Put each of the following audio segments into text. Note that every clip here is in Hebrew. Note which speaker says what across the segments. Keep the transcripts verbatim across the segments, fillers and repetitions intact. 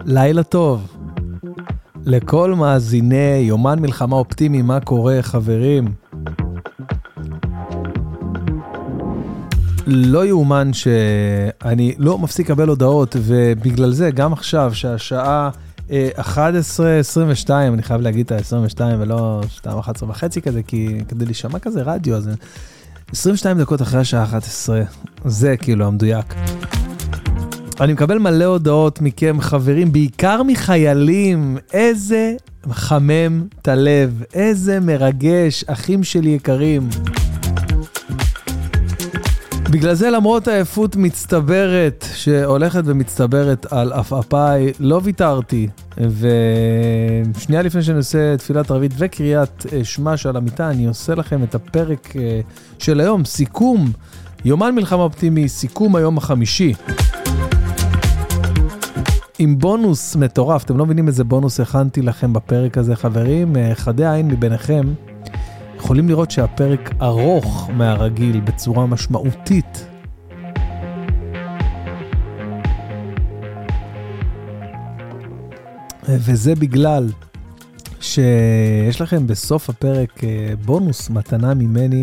Speaker 1: לילה טוב. לכל מאזיני יומן מלחמה אופטימי, מה קורה חברים? לא יאומן שאני לא מפסיק לקבל הודעות, ובגלל זה גם עכשיו שהשעה אחת עשרה עשרים ושתיים, אני חייב להגיד את ה-עשרים ושתיים ולא שתיים אחת עשרה וחצי כזה, כי כדי להישמע כזה רדיו, אז עשרים ושתיים דקות אחרי השעה אחת עשרה, זה כאילו המדויק. אני מקבל מלא הודעות מכם חברים, בעיקר מחיילים, איזה מחמם את הלב, איזה מרגש, אחים שלי יקרים. בגלל זה למרות העייפות מצטברת, שהולכת ומצטברת על אפאפיי, לא ויתרתי, ושנייה לפני שאני עושה תפילת ערבית וקריאת שמע של המיטה, אני עושה לכם את הפרק של היום, סיכום, יומן מלחמה אופטימי, סיכום היום החמישי. עם בונוס מטורף, אתם לא מבינים איזה בונוס הכנתי לכם בפרק הזה חברים, חדי העין מביניכם, יכולים לראות שהפרק ארוך מהרגיל בצורה משמעותית. וזה בגלל שיש לכם בסוף הפרק בונוס מתנה ממני,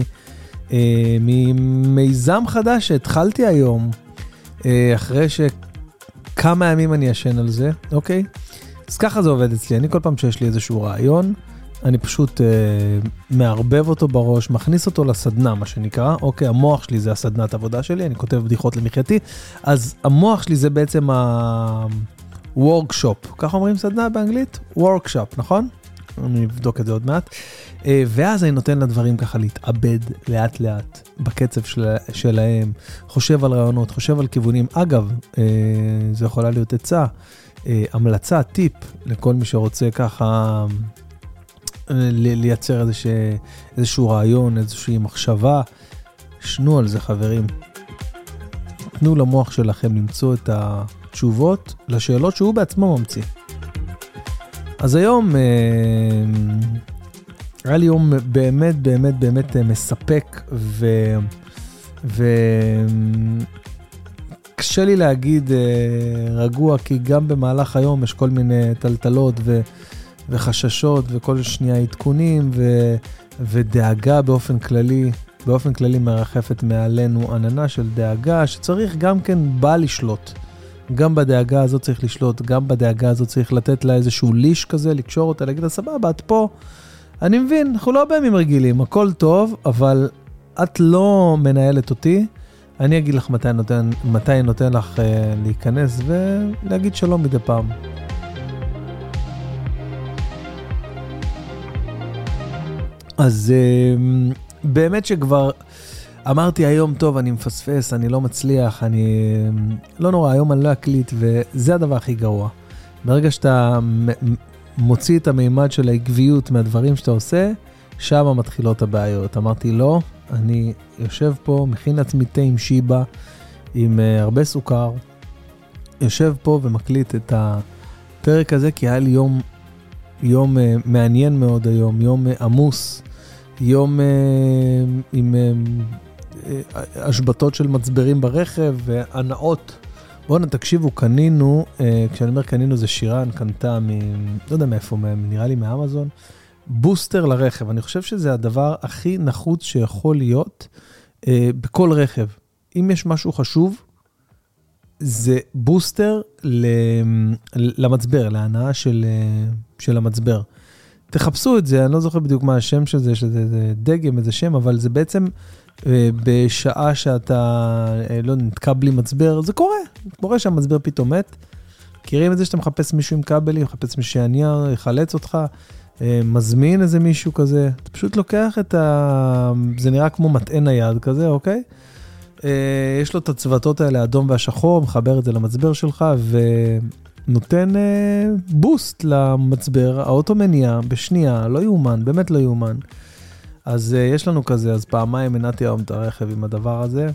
Speaker 1: ממיזם חדש שהתחלתי היום, אחרי שכמה ימים אני ישן על זה, אוקיי? אז ככה זה עובד אצלי, אני כל פעם שיש לי איזשהו רעיון, אני פשוט אה, מערבב אותו בראש, מכניס אותו לסדנה, מה שנקרא. אוקיי, המוח שלי זה הסדנת עבודה שלי, אני כותב בדיחות למחייתי, אז המוח שלי זה בעצם ה-workshop. ככה אומרים סדנה באנגלית? workshop, נכון? אני אבדוק את זה עוד מעט. אה, ואז אני נותן לדברים ככה להתאבד לאט לאט, בקצב של, שלהם, חושב על רעיונות, חושב על כיוונים. אגב, אה, זה יכולה להיות עצה, אה, המלצה, טיפ, לכל מי שרוצה ככה לייצר איזשה, איזשהו רעיון, איזושהי מחשבה, שנו על זה חברים. תנו למוח שלכם למצוא את התשובות לשאלות שהוא בעצמו ממציא. אז היום אה, היה לי יום באמת באמת באמת מספק ו... ו... קשה לי להגיד אה, רגוע, כי גם במהלך היום יש כל מיני טלטלות ו... וחששות וכל שנייה עדכונים ו... ודאגה באופן כללי, באופן כללי מרחפת מעלינו עננה של דאגה, שצריך גם כן בא לשלוט. גם בדאגה הזאת צריך לשלוט, גם בדאגה הזאת צריך לתת לה איזשהו ליש כזה, לקשור אותה, להגיד לה סבבה, את פה. אני מבין, אנחנו לא בימים רגילים, הכל טוב, אבל את לא מנהלת אותי. אני אגיד לך מתי נותן, מתי נותן לך אה, להיכנס ולהגיד שלום מדי פעם. אז באמת שכבר אמרתי היום, טוב, אני מפספס, אני לא מצליח, אני לא נורא, היום אני לא אקליט, וזה הדבר הכי גרוע. ברגע שאתה מוציא את המימד של העקביות מהדברים שאתה עושה, שם מתחילות הבעיות. אמרתי, לא, אני יושב פה, מכין לעצמי תה עם שיבה, עם הרבה סוכר, יושב פה ומקליט את הפרק הזה, כי היה לי יום, יום מעניין מאוד היום, יום עמוס, יום עם השבתות של מצברים ברכב והנאות. בואו נתקשיבו, קנינו, כשאני אומר קנינו זה שירן, קנתה מ... לא יודע מאיפה, נראה לי מאמזון, בוסטר לרכב. אני חושב שזה הדבר הכי נחוץ שיכול להיות בכל רכב. אם יש משהו חשוב, זה בוסטר למצבר, להנאה של, של המצבר. תחפשו את זה, אני לא זוכר בדיוק מה השם של זה, שזה זה דגם, איזה שם, אבל זה בעצם בשעה שאתה לא נתקע בלי מצבר, זה קורה, קורה שהמצבר פתאום מת. מכירים את זה שאתה מחפש מישהו עם קאבלים, מחפש מישהו שעניין, יחלץ אותך, מזמין איזה מישהו כזה, אתה פשוט לוקח את ה... זה נראה כמו מטען נייד כזה, אוקיי? יש לו את הצוותות האלה, האדום והשחור, מחבר את זה למצבר שלך, ונותן בוסט למצבר, האוטו מניע בשנייה, לא יאומן, באמת לא יאומן. אז יש לנו כזה, אז פעמיים מנעתי היום את הרכב עם הדבר הזה.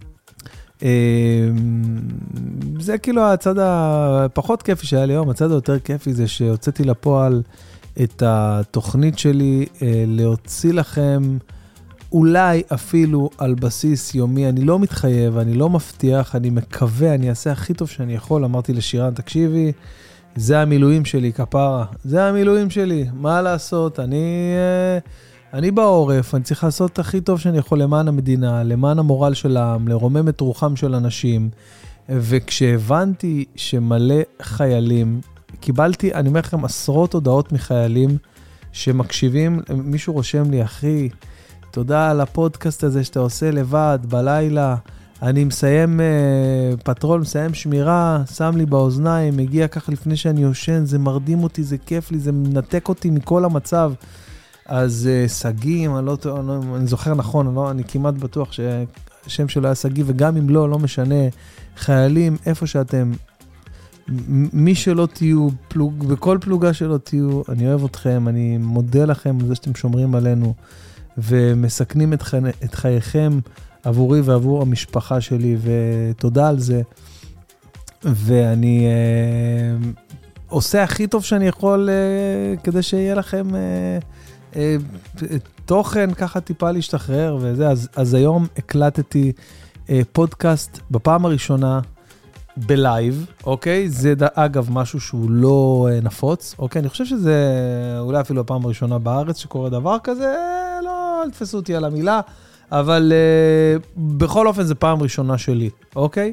Speaker 1: זה כאילו הצד הפחות כיפי שהיה לי היום, הצד היותר כיפי זה שהוצאתי לפועל את התוכנית שלי, להוציא לכם אולי אפילו על בסיס יומי, אני לא מתחייב, אני לא מבטיח, אני מקווה, אני אעשה הכי טוב שאני יכול. אמרתי לשירן, תקשיבי, זה המילואים שלי, כפרה. זה המילואים שלי. מה לעשות? אני, אני בעורף, אני צריך לעשות את הכי טוב שאני יכול למען המדינה, למען המורל של העם, לרומם את רוחם של אנשים. וכשהבנתי שמלא חיילים, קיבלתי, אני אומר לכם, עשרות הודעות מחיילים שמקשיבים, מישהו רושם לי, אחי, תודה על הפודקאסט הזה שאתה עושה לבד, בלילה, אני מסיים uh, פטרול, מסיים שמירה, שם לי באוזניים, מגיע ככה לפני שאני יושן, זה מרדים אותי, זה כיף לי, זה מנתק אותי מכל המצב. אז uh, סגים, אני, לא, אני, אני זוכר נכון, אני, לא, אני כמעט בטוח שהשם שלו היה סגי, וגם אם לא, לא משנה, חיילים, איפה שאתם, מי שלא תהיו, פלוג, בכל פלוגה שלא תהיו, אני אוהב אתכם, אני מודה לכם על זה שאתם שומרים עלינו, ומסכנים את, חי, את חייכם, עבורי ועבור המשפחה שלי, ותודה על זה. ואני אה, עושה הכי טוב שאני יכול, אה, כדי שיהיה לכם אה, אה, תוכן, ככה טיפה להשתחרר, וזה. אז, אז היום הקלטתי אה, פודקאסט בפעם הראשונה, בלייב, אוקיי? זה אגב משהו שהוא לא אה, נפוץ, אוקיי? אני חושב שזה אולי אפילו הפעם הראשונה בארץ שקורה דבר כזה, לא, אל תפסו אותי על המילה, אבל uh, בכל אופן זה פעם ראשונה שלי, אוקיי?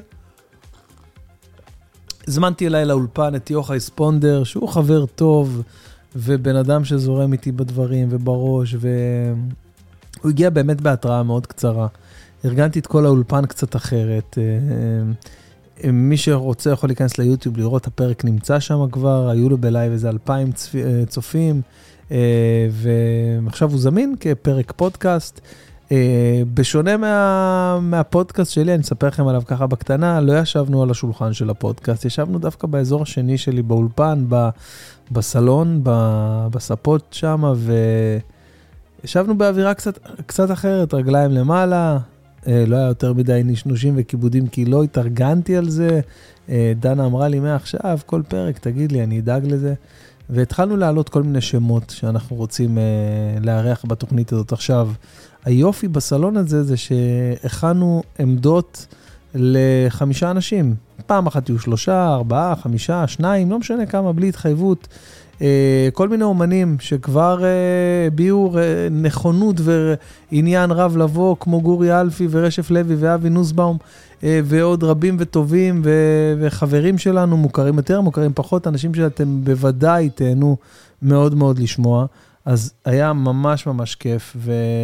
Speaker 1: הזמנתי אליי לאולפן את יוחאי ספונדר, שהוא חבר טוב, ובן אדם שזורם איתי בדברים ובראש, והוא הגיע באמת בהתראה מאוד קצרה. ארגנתי את כל האולפן קצת אחרת. Uh, מי שרוצה יכול להיכנס ליוטיוב, לראות הפרק נמצא שם כבר, היו לו בלייב איזה אלפיים צפ... צופים, uh, ועכשיו הוא זמין כפרק פודקאסט. Uh, בשונה מה, מהפודקאסט שלי, אני אספר לכם עליו ככה בקטנה, לא ישבנו על השולחן של הפודקאסט, ישבנו דווקא באזור השני שלי באולפן, ב, בסלון, ב, בספות שם, וישבנו באווירה קצת, קצת אחרת, רגליים למעלה, uh, לא היה יותר מדי נשנושים וכיבודים, כי לא התארגנתי על זה, uh, דנה אמרה לי, מעכשיו, כל פרק, תגיד לי, אני אדאג לזה, והתחלנו להעלות כל מיני שמות שאנחנו רוצים uh, לארח בתוכנית הזאת עכשיו. היופי בסלון הזה זה שהכנו עמדות לחמישה אנשים. פעם אחת יהיו שלושה, ארבעה, חמישה, שניים, לא משנה כמה, בלי התחייבות. כל מיני אומנים שכבר הביאו נכונות ועניין רב לבוא, כמו גורי אלפי ורשף לוי ואבי נוסבאום, ועוד רבים וטובים וחברים שלנו, מוכרים יותר, מוכרים פחות, אנשים שאתם בוודאי תהנו מאוד מאוד לשמוע. אז היה ממש ממש כיף,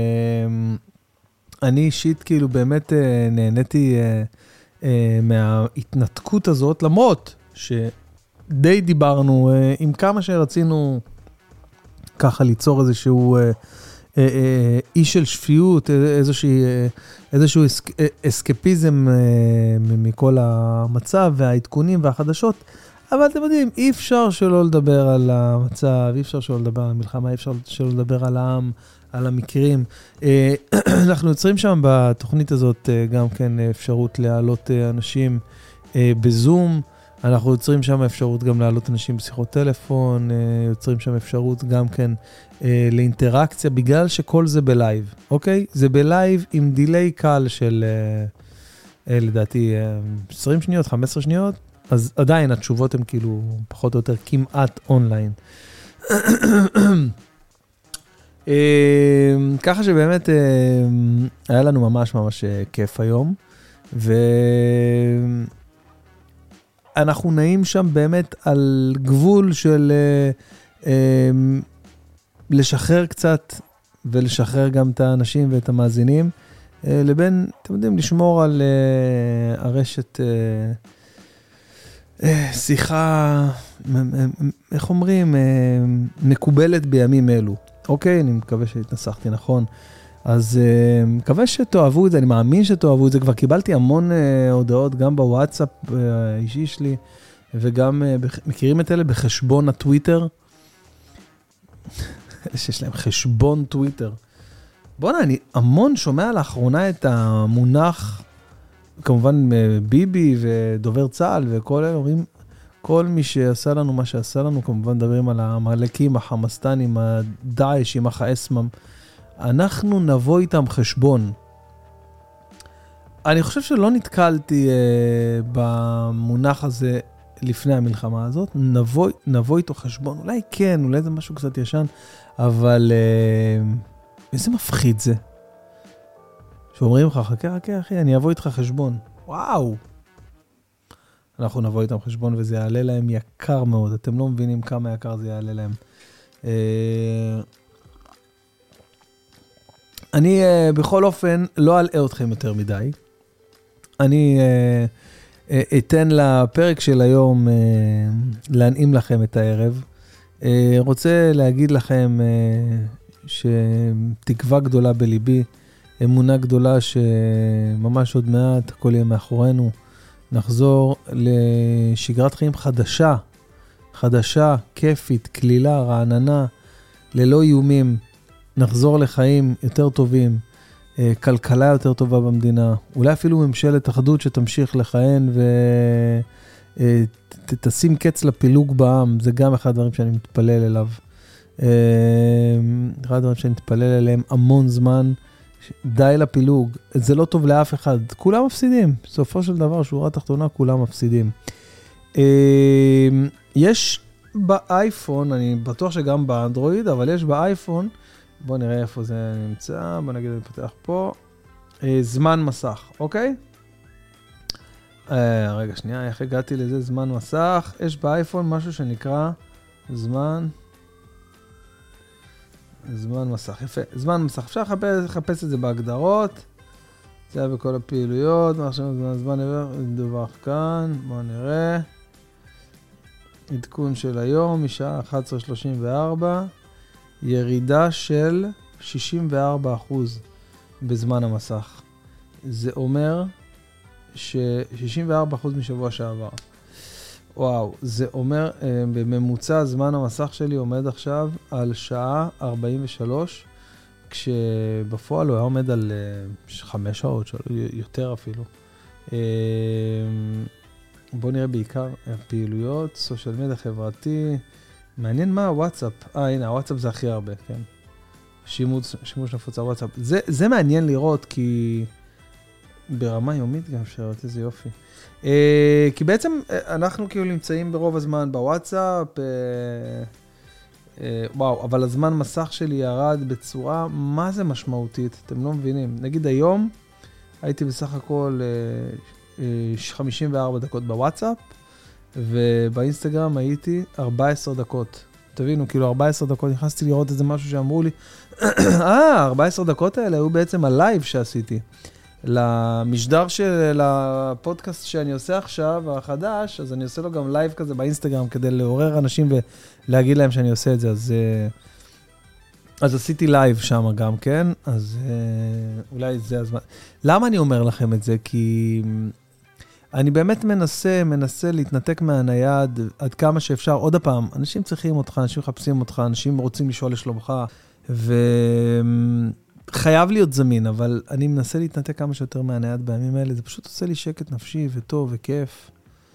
Speaker 1: ואני אישית כאילו באמת נהניתי מההתנתקות הזאת, למרות שדי דיברנו עם כמה שרצינו ככה ליצור איזשהו אי של שפיות, איזשהו אסקפיזם מכל המצב והעדכונים והחדשות, אבל אתם יודעים, אי אפשר שלא לדבר על המצב, אי אפשר שלא לדבר על המלחמה, אי אפשר שלא לדבר על העם, על המקרים. אנחנו יוצרים שם בתוכנית הזאת גם כן אפשרות להעלות אנשים בזום, אנחנו יוצרים שם אפשרות גם להעלות אנשים בשיחות טלפון, יוצרים שם אפשרות גם כן לאינטראקציה, בגלל שכל זה בלייב, אוקיי? זה בלייב עם דילי קל של, לדעתי, עשרים שניות, חמש עשרה שניות, אז עדיין התשובות הן כאילו פחות או יותר כמעט אונליין. ככה שבאמת היה לנו ממש ממש כיף היום, ואנחנו נעים שם באמת על גבול של לשחרר קצת ולשחרר גם את האנשים ואת המאזינים, לבין, אתם יודעים, לשמור על הרשת שיחה, איך אומרים, מקובלת בימים אלו. אוקיי, אני מקווה שהתנסחתי נכון. אז מקווה שתאהבו את זה, אני מאמין שתאהבו את זה. כבר קיבלתי המון הודעות, גם בוואטסאפ האישי שלי, וגם מכירים את אלה בחשבון הטוויטר. שיש להם חשבון טוויטר. בוא'נה, אני המון שומע לאחרונה את המונח, כמובן ביבי ודובר צה"ל וכל אלה אומרים, כל מי שעשה לנו מה שעשה לנו, כמובן מדברים על המלקים, החמאסטנים, הדאעש, עם החאסמם, אנחנו נבוא איתם חשבון. אני חושב שלא נתקלתי אה, במונח הזה לפני המלחמה הזאת, נבוא, נבוא איתו חשבון, אולי כן, אולי זה משהו קצת ישן, אבל אה, איזה מפחיד זה. שאומרים לך, חכה, חכה, אחי, אני אבוא איתך חשבון. וואו. אנחנו נבוא איתם חשבון, וזה יעלה להם יקר מאוד. אתם לא מבינים כמה יקר זה יעלה להם. אה, אני אה, בכל אופן לא אלאה אתכם יותר מדי. אני אה, אה, אתן לפרק של היום אה, להנעים לכם את הערב. אה, רוצה להגיד לכם אה, שתקווה גדולה בליבי, אמונה גדולה שממש עוד מעט הכל יהיה מאחורינו. נחזור לשגרת חיים חדשה, חדשה, כיפית, כלילה, רעננה, ללא איומים. נחזור לחיים יותר טובים, כלכלה יותר טובה במדינה, אולי אפילו ממשלת אחדות שתמשיך לכהן ותשים קץ לפילוג בעם, זה גם אחד הדברים שאני מתפלל אליו. אחד הדברים שאני מתפלל אליהם המון זמן, די לפילוג, זה לא טוב לאף אחד, כולם מפסידים, בסופו של דבר, שורה תחתונה, כולם מפסידים. יש באייפון, אני בטוח שגם באנדרואיד, אבל יש באייפון, בואו נראה איפה זה נמצא, בואו נגיד, אני פותח פה, זמן מסך, אוקיי? רגע, שנייה, איך הגעתי לזה זמן מסך? יש באייפון משהו שנקרא זמן... זמן מסך, יפה. זמן מסך, אפשר לחפש, לחפש את זה בהגדרות. זה היה בכל הפעילויות. עכשיו זמן, זמן דווח כאן. בואו נראה. עדכון של היום, משעה אחת עשרה שלושים וארבע. ירידה של שישים וארבע אחוז בזמן המסך. זה אומר ש-שישים וארבע אחוז משבוע שעבר. וואו, זה אומר, בממוצע זמן המסך שלי עומד עכשיו על שעה ארבעים ושלוש, כשבפועל הוא היה עומד על חמש שעות, יותר אפילו. בואו נראה בעיקר פעילויות, סושיאל מדיה חברתי, מעניין מה הוואטסאפ, אה הנה, הוואטסאפ זה הכי הרבה, כן. שימוש, שימוש נפוץ הוואטסאפ. זה, זה מעניין לראות, כי ברמה יומית גם אפשר לראות איזה יופי. אה, כי בעצם אנחנו כאילו נמצאים ברוב הזמן בוואטסאפ, אה, אה, וואו, אבל הזמן מסך שלי ירד בצורה, מה זה משמעותית? אתם לא מבינים. נגיד היום, הייתי בסך הכל אה, אה, חמישים וארבע דקות בוואטסאפ, ובאינסטגרם הייתי ארבע עשרה דקות. תבינו, כאילו ארבע עשרה דקות, נכנסתי לראות איזה משהו שאמרו לי, אה, ארבע עשרה דקות האלה היו בעצם הלייב שעשיתי. למשדר של הפודקאסט שאני עושה עכשיו, החדש, אז אני עושה לו גם לייב כזה באינסטגרם, כדי לעורר אנשים ולהגיד להם שאני עושה את זה. אז, אז עשיתי לייב שם גם, כן? אז אולי זה הזמן. למה אני אומר לכם את זה? כי אני באמת מנסה, מנסה להתנתק מהנייד עד כמה שאפשר. עוד הפעם, אנשים צריכים אותך, אנשים מחפשים אותך, אנשים רוצים לשאול לשלומך, ו... חייב להיות זמין, אבל אני מנסה להתנתק כמה שיותר מהנייד בימים האלה, זה פשוט עושה לי שקט נפשי וטוב וכיף.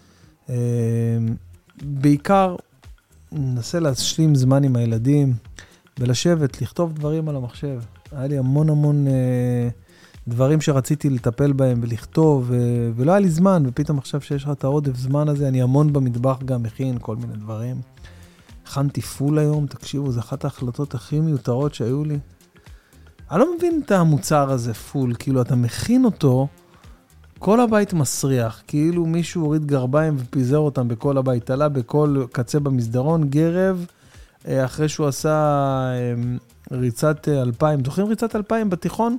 Speaker 1: בעיקר, מנסה להשלים זמן עם הילדים, ולשבת, לכתוב דברים על המחשב. היה לי המון המון דברים שרציתי לטפל בהם ולכתוב, ולא היה לי זמן, ופתאום עכשיו שיש לך את העודף זמן הזה, אני המון במטבח גם מכין כל מיני דברים. הכנתי פול היום, תקשיבו, זו אחת ההחלטות הכי מיותרות שהיו לי. אני לא מבין את המוצר הזה פול, כאילו אתה מכין אותו, כל הבית מסריח, כאילו מישהו הוריד גרביים ופיזר אותם בכל הבית, עלה בכל קצה במסדרון, גרב, אחרי שהוא עשה ריצת אלפיים, זוכרים ריצת אלפיים בתיכון?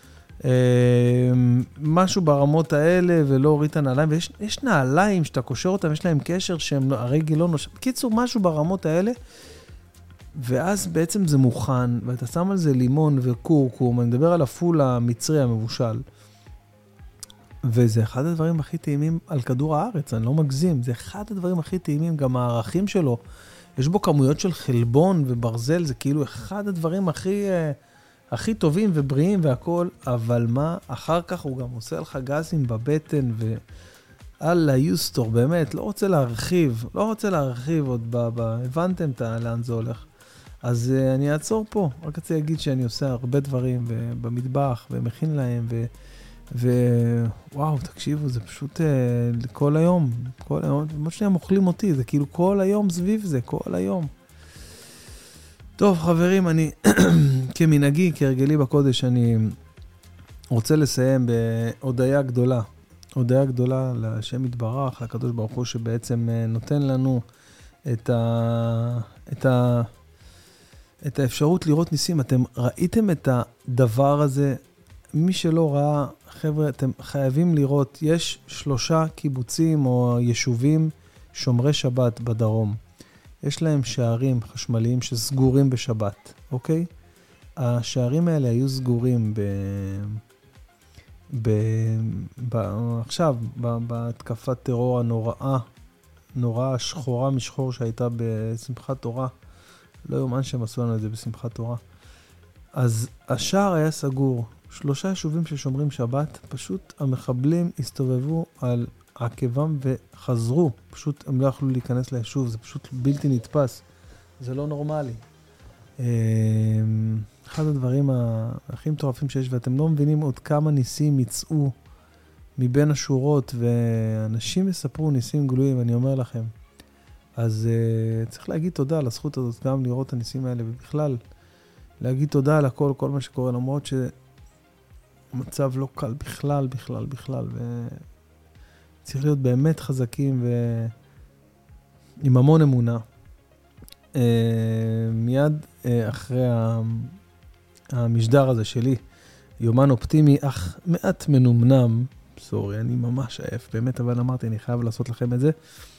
Speaker 1: משהו ברמות האלה, ולא הוריד את הנעליים, ויש נעליים שאתה קושר אותם, יש להם קשר שהם הרגל לא נושב, בקיצור משהו ברמות האלה, ואז בעצם זה מוכן, ואתה שם על זה לימון וקורקום, אני מדבר על הפול המצרי המבושל, וזה אחד הדברים הכי טעימים על כדור הארץ, אני לא מגזים, זה אחד הדברים הכי טעימים, גם הערכים שלו, יש בו כמויות של חלבון וברזל, זה כאילו אחד הדברים הכי, הכי טובים ובריאים והכל, אבל מה, אחר כך הוא גם עושה לך גזים בבטן, ואללה יוסטור, באמת, לא רוצה להרחיב, לא רוצה להרחיב עוד, ב, ב, הבנתם לאן זה הולך. אז uh, אני אעצור פה, רק רוצה להגיד שאני עושה הרבה דברים במטבח, ומכין להם, ו, ווואו, תקשיבו, זה פשוט כל היום, כל היום, מה שהם אוכלים אותי, זה כאילו כל היום סביב זה, כל היום. טוב, חברים, אני כמנהגי, כהרגלי בקודש, אני רוצה לסיים בהודיה גדולה. הודיה גדולה לשם יתברך, לקדוש ברוך הוא שבעצם נותן לנו את ה... את ה... את האפשרות לראות ניסים. אתם ראיתם את הדבר הזה? מי שלא ראה, חבר'ה, אתם חייבים לראות, יש שלושה קיבוצים או יישובים שומרי שבת בדרום. יש להם שערים חשמליים שסגורים בשבת, אוקיי? השערים האלה היו סגורים ב... ב... ב... עכשיו, ב... בהתקפת טרור הנוראה, נוראה שחורה משחור שהייתה בשמחת תורה. לא יומן שהם עשו לנו את זה בשמחת תורה. אז השער היה סגור. שלושה יישובים ששומרים שבת, פשוט המחבלים הסתובבו על עקבם וחזרו. פשוט הם לא יכלו להיכנס ליישוב, זה פשוט בלתי נתפס. זה לא נורמלי. אחד הדברים הכי מטורפים שיש, ואתם לא מבינים עוד כמה ניסים יצאו מבין השורות, ואנשים יספרו ניסים גלויים, אני אומר לכם. אז uh, צריך להגיד תודה על הזכות הזאת, גם לראות את הניסים האלה, ובכלל, להגיד תודה על הכל, כל מה שקורה, למרות שהמצב לא קל בכלל, בכלל, בכלל, וצריך להיות באמת חזקים ועם המון אמונה. Uh, מיד uh, אחרי המשדר הזה שלי, יומן אופטימי, אך מעט מנומנם, סורי, אני ממש עייף, באמת, אבל אמרתי, אני חייב לעשות לכם את זה.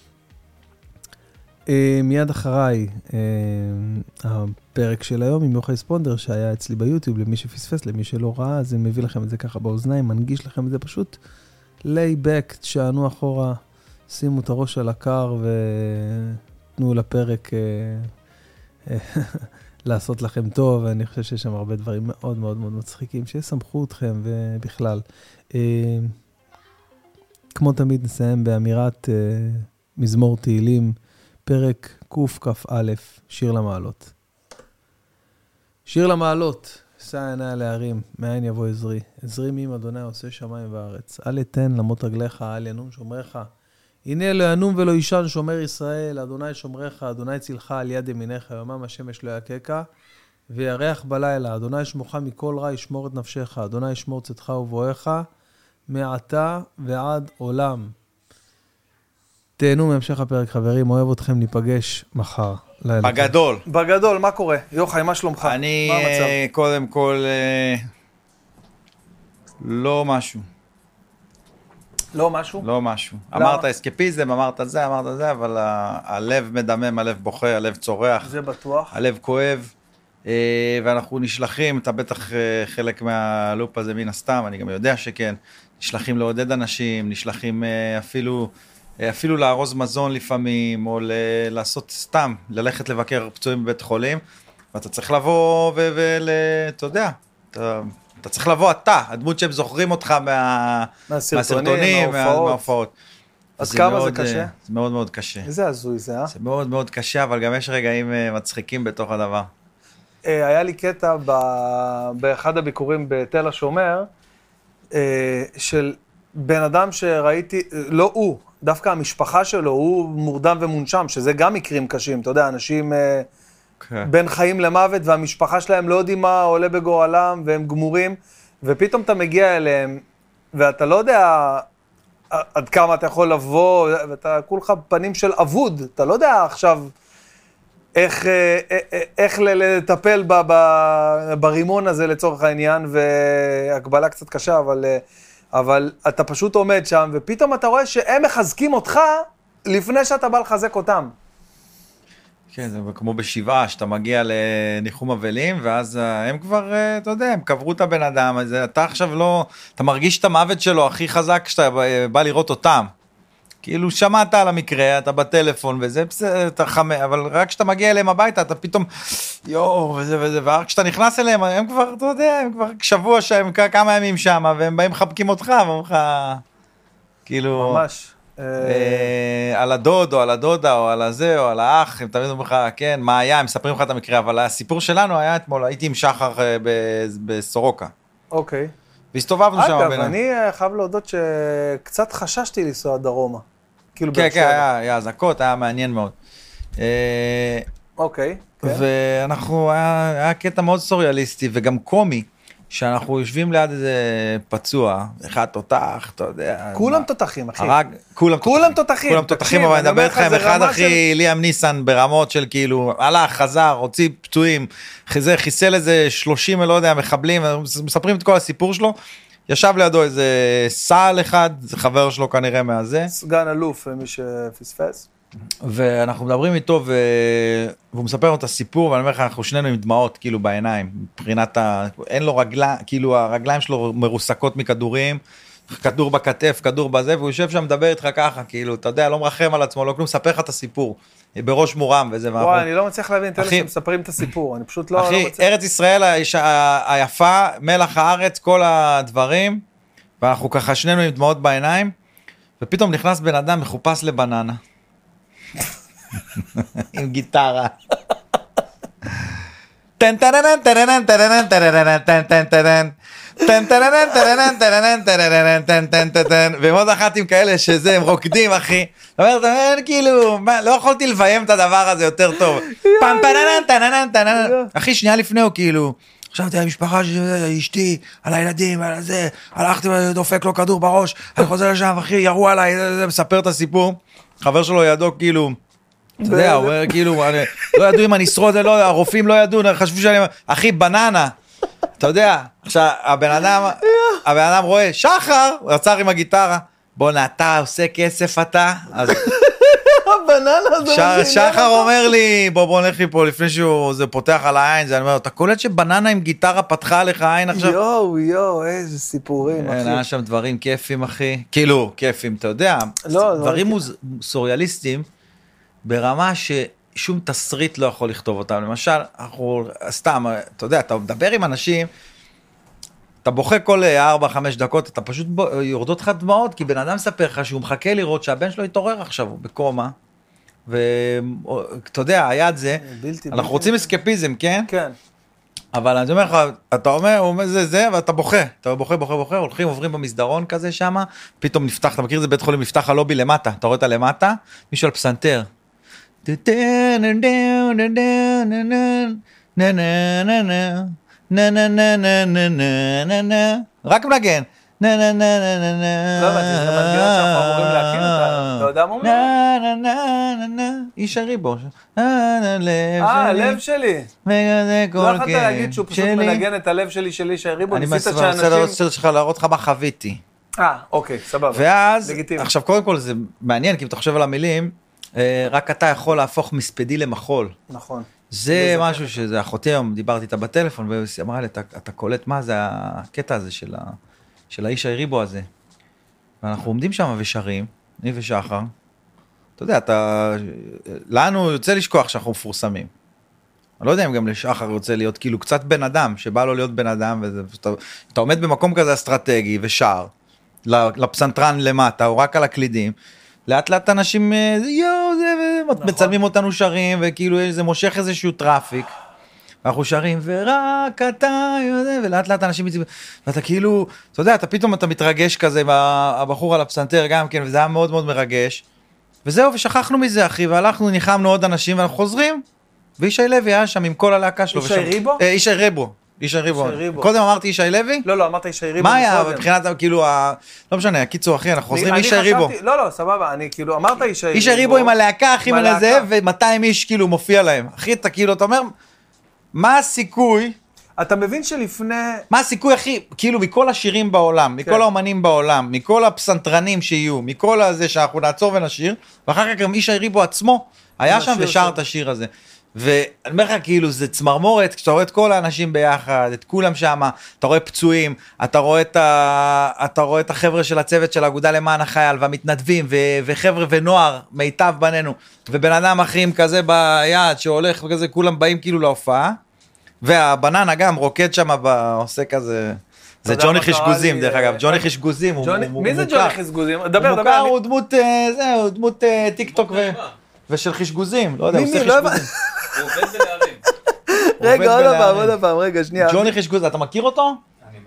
Speaker 1: Uh, מיד אחריי, uh, הפרק של היום עם יוחאי ספונדר, שהיה אצלי ביוטיוב, למי שפספס, למי שלא ראה, אז אני מביא לכם את זה ככה באוזניים, מנגיש לכם את זה פשוט, lay back, תשענו אחורה, שימו את הראש על הקר, ותנו לפרק uh, uh, לעשות לכם טוב, ואני חושב שיש שם הרבה דברים מאוד מאוד מאוד מצחיקים, שיסמכו אתכם, ובכלל. Uh, כמו תמיד נסיים באמירת uh, מזמור תהילים, פרק קכ"א, שיר למעלות. שיר למעלות, שא עיני אל ההרים, מאין יבוא עזרי. עזרי מי אם אדוני עושה שמיים וארץ. אל יתן למות רגליך, אל ינום שומרך. הנה לא ינום ולא יישן שומר ישראל, אדוני שומרך, אדוני צילך על יד ימינך, יומם השמש לא יככה, וירח בלילה, אדוני שמוך מכל רע, ישמור את נפשך, אדוני ישמור צאתך ובואך, מעתה ועד עולם. תהנו מהמשך הפרק, חברים, אוהב אתכם, ניפגש מחר.
Speaker 2: בגדול.
Speaker 1: בגדול, מה קורה? יוחאי, מה שלומך?
Speaker 2: אני קודם כל לא משהו.
Speaker 1: לא משהו?
Speaker 2: לא משהו. אמרת אסקפיזם, אמרת זה, אמרת זה, אבל הלב מדמם, הלב בוכה, הלב צורח.
Speaker 1: זה בטוח.
Speaker 2: הלב כואב, ואנחנו נשלחים, אתה בטח חלק מהלופ הזה מן הסתם, אני גם יודע שכן, נשלחים לעודד אנשים, נשלחים אפילו... אפילו לארוז מזון לפעמים, או ל- לעשות סתם, ללכת לבקר פצועים בבית חולים, ואתה צריך לבוא ואתה יודע, אתה, אתה צריך לבוא אתה, הדמות שהם זוכרים אותך מה, מהסרטונים, מההופעות.
Speaker 1: אז כמה מאוד, זה קשה?
Speaker 2: זה מאוד מאוד קשה.
Speaker 1: איזה הזוי זה, אה?
Speaker 2: זה מאוד מאוד קשה, אבל גם יש רגעים מצחיקים בתוך הדבר.
Speaker 1: היה לי קטע באחד הביקורים בתל השומר, של בן אדם שראיתי, לא הוא, דווקא המשפחה שלו, הוא מורדם ומונשם, שזה גם מקרים קשים, אתה יודע, אנשים okay. בין חיים למוות, והמשפחה שלהם לא יודעים מה עולה בגורלם, והם גמורים, ופתאום אתה מגיע אליהם, ואתה לא יודע עד כמה אתה יכול לבוא, ואתה כולך פנים של אבוד, אתה לא יודע עכשיו איך, איך לטפל ב, ב, ברימון הזה לצורך העניין, והגבלה קצת קשה, אבל... אבל אתה פשוט עומד שם, ופתאום אתה רואה שהם מחזקים אותך, לפני שאתה בא לחזק אותם.
Speaker 2: כן, זה כמו בשבעה, שאתה מגיע לניחום אבלים, ואז הם כבר, אתה יודע, הם קברו את הבן אדם, אז אתה עכשיו לא, אתה מרגיש את המוות שלו הכי חזק, כשאתה בא לראות אותם. כאילו שמעת על המקרה, אתה בטלפון וזה, אתה חמא, אבל רק כשאתה מגיע אליהם הביתה, אתה פתאום, יואו, וזה וזה, ורק כשאתה נכנס אליהם, הם כבר, אתה יודע, הם כבר שבוע שהם כמה ימים שם, והם באים מחבקים אותך, ואומרים לך, כאילו,
Speaker 1: ממש.
Speaker 2: על הדוד, או על הדודה, או על הזה, או על האח, הם תמיד אומרים לך, כן, מה היה, הם מספרים לך את המקרה, אבל הסיפור שלנו היה אתמול, הייתי עם שחר בסורוקה.
Speaker 1: אוקיי.
Speaker 2: והסתובבנו שם.
Speaker 1: אגב, אני חייב להודות שקצת חששתי לנסוע דרומה.
Speaker 2: כן, כן, היה אזעקות, היה מעניין מאוד.
Speaker 1: אוקיי.
Speaker 2: ואנחנו, היה קטע מאוד סוריאליסטי וגם קומי, שאנחנו יושבים ליד איזה פצוע, אחד תותח, אתה יודע.
Speaker 1: כולם תותחים, אחי.
Speaker 2: כולם
Speaker 1: תותחים.
Speaker 2: כולם תותחים, אבל אני מדבר איתך עם אחד אחי, ליאם ניסן, ברמות של כאילו, הלך, חזר, הוציא פצועים, חיסל איזה שלושים, לא יודע, מחבלים, מספרים את כל הסיפור שלו. ישב לידו איזה סעל אחד, זה חבר שלו כנראה מהזה.
Speaker 1: סגן אלוף, מי שפספס.
Speaker 2: ואנחנו מדברים איתו, ו... והוא מספר לנו את הסיפור, ואני אומר לך, אנחנו שנינו עם דמעות, כאילו, בעיניים, מבחינת ה... אין לו רגלה, כאילו, הרגליים שלו מרוסקות מכדורים, כדור בכתף, כדור בזה, והוא יושב שם, מדבר איתך ככה, כאילו, אתה יודע, לא מרחם על עצמו, לא כלום, מספר לך את הסיפור, בראש מורם וזה.
Speaker 1: וואי, ואנחנו... אני לא מצליח להבין את אלה שמספרים את הסיפור, אני פשוט לא...
Speaker 2: אחי,
Speaker 1: לא מצליח...
Speaker 2: ארץ ישראל ה... היפה, מלח הארץ, כל הדברים, ואנחנו ככה שנינו עם דמעות בעיניים, ופתאום נכנס בן אדם מחופש לבננה. עם גיטרה. טן טנן טנן טנן טנן טנן טנן טנן טן טנן טנן טנן טנן טנן טנן טנן ומאוד אחת עם כאלה שזה הם רוקדים אחי. זאת אומרת, כאילו, לא יכולתי לביים את הדבר הזה יותר טוב. פם טנן טנן טנן. אחי, שנייה לפני הוא כאילו, חשבתי על המשפחה שלי, אשתי, על הילדים, על זה, הלכתי ודופק לו כדור בראש, אני חוזר לשם, אחי, ירו עליי, מספר את הסיפור. חבר שלו ידו כאילו, אתה יודע, הוא אומר כאילו, לא ידעו אם אני אשרוד, הרופאים לא ידעו, חשבו שאני, אחי, בננה, אתה יודע, עכשיו, הבן אדם, הבן אדם רואה, שחר, הוא עצר עם הגיטרה, בוא נעתה, עושה כסף אתה, אז... שחר אומר לי, בוא בוא נלך לי פה, לפני שהוא פותח על העין, אני אומר, אתה קולט שבננה עם גיטרה פתחה לך העין עכשיו?
Speaker 1: יואו, יואו, איזה סיפורים, אחי.
Speaker 2: היה שם דברים כיפים, אחי. כאילו, כיפים, אתה יודע, דברים סוריאליסטיים, ברמה ששום תסריט לא יכול לכתוב אותם. למשל, אנחנו, סתם, אתה יודע, אתה מדבר עם אנשים, אתה בוכה כל ארבע, חמש דקות, אתה פשוט יורדות לך דמעות, כי בן אדם מספר לך שהוא מחכה לראות שהבן שלו יתעורר עכשיו, הוא בקומה, ואתה יודע, היה את זה, אנחנו רוצים אסקפיזם, כן?
Speaker 1: כן.
Speaker 2: אבל אני אומר לך, אתה אומר, הוא אומר זה זה, ואתה בוכה, אתה בוכה, בוכה, בוכה, הולכים, עוברים במסדרון כזה שם, פתאום נפתח, אתה מכיר את זה בית חולים, נפתח הלובי למטה, אתה רואה את הלמטה, מישהו על פסנתר. נה נה נה נה נה נה נה נה רק מנגן נה נה נה נה נה
Speaker 1: לא הבנתי, זה מנגינה שאנחנו אמורים להכיר אותה, אתה יודע מה אומר?
Speaker 2: נה נה נה נה נה איש הריבו אה,
Speaker 1: הלב שלי לא יכולת להגיד שהוא פשוט מנגן את הלב שלי של איש הריבו
Speaker 2: אני רוצה לראות שלך להראות לך מה חוויתי
Speaker 1: אה, אוקיי, סבבה
Speaker 2: ואז, עכשיו קודם כל זה מעניין כי אם אתה חושב על המילים רק אתה יכול להפוך מספדי למחול
Speaker 1: נכון
Speaker 2: זה משהו שזה, אחותי היום, דיברתי איתה בטלפון, והיא אמרה לי, אתה קולט מה זה הקטע הזה של האיש הריבו הזה. ואנחנו עומדים שם ושרים, אני ושחר, אתה יודע, אתה, לנו יוצא לשכוח שאנחנו מפורסמים. אני לא יודע אם גם לשחר יוצא להיות כאילו קצת בן אדם, שבא לו להיות בן אדם, ואתה עומד במקום כזה אסטרטגי ושר, לפסנתרן למטה, או רק על הקלידים, לאט לאט אנשים, יואו, זה, מצלמים אותנו שרים, וכאילו זה מושך איזשהו טראפיק, ואנחנו שרים, ורק אתה, ולאט לאט אנשים, ואתה כאילו, אתה יודע, אתה פתאום אתה מתרגש כזה, הבחור על הפסנתר גם כן, וזה היה מאוד מאוד מרגש, וזהו, ושכחנו מזה, אחי, והלכנו, ניחמנו עוד אנשים, ואנחנו חוזרים, וישי לוי היה שם עם כל הלהקה שלו.
Speaker 1: ישי ריבו?
Speaker 2: ישי ריבו. ישי ריבו. קודם אמרתי ישי לוי?
Speaker 1: לא, לא, אמרת ישי ריבו.
Speaker 2: מה היה מבחינת, כאילו, לא משנה, הקיצור, אחי, אנחנו חוזרים ישי ריבו.
Speaker 1: לא, לא, סבבה, אני כאילו, אמרת ישי ריבו.
Speaker 2: ישי ריבו עם הלהקה, אחי, מלזה, ו-מאתיים איש כאילו מופיע להם. אחי, אתה כאילו, אתה אומר, מה הסיכוי?
Speaker 1: אתה מבין שלפני...
Speaker 2: מה הסיכוי, אחי, כאילו, מכל השירים בעולם, מכל האומנים בעולם, מכל הפסנתרנים שיהיו, מכל הזה שאנחנו נעצור ונשיר, ואחר כך גם ישי ריבו עצמו היה שם ושר את השיר הזה. ואני אומר לך, כאילו, זה צמרמורת, כשאתה רואה את כל האנשים ביחד, את כולם שם, אתה רואה פצועים, אתה רואה את, ה... אתה רואה את החבר'ה של הצוות של האגודה למען החייל, והמתנדבים, ו... וחבר'ה ונוער, מיטב בנינו, ובן אדם אחים כזה ביד, שהולך וכזה, כולם באים כאילו להופעה, והבננה גם רוקד שם, עושה כזה... זה ג'וני חישגוזים, דרך אגב, ג'וני חישגוזים, הוא מוכר.
Speaker 1: מי זה ג'וני חישגוזים? דבר, דבר.
Speaker 2: הוא מוכר, הוא דמות, זהו, דמות טיק טוק ושל חישגוזים, לא יודע, הוא עושה חישגוזים.
Speaker 3: הוא עובד בלהרים.
Speaker 1: רגע, עוד פעם, עוד פעם, רגע, שנייה.
Speaker 2: ג'וני חישגוז, אתה מכיר אותו?
Speaker 3: אני מכיר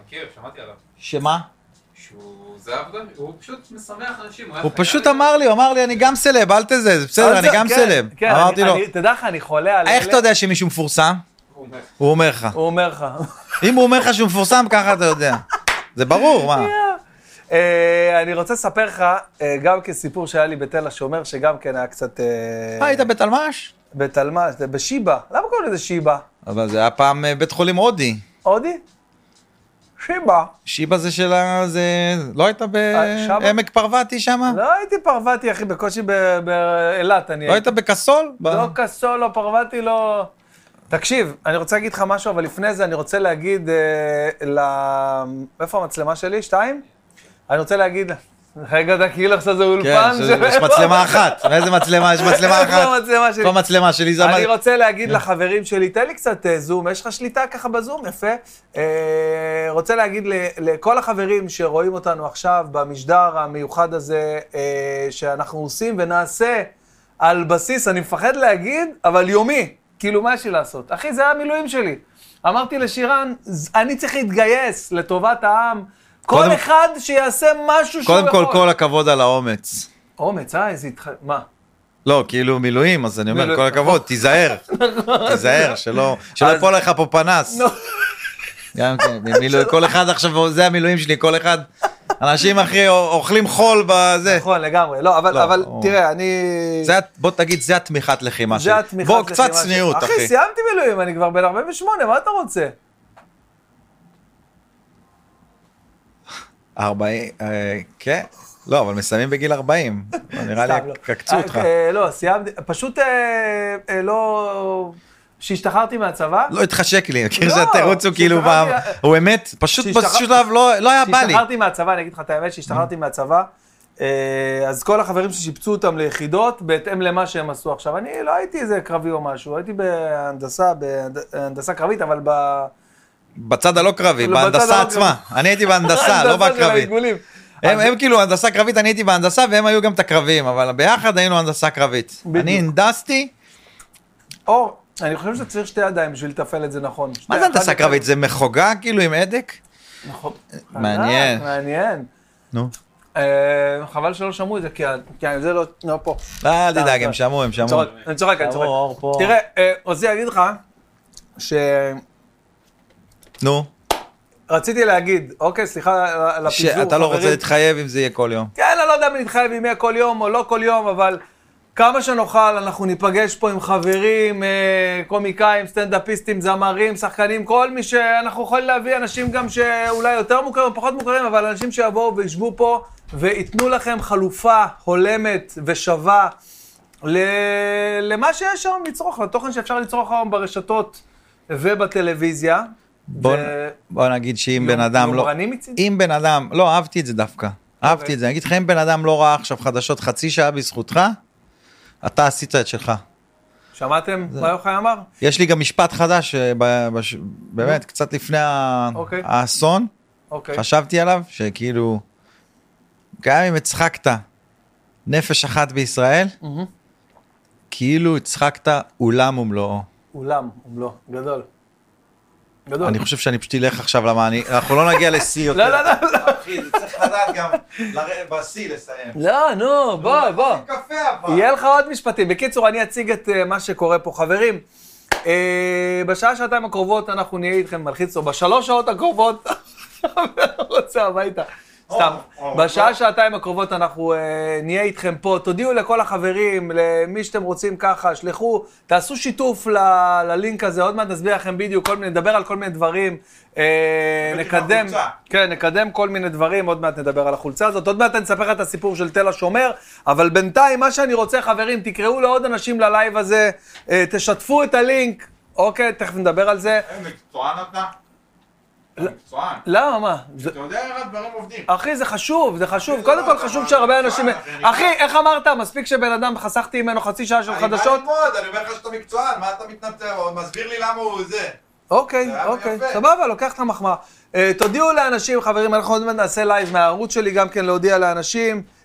Speaker 3: מכיר, שמעתי עליו.
Speaker 2: שמה?
Speaker 3: שהוא, זה עבודה, הוא פשוט משמח אנשים.
Speaker 2: הוא פשוט אמר לי, הוא אמר לי, אני גם סלב, אל תזה, זה בסדר, אני גם סלב. אמרתי לו.
Speaker 4: תדע לך, אני חולה על אלה.
Speaker 2: איך אתה יודע שמישהו מפורסם? הוא אומר לך.
Speaker 4: הוא אומר לך.
Speaker 2: אם הוא אומר לך שהוא מפורסם, ככה אתה יודע. זה ברור, מה?
Speaker 4: אני רוצה לספר לך, גם כסיפור שהיה לי בתל השומר, שגם כן היה קצת...
Speaker 2: מה, היית בתלמש?
Speaker 4: בתלמש, בשיבה. למה קוראים לזה שיבה?
Speaker 2: אבל זה היה פעם בית חולים הודי.
Speaker 4: הודי? שיבה.
Speaker 2: שיבה זה שלה, זה... לא היית בעמק פרוותי שם?
Speaker 4: לא הייתי פרוותי, אחי, בקושי באילת אני הייתי.
Speaker 2: לא היית בקסול?
Speaker 4: לא קסול, לא פרוותי, לא... תקשיב, אני רוצה להגיד לך משהו, אבל לפני זה אני רוצה להגיד ל... איפה המצלמה שלי? שתיים? אני רוצה להגיד... רגע, אתה כאילו עכשיו זה אולפן.
Speaker 2: כן, יש מצלמה אחת. איזה מצלמה? יש מצלמה אחת.
Speaker 4: איפה המצלמה שלי?
Speaker 2: איפה המצלמה שלי?
Speaker 4: אני רוצה להגיד לחברים שלי, תן לי קצת זום, יש לך שליטה ככה בזום, יפה. רוצה להגיד לכל החברים שרואים אותנו עכשיו במשדר המיוחד הזה, שאנחנו עושים ונעשה על בסיס, אני מפחד להגיד, אבל יומי. כאילו, מה יש לי לעשות? אחי, זה המילואים שלי. אמרתי לשירן, אני צריך להתגייס לטובת העם, כל אחד שיעשה משהו שהוא
Speaker 2: יכול. קודם כל, כל הכבוד על האומץ.
Speaker 4: אומץ, אה, איזה התח... מה?
Speaker 2: לא, כאילו מילואים, אז אני אומר, כל הכבוד, תיזהר. תיזהר, שלא יפול לך פה פנס. גם כן, כל אחד עכשיו, זה המילואים שלי, כל אחד, אנשים אחי אוכלים חול בזה.
Speaker 4: נכון, לגמרי. לא, אבל תראה, אני...
Speaker 2: בוא תגיד, זה התמיכת לחימה שלי.
Speaker 4: זה התמיכת לחימה
Speaker 2: שלי. בוא, קצת צניעות, אחי.
Speaker 4: אחי, סיימתי מילואים, אני כבר בן ארבעים ושמונה, מה אתה רוצה?
Speaker 2: ארבעים, כן, לא, אבל מסיימים בגיל ארבעים, נראה לי קקצו אותך.
Speaker 4: לא, סיימתי, פשוט לא, שהשתחררתי מהצבא.
Speaker 2: לא התחשק לי, כאילו שהתירוץ הוא כאילו, הוא אמת, פשוט לא היה בא לי.
Speaker 4: שהשתחררתי מהצבא, אני אגיד לך את האמת, שהשתחררתי מהצבא, אז כל החברים ששיפצו אותם ליחידות, בהתאם למה שהם עשו עכשיו, אני לא הייתי איזה קרבי או משהו, הייתי בהנדסה, בהנדסה קרבית, אבל ב...
Speaker 2: בצד הלא קרבי, בהנדסה עצמה. אני הייתי בהנדסה, לא בקרבי. הם כאילו הנדסה קרבית, אני הייתי בהנדסה, והם היו גם את הקרבים, אבל ביחד היינו הנדסה קרבית. אני הנדסתי.
Speaker 4: אור, אני חושב שאתה צריך שתי ידיים בשביל לתפעל את זה נכון.
Speaker 2: מה זה הנדסה קרבית? זה מחוגה כאילו עם עדק?
Speaker 4: נכון.
Speaker 2: מעניין.
Speaker 4: מעניין.
Speaker 2: נו.
Speaker 4: חבל שלא שמעו את זה, כי זה לא פה.
Speaker 2: לא, אל תדאג, הם שמעו, הם שמעו.
Speaker 4: אני צוחק, אני צוחק. תראה, רציתי להגיד לך, ש...
Speaker 2: נו.
Speaker 4: רציתי להגיד, אוקיי, סליחה על הפיזור.
Speaker 2: שאתה לא רוצה להתחייב אם זה יהיה כל יום.
Speaker 4: כן, אני לא יודע אם להתחייב אם יהיה כל יום או לא כל יום, אבל כמה שנוכל, אנחנו ניפגש פה עם חברים, קומיקאים, סטנדאפיסטים, זמרים, שחקנים, כל מי שאנחנו יכולים להביא, אנשים גם שאולי יותר מוכרים או פחות מוכרים, אבל אנשים שיבואו וישבו פה ויתנו לכם חלופה הולמת ושווה למה שיש שם לצרוך, לתוכן שאפשר לצרוך היום ברשתות ובטלוויזיה.
Speaker 2: בוא, בוא נגיד שאם בן אדם לא... אם בן אדם... לא, אהבתי את זה דווקא. אהבתי את זה. אני אגיד לך, אם בן אדם לא ראה עכשיו חדשות חצי שעה בזכותך, אתה עשית את שלך.
Speaker 4: שמעתם מה יוחאי אמר?
Speaker 2: יש לי גם משפט חדש, באמת, קצת לפני האסון, חשבתי עליו, שכאילו, גם אם הצחקת נפש אחת בישראל, כאילו הצחקת אולם ומלואו.
Speaker 4: אולם ומלואו, גדול. גדול.
Speaker 2: אני חושב שאני פשוט אלך עכשיו למה אני... אנחנו לא נגיע לשיא יותר.
Speaker 4: לא, לא, לא.
Speaker 2: אחי, זה צריך לדעת גם בשיא לסיים.
Speaker 4: לא, נו, בוא, בוא.
Speaker 2: קפה אבל.
Speaker 4: יהיה לך עוד משפטים. בקיצור, אני אציג את מה שקורה פה. חברים, בשעה שעתיים הקרובות אנחנו נהיה איתכם מלחיץ, או בשלוש שעות הקרובות, רוצה הביתה. סתם, בשעה שעתיים הקרובות אנחנו נהיה איתכם פה, תודיעו לכל החברים, למי שאתם רוצים ככה, שלחו, תעשו שיתוף ללינק הזה, עוד מעט נסביר לכם בדיוק, נדבר על כל מיני דברים, נקדם, כן, נקדם כל מיני דברים, עוד מעט נדבר על החולצה הזאת, עוד מעט אני אספר לך את הסיפור של תל השומר, אבל בינתיים מה שאני רוצה חברים, תקראו לעוד אנשים ללייב הזה, תשתפו את הלינק, אוקיי, תכף נדבר על זה.
Speaker 3: מקצוען אתה? מקצוען.
Speaker 4: למה, מה?
Speaker 3: אתה יודע איך הדברים עובדים.
Speaker 4: אחי, זה חשוב, זה חשוב. קודם כל חשוב שהרבה אנשים... אחי, איך אמרת? מספיק שבן אדם חסכתי ממנו חצי שעה של חדשות?
Speaker 3: אני בא ללמוד, אני אומר לך שאתה מקצוען, מה אתה מתנצר? מסביר לי למה הוא זה.
Speaker 4: אוקיי, אוקיי, סבבה, לוקח את המחמאה. תודיעו לאנשים, חברים, אנחנו עוד מעט נעשה לייב מהערוץ שלי גם כן להודיע לאנשים.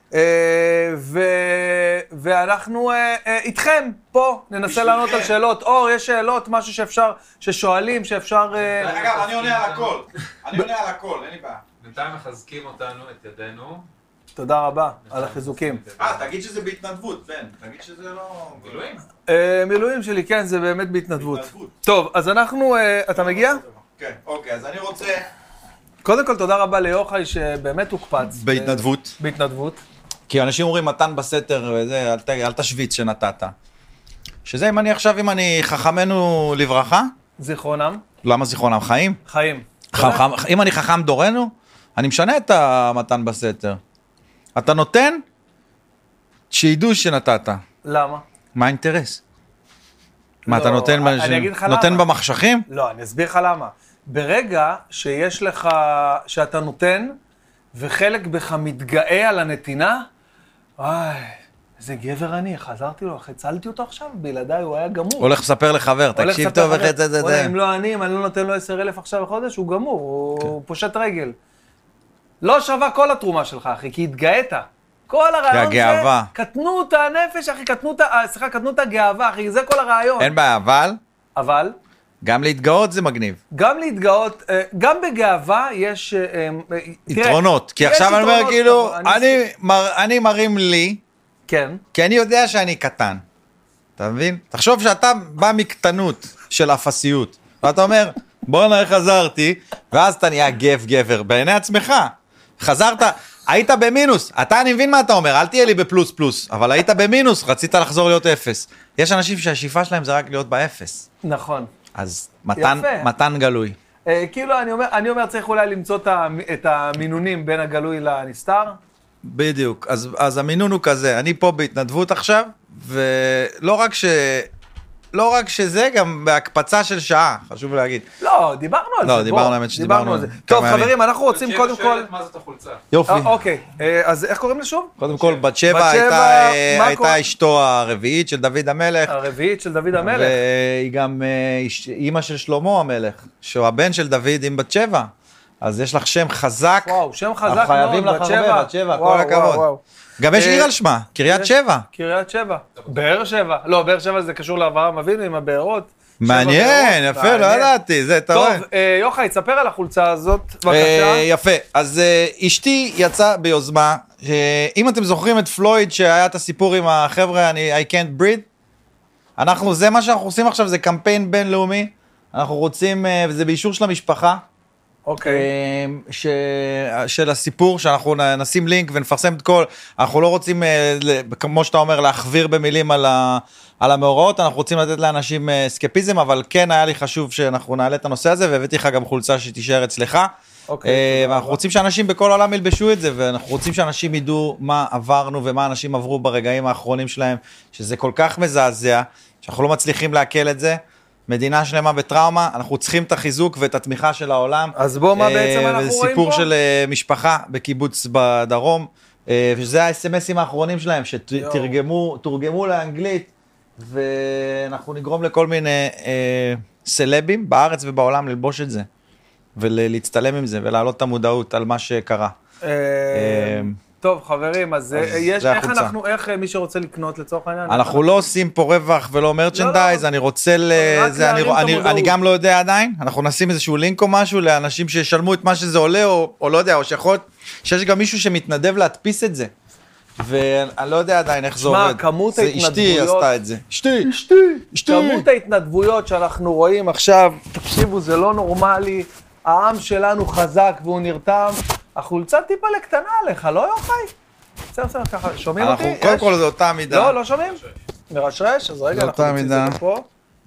Speaker 4: ואנחנו איתכם פה, ננסה לענות על שאלות. אור, יש שאלות, משהו שאפשר, ששואלים, שאפשר...
Speaker 3: אגב, אני עונה על הכל. אני עונה על הכל, אין לי בעיה.
Speaker 5: בינתיים מחזקים אותנו, את ידינו.
Speaker 4: תודה רבה על החיזוקים.
Speaker 3: אה, תגיד שזה בהתנדבות, בן. תגיד שזה לא...
Speaker 5: מילואים?
Speaker 4: מילואים שלי, כן, זה באמת בהתנדבות. טוב, אז אנחנו... אתה מגיע?
Speaker 3: כן, אוקיי, אז אני רוצה...
Speaker 4: קודם כל, תודה רבה ליוחאי שבאמת הוקפץ.
Speaker 2: בהתנדבות.
Speaker 4: בהתנדבות.
Speaker 2: כי אנשים אומרים מתן בסתר וזה, אל, ת, אל תשוויץ שנתת. שזה אם אני עכשיו, אם אני חכמנו לברכה,
Speaker 4: זיכרונם.
Speaker 2: למה זיכרונם? חיים?
Speaker 4: חיים.
Speaker 2: חכם, אם אני חכם דורנו, אני משנה את המתן בסתר. אתה נותן, שידעו שנתת.
Speaker 4: למה?
Speaker 2: מה האינטרס? מה,
Speaker 4: לא,
Speaker 2: אתה נותן,
Speaker 4: אני, ש... אני אגיד לך
Speaker 2: נותן
Speaker 4: למה.
Speaker 2: במחשכים?
Speaker 4: לא, אני אסביר לך למה. ברגע שיש לך, שאתה נותן, וחלק בך מתגאה על הנתינה, וואי, איזה גבר אני, חזרתי לו, הצלתי אותו עכשיו, בלעדיי הוא היה גמור.
Speaker 2: הולך לספר לחבר, תקשיב טוב, איך זה זה זה.
Speaker 4: אם לא אני, אם אני לא נותן לו עשר אלף עכשיו בחודש, הוא גמור, הוא פושט רגל. לא שווה כל התרומה שלך, אחי, כי התגאית. כל הרעיון זה, קטנו את הנפש, אחי, קטנו את, סליחה, קטנו את הגאווה, אחי, זה כל הרעיון.
Speaker 2: אין בעיה, אבל?
Speaker 4: אבל?
Speaker 2: גם להתגאות זה מגניב.
Speaker 4: גם להתגאות, גם בגאווה יש...
Speaker 2: יתרונות, כי עכשיו אני אומר כאילו, אני מרים לי,
Speaker 4: כן.
Speaker 2: כי אני יודע שאני קטן. אתה מבין? תחשוב שאתה בא מקטנות של אפסיות, ואתה אומר, בוא נראה חזרתי, ואז אתה נהיה גב גבר, בעיני עצמך. חזרת, היית במינוס, אתה אני מבין מה אתה אומר, אל תהיה לי בפלוס פלוס, אבל היית במינוס, רצית לחזור להיות אפס. יש אנשים שהשאיפה שלהם זה רק להיות באפס.
Speaker 4: נכון.
Speaker 2: אז מתן, מתן גלוי.
Speaker 4: אה, כאילו, אני אומר, אני אומר, צריך אולי למצוא את המינונים בין הגלוי לנסתר.
Speaker 2: בדיוק, אז, אז המינון הוא כזה, אני פה בהתנדבות עכשיו, ולא רק ש... לא רק שזה, גם בהקפצה של שעה, חשוב להגיד.
Speaker 4: לא, דיברנו על זה.
Speaker 2: לא, דיברנו האמת שדיברנו על זה.
Speaker 4: טוב, חברים, אנחנו רוצים קודם כל...
Speaker 5: מה זאת החולצה?
Speaker 2: יופי.
Speaker 4: אוקיי, אז איך קוראים לשוב?
Speaker 2: קודם כל, בת שבע הייתה אשתו הרביעית של דוד המלך.
Speaker 4: הרביעית של דוד המלך.
Speaker 2: והיא גם אימא של שלמה המלך, שהוא הבן של דוד עם בת שבע. אז יש לך שם חזק.
Speaker 4: וואו, שם חזק מאוד,
Speaker 2: חייבים לך הרבה, בת שבע, כל הכבוד. גם יש עיר על שמה, קריית שבע.
Speaker 4: קריית שבע. באר שבע. לא, באר שבע זה קשור לאברהם אבינו עם הבארות.
Speaker 2: מעניין, יפה, לא ידעתי, זה אתה רואה.
Speaker 4: טוב, יוחאי, תספר על החולצה הזאת, בבקשה.
Speaker 2: יפה, אז אשתי יצאה ביוזמה, אם אתם זוכרים את פלויד שהיה את הסיפור עם החבר'ה, I can't breathe, אנחנו, זה מה שאנחנו עושים עכשיו, זה קמפיין בינלאומי, אנחנו רוצים, וזה באישור של המשפחה,
Speaker 4: אוקיי.
Speaker 2: ש... של הסיפור, שאנחנו נשים לינק ונפרסם את כל, אנחנו לא רוצים, כמו שאתה אומר, להחביר במילים על, ה... על המאורעות, אנחנו רוצים לתת לאנשים סקפיזם, אבל כן היה לי חשוב שאנחנו נעלה את הנושא הזה, והבאתי לך גם חולצה שתישאר אצלך,
Speaker 4: אוקיי,
Speaker 2: ואנחנו רוצים שאנשים בכל העולם ילבשו את זה, ואנחנו רוצים שאנשים ידעו מה עברנו ומה אנשים עברו ברגעים האחרונים שלהם, שזה כל כך מזעזע, שאנחנו לא מצליחים להקל את זה, מדינה שלמה בטראומה, אנחנו צריכים את החיזוק ואת התמיכה של העולם.
Speaker 4: אז בוא, מה בעצם אנחנו רואים פה?
Speaker 2: סיפור של משפחה בקיבוץ בדרום, שזה ה-אס אם אסים האחרונים שלהם, שתרגמו, תורגמו לאנגלית, ואנחנו נגרום לכל מיני סלבים בארץ ובעולם ללבוש את זה, ולהצטלם עם זה, ולהעלות את המודעות על מה שקרה.
Speaker 4: טוב, חברים, אז יש, איך אנחנו, איך מי שרוצה לקנות לצורך העניין?
Speaker 2: אנחנו לא עושים פה רווח ולא מרצ'נדייז, אני רוצה לזה, אני גם לא יודע עדיין, אנחנו נשים איזשהו לינק או משהו לאנשים שישלמו את מה שזה עולה, או לא יודע, או שיכול, שיש גם מישהו שמתנדב להדפיס את זה, ואני לא יודע עדיין איך זה עובד.
Speaker 4: שמע, כמות ההתנדבויות,
Speaker 2: אשתי עשתה את זה. אשתי,
Speaker 4: אשתי, אשתי. כמות ההתנדבויות שאנחנו רואים עכשיו, תקשיבו, זה לא נורמלי, העם שלנו חזק והוא נרתם, החולצה טיפה לקטנה עליך, לא יוחאי? בסדר, בסדר, ככה, שומעים אותי?
Speaker 2: אנחנו, קודם כל זה אותה מידה.
Speaker 4: לא, לא שומעים? מרשרש? אז רגע, אנחנו נוציא את זה פה.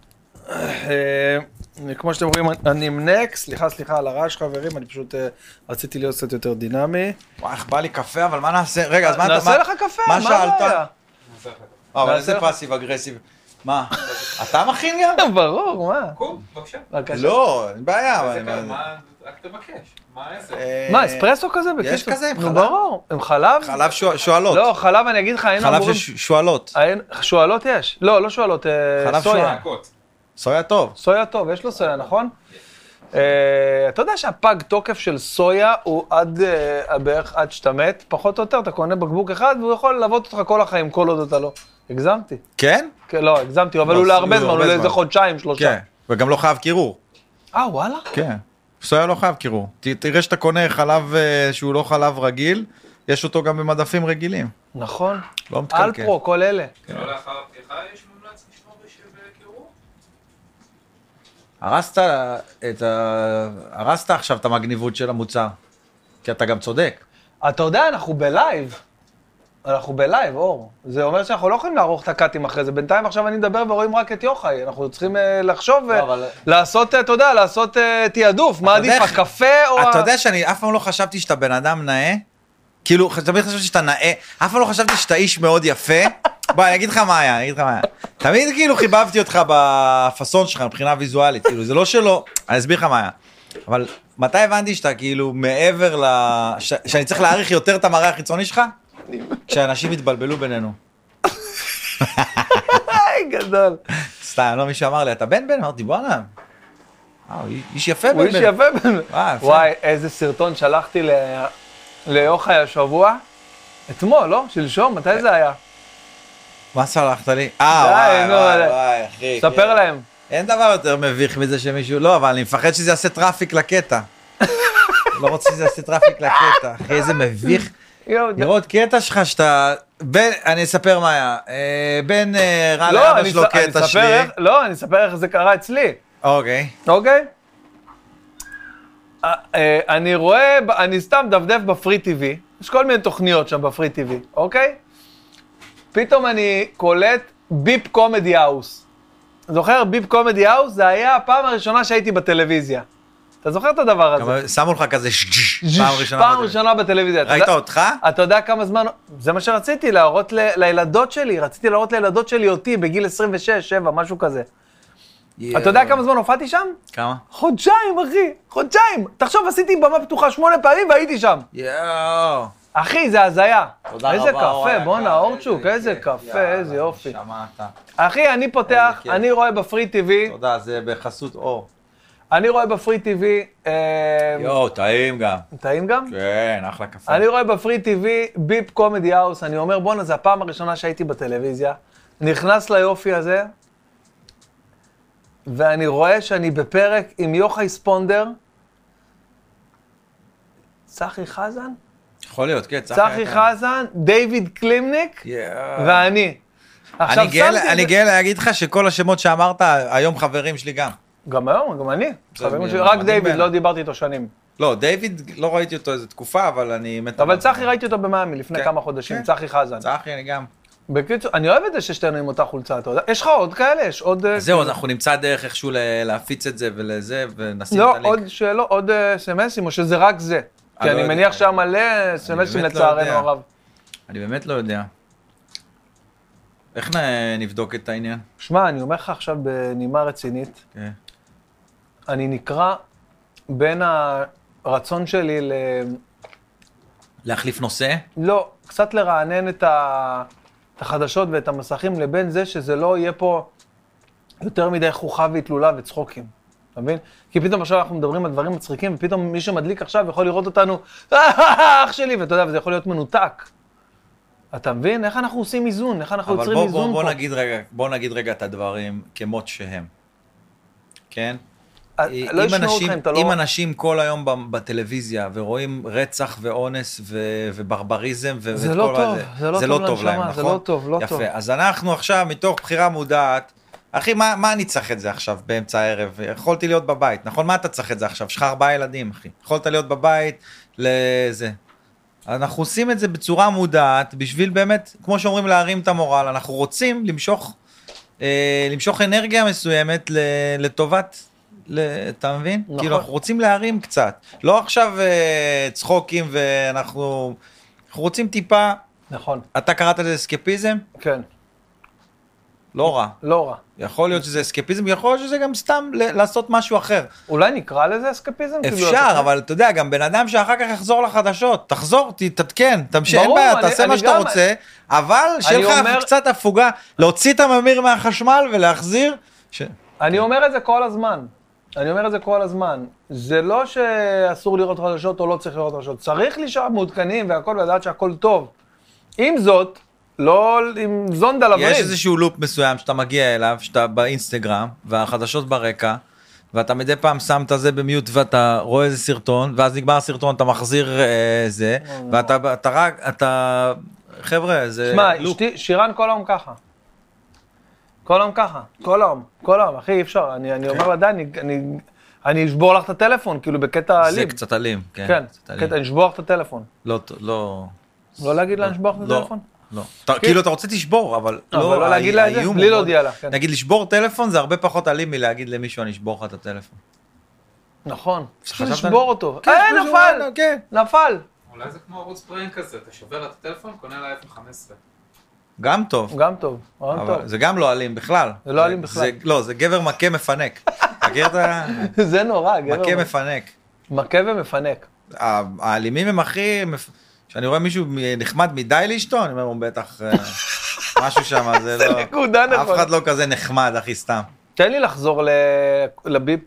Speaker 4: כמו שאתם רואים, אני מנק, סליחה, סליחה על הרעש חברים, אני פשוט רציתי להיות קצת יותר דינמי.
Speaker 2: וואי, איך בא לי קפה, אבל מה נעשה? רגע, אז מה אתה...
Speaker 4: נעשה לך קפה, מה
Speaker 2: שאלת? אבל איזה פאסיב אגרסיב. מה? אתה מכין גם?
Speaker 4: ברור, מה?
Speaker 5: קום, בבקשה.
Speaker 2: לא, אין בעיה.
Speaker 5: רק תבקש. מה איזה?
Speaker 4: מה, אספרסו כזה?
Speaker 2: יש כזה, עם חלב.
Speaker 4: נו ברור, עם חלב?
Speaker 2: חלב שואלות.
Speaker 4: לא, חלב אני אגיד לך, אין אמורים...
Speaker 2: חלב של שואלות.
Speaker 4: שואלות יש? לא, לא שואלות, סויה.
Speaker 2: סויה טוב.
Speaker 4: סויה טוב, יש לו סויה, נכון? אתה יודע שהפג תוקף של סויה הוא עד בערך עד שאתה מת, פחות או יותר, אתה קונה בקבוק אחד והוא יכול ללוות אותך כל החיים, כל עוד אתה לא. הגזמתי.
Speaker 2: כן?
Speaker 4: לא, הגזמתי, אבל הוא להרבה זמן, הוא לאיזה חודשיים, שלושה.
Speaker 2: כן, וגם לא חייב קירור.
Speaker 4: אה, וואלה?
Speaker 2: כן. סויה לא חייב קירור. תראה שאתה קונה חלב שהוא לא חלב רגיל, יש אותו גם במדפים רגילים.
Speaker 4: נכון.
Speaker 2: לא מתקלקל.
Speaker 4: אלפרו, כל אלה.
Speaker 5: לא לאחר הפתיחה יש מומלץ לשמור בקירור?
Speaker 2: הרסת את ה... הרסת עכשיו את המגניבות של המוצר. כי אתה גם צודק.
Speaker 4: אתה יודע, אנחנו בלייב. אנחנו בלייב, אור. זה אומר שאנחנו לא יכולים לערוך את הקאטים אחרי זה. בינתיים עכשיו אני מדבר ורואים רק את יוחאי. אנחנו צריכים uh, לחשוב ולעשות, אתה יודע, לעשות uh, תיעדוף. מה עדיף, הקפה או...
Speaker 2: אתה יודע שאני אף פעם לא חשבתי שאתה בן אדם נאה. כאילו, תמיד חשבתי שאתה נאה. אף פעם לא חשבתי שאתה איש מאוד יפה. בוא, אני אגיד לך מה היה, אני אגיד לך מה היה. תמיד כאילו חיבבתי אותך בפסון שלך, מבחינה ויזואלית. כאילו, זה לא שלא, אני אסביר לך מה היה. אבל מתי הבנתי שאתה כאילו מעבר ל... ש... שאני צריך להעריך יותר את המראה החיצוני שלך? כשאנשים התבלבלו בינינו.
Speaker 4: היי, גדול.
Speaker 2: סתם, לא מישהו אמר לי, אתה בן בן? אמרתי, בוא נע. הוא איש יפה בן בן.
Speaker 4: הוא איש יפה בן בן. וואי, איזה סרטון שלחתי ליוחאי השבוע. אתמול, לא? שלשום, מתי זה היה?
Speaker 2: מה שלחת לי? אה, וואי, וואי, וואי, אחי.
Speaker 4: ספר להם.
Speaker 2: אין דבר יותר מביך מזה שמישהו... לא, אבל אני מפחד שזה יעשה טראפיק לקטע. לא רוצה שזה יעשה טראפיק לקטע. אחי, איזה מביך. לראות קטע שלך שאתה... אני אספר מה היה. בן רע לאבא שלו קטע שלי.
Speaker 4: לא, אני אספר איך זה קרה אצלי.
Speaker 2: אוקיי.
Speaker 4: אוקיי? אני רואה, אני סתם דפדף בפרי טיווי. יש כל מיני תוכניות שם בפרי טיווי, אוקיי? פתאום אני קולט ביפ קומדי האוס. זוכר, ביפ קומדי האוס? זה היה הפעם הראשונה שהייתי בטלוויזיה. אתה זוכר את הדבר הזה?
Speaker 2: שמו לך כזה פעם ראשונה.
Speaker 4: פעם ראשונה בטלוויזיה.
Speaker 2: ראית אותך?
Speaker 4: אתה יודע כמה זמן... זה מה שרציתי, להראות לילדות שלי. רציתי להראות לילדות שלי אותי בגיל עשרים ושש, שבע, משהו כזה. אתה יודע כמה זמן הופעתי שם?
Speaker 2: כמה?
Speaker 4: חודשיים, אחי. חודשיים. תחשוב, עשיתי במה פתוחה שמונה פעמים והייתי שם.
Speaker 2: יואו.
Speaker 4: אחי, זה הזיה.
Speaker 2: תודה רבה.
Speaker 4: איזה קפה, בואנה, אורצ'וק, איזה קפה, איזה יופי.
Speaker 2: שמעת.
Speaker 4: אחי, אני פותח, אני רואה בפרי טיווי.
Speaker 2: תודה, זה בחסות אור.
Speaker 4: אני רואה בפרי טיווי...
Speaker 2: יואו, טעים גם.
Speaker 4: טעים גם?
Speaker 2: כן, אחלה קפה.
Speaker 4: אני רואה בפרי טיווי ביפ קומדי האוס, אני אומר, בואנה, זה הפעם הראשונה שהייתי בטלוויזיה, נכנס ליופי הזה, ואני רואה שאני בפרק עם יוחאי ספונדר, צחי חזן?
Speaker 2: יכול להיות, כן,
Speaker 4: צחי חזן, דיוויד קלימניק, ואני.
Speaker 2: אני גאה להגיד לך שכל השמות שאמרת, היום חברים שלי גם.
Speaker 4: גם היום, גם אני. רק דיוויד, לא דיברתי איתו שנים.
Speaker 2: לא, דיוויד, לא ראיתי אותו איזו תקופה, אבל אני...
Speaker 4: אבל צחי ראיתי אותו במאמי לפני כמה חודשים, צחי חזן.
Speaker 2: צחי, אני גם.
Speaker 4: בקיצור, אני אוהב את זה ששתינו עם אותה חולצה, אתה יודע? יש לך עוד כאלה? יש עוד...
Speaker 2: זהו, אנחנו נמצא דרך איכשהו להפיץ את זה ולזה, ונשים
Speaker 4: לא,
Speaker 2: את הלינק.
Speaker 4: עוד שאלות, עוד סמסים, או שזה רק זה? כי אני מניח שהיה מלא סמסים לצערנו הרב.
Speaker 2: אני באמת לא יודע. איך נבדוק את העניין?
Speaker 4: שמע, אני אומר לך עכשיו בנימה רצינית, אני נקרא בין הרצון שלי ל...
Speaker 2: להחליף נושא?
Speaker 4: לא, קצת לרענן את ה... את החדשות ואת המסכים, לבין זה שזה לא יהיה פה יותר מדי חוכה והתלולה וצחוקים. אתה מבין? כי פתאום עכשיו אנחנו מדברים על דברים מצחיקים, ופתאום מי שמדליק עכשיו יכול לראות אותנו, אח שלי, ואתה יודע, וזה יכול להיות מנותק. אתה מבין? איך אנחנו עושים איזון? איך אנחנו יוצרים איזון פה?
Speaker 2: אבל בוא נגיד רגע, בוא נגיד רגע את הדברים כמות שהם. כן?
Speaker 4: לא ישמעו אתכם, אתה לא...
Speaker 2: אם אנשים כל היום בטלוויזיה ורואים רצח ואונס וברבריזם ואת
Speaker 4: זה לא טוב, זה לא טוב להם, נכון? זה לא טוב, לא טוב.
Speaker 2: יפה, אז אנחנו עכשיו מתוך בחירה מודעת, אחי, מה, מה אני צריך את זה עכשיו באמצע הערב? יכולתי להיות בבית, נכון? מה אתה צריך את זה עכשיו? יש לך ארבעה ילדים, אחי. יכולת להיות בבית לזה. אנחנו עושים את זה בצורה מודעת, בשביל באמת, כמו שאומרים, להרים את המורל. אנחנו רוצים למשוך, אה, למשוך אנרגיה מסוימת לטובת... אתה מבין? נכון. כאילו אנחנו רוצים להרים קצת, לא עכשיו uh, צחוקים ואנחנו אנחנו רוצים טיפה,
Speaker 4: נכון.
Speaker 2: אתה קראת לזה אסקפיזם?
Speaker 4: כן.
Speaker 2: לא רע.
Speaker 4: לא רע.
Speaker 2: יכול להיות שזה אסקפיזם, יכול להיות שזה גם סתם לעשות משהו אחר.
Speaker 4: אולי נקרא לזה אסקפיזם?
Speaker 2: אפשר, אבל אתה יודע, גם בן אדם שאחר כך יחזור לחדשות, תחזור, תתעדכן, תמשיך, אין בעיה, תעשה מה שאתה רוצה, אבל שיהיה לך קצת הפוגה, להוציא את הממיר מהחשמל ולהחזיר.
Speaker 4: אני אומר את זה כל הזמן. אני אומר את זה כל הזמן. זה לא שאסור לראות חדשות או לא צריך לראות חדשות. צריך להישאר מעודכנים והכל ולדעת שהכל טוב. עם זאת, לא עם זונדה לבריד.
Speaker 2: יש איזשהו לופ מסוים שאתה מגיע אליו, שאתה באינסטגרם, והחדשות ברקע, ואתה מדי פעם שם את זה במיוט, ואתה רואה איזה סרטון, ואז נגמר הסרטון, אתה מחזיר אה, זה, ואתה אתה רק, אתה, חבר'ה, זה
Speaker 4: שמה,
Speaker 2: לופ.
Speaker 4: שמה, שירן כל היום ככה. כל היום ככה, כל היום, כל היום, אחי, אי אפשר. אני, אני אומר לדעת, אני, אני, אני אשבור לך את הטלפון, כאילו בקטע
Speaker 2: זה
Speaker 4: אלים.
Speaker 2: קצת אלים, כן.
Speaker 4: כן,
Speaker 2: קצת אלים.
Speaker 4: קטע, אני אשבור לך את הטלפון.
Speaker 2: לא, לא...
Speaker 4: לא להגיד לה לשבור לך את
Speaker 2: לא.
Speaker 4: הטלפון?
Speaker 2: לא. אתה- כאילו אתה רוצה תשבור, אבל
Speaker 4: אבל לא להגיד לה את זה,
Speaker 2: האיום
Speaker 4: בלי
Speaker 2: הוא
Speaker 4: להודיע
Speaker 2: מאוד-
Speaker 4: לה, כן.
Speaker 2: נגיד לשבור טלפון זה הרבה פחות אלים מלהגיד למישהו אני אשבור לך את הטלפון.
Speaker 4: נכון.
Speaker 2: חשבת-
Speaker 4: לשבור אותו.
Speaker 2: כן,
Speaker 4: אה,
Speaker 2: שבור
Speaker 4: נפל!
Speaker 2: אותו, כן.
Speaker 4: נפל!
Speaker 5: אולי זה כמו ערוץ פרנק כזה, אתה שובר את הטלפון, קונה ל-אפל חמש עשרה.
Speaker 2: גם טוב.
Speaker 4: גם טוב, גם
Speaker 2: אבל
Speaker 4: טוב.
Speaker 2: זה גם לא אלים בכלל.
Speaker 4: זה לא אלים בכלל.
Speaker 2: זה- לא, זה גבר מכה מפנק. מכיר את ה...
Speaker 4: זה נורא, גבר.
Speaker 2: מכה מפנק.
Speaker 4: מכה ומפנק.
Speaker 2: ה- האלימים הם הכי... כשאני רואה מישהו נחמד מדי לאשתו, אני אומר, הוא בטח אה, משהו שם, זה
Speaker 4: זה
Speaker 2: לא...
Speaker 4: נקודה
Speaker 2: אף
Speaker 4: נכונה.
Speaker 2: אחד לא כזה נחמד, אחי, סתם.
Speaker 4: תן לי לחזור ל- לביפ.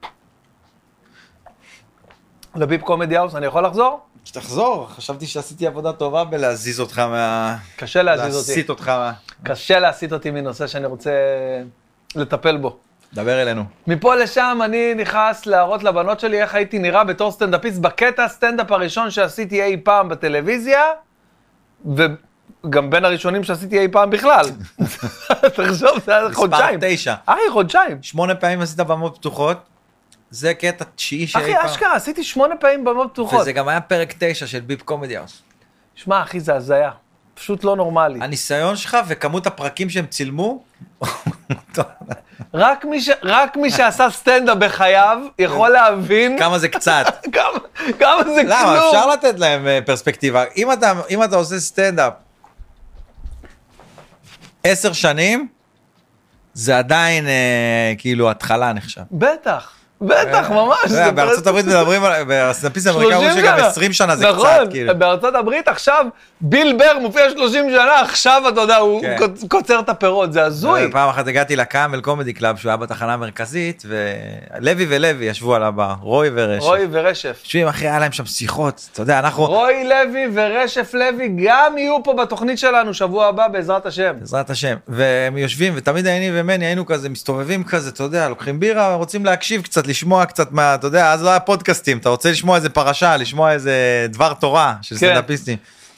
Speaker 4: לביפ קומדי האוס, אני יכול לחזור?
Speaker 2: שתחזור, חשבתי שעשיתי עבודה טובה בלהזיז אותך מה...
Speaker 4: קשה להזיז אותי.
Speaker 2: להסיט אותך מה...
Speaker 4: קשה להסיט אותי מנושא שאני רוצה לטפל בו.
Speaker 2: דבר אלינו.
Speaker 4: מפה לשם אני נכנס להראות לבנות שלי איך הייתי נראה בתור סטנדאפיסט בקטע הסטנדאפ הראשון שעשיתי אי פעם בטלוויזיה, וגם בין הראשונים שעשיתי אי פעם בכלל. תחשוב, זה היה חודשיים.
Speaker 2: מספר תשע.
Speaker 4: אחי, חודשיים.
Speaker 2: שמונה פעמים עשית במות פתוחות, זה קטע תשיעי שאי
Speaker 4: אחי,
Speaker 2: פעם.
Speaker 4: אשכרה, עשיתי שמונה פעמים במות פתוחות.
Speaker 2: וזה גם היה פרק תשע של ביפ קומדי האוס.
Speaker 4: שמע, אחי, זה הזיה. פשוט לא נורמלי.
Speaker 2: הניסיון שלך וכמות הפרקים שהם צילמו,
Speaker 4: רק מי ש- רק מי שעשה סטנדאפ בחייו יכול להבין
Speaker 2: כמה זה קצת.
Speaker 4: כמה- כמה זה כלום.
Speaker 2: למה? אפשר לתת להם אה, פרספקטיבה. אם אתה, אם אתה עושה סטנדאפ עשר שנים, זה עדיין אה, כאילו התחלה נחשב.
Speaker 4: בטח, בטח, ממש.
Speaker 2: אתה
Speaker 4: זה
Speaker 2: יודע, בארצות הברית מדברים על... בסטנדאפיסט האמריקאי אומרים שגם
Speaker 4: שנה.
Speaker 2: עשרים שנה זה
Speaker 4: נכון,
Speaker 2: קצת, כאילו.
Speaker 4: בארצות הברית עכשיו, ביל בר מופיע שלושים שנה, עכשיו אתה יודע, הוא
Speaker 2: כן.
Speaker 4: קוצ- קוצר את הפירות, זה הזוי.
Speaker 2: פעם אחת הגעתי לקאמל קומדי קלאב, שהוא היה בתחנה המרכזית, ולוי ולוי ישבו על הבר, רוי ורשף.
Speaker 4: רוי ורשף.
Speaker 2: יושבים אחי, היה להם שם שיחות, אתה יודע, אנחנו...
Speaker 4: רוי לוי ורשף לוי גם יהיו פה בתוכנית שלנו שבוע הבא בעזרת השם.
Speaker 2: בעזרת השם, והם יושבים, ותמיד אני ומני היינו כזה, מסתובבים כזה, אתה יודע, לוקחים בירה, רוצים להקשיב קצת, לשמוע קצת מה, אתה יודע, אז לא היה פודקאסטים, אתה רוצה לשמוע איזה פרשה, לשמוע איזה דבר תורה של
Speaker 4: כן.
Speaker 2: סטנדאפיסטים.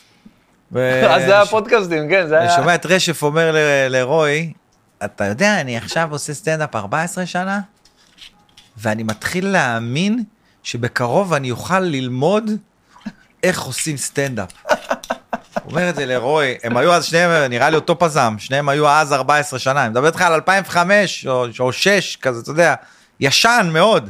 Speaker 4: אז זה היה פודקאסטים, כן, זה
Speaker 2: אני
Speaker 4: היה...
Speaker 2: שומע את רשף אומר ל- לרוי, אתה יודע, אני עכשיו עושה סטנדאפ ארבע עשרה שנה, ואני מתחיל להאמין שבקרוב אני אוכל ללמוד איך עושים סטנדאפ. הוא אומר את זה לרוי, הם היו אז שניהם, נראה לי אותו פזם, שניהם היו אז ארבע עשרה שנה, אני מדבר איתך על אלפיים וחמש או, או שש, כזה, אתה יודע, ישן מאוד.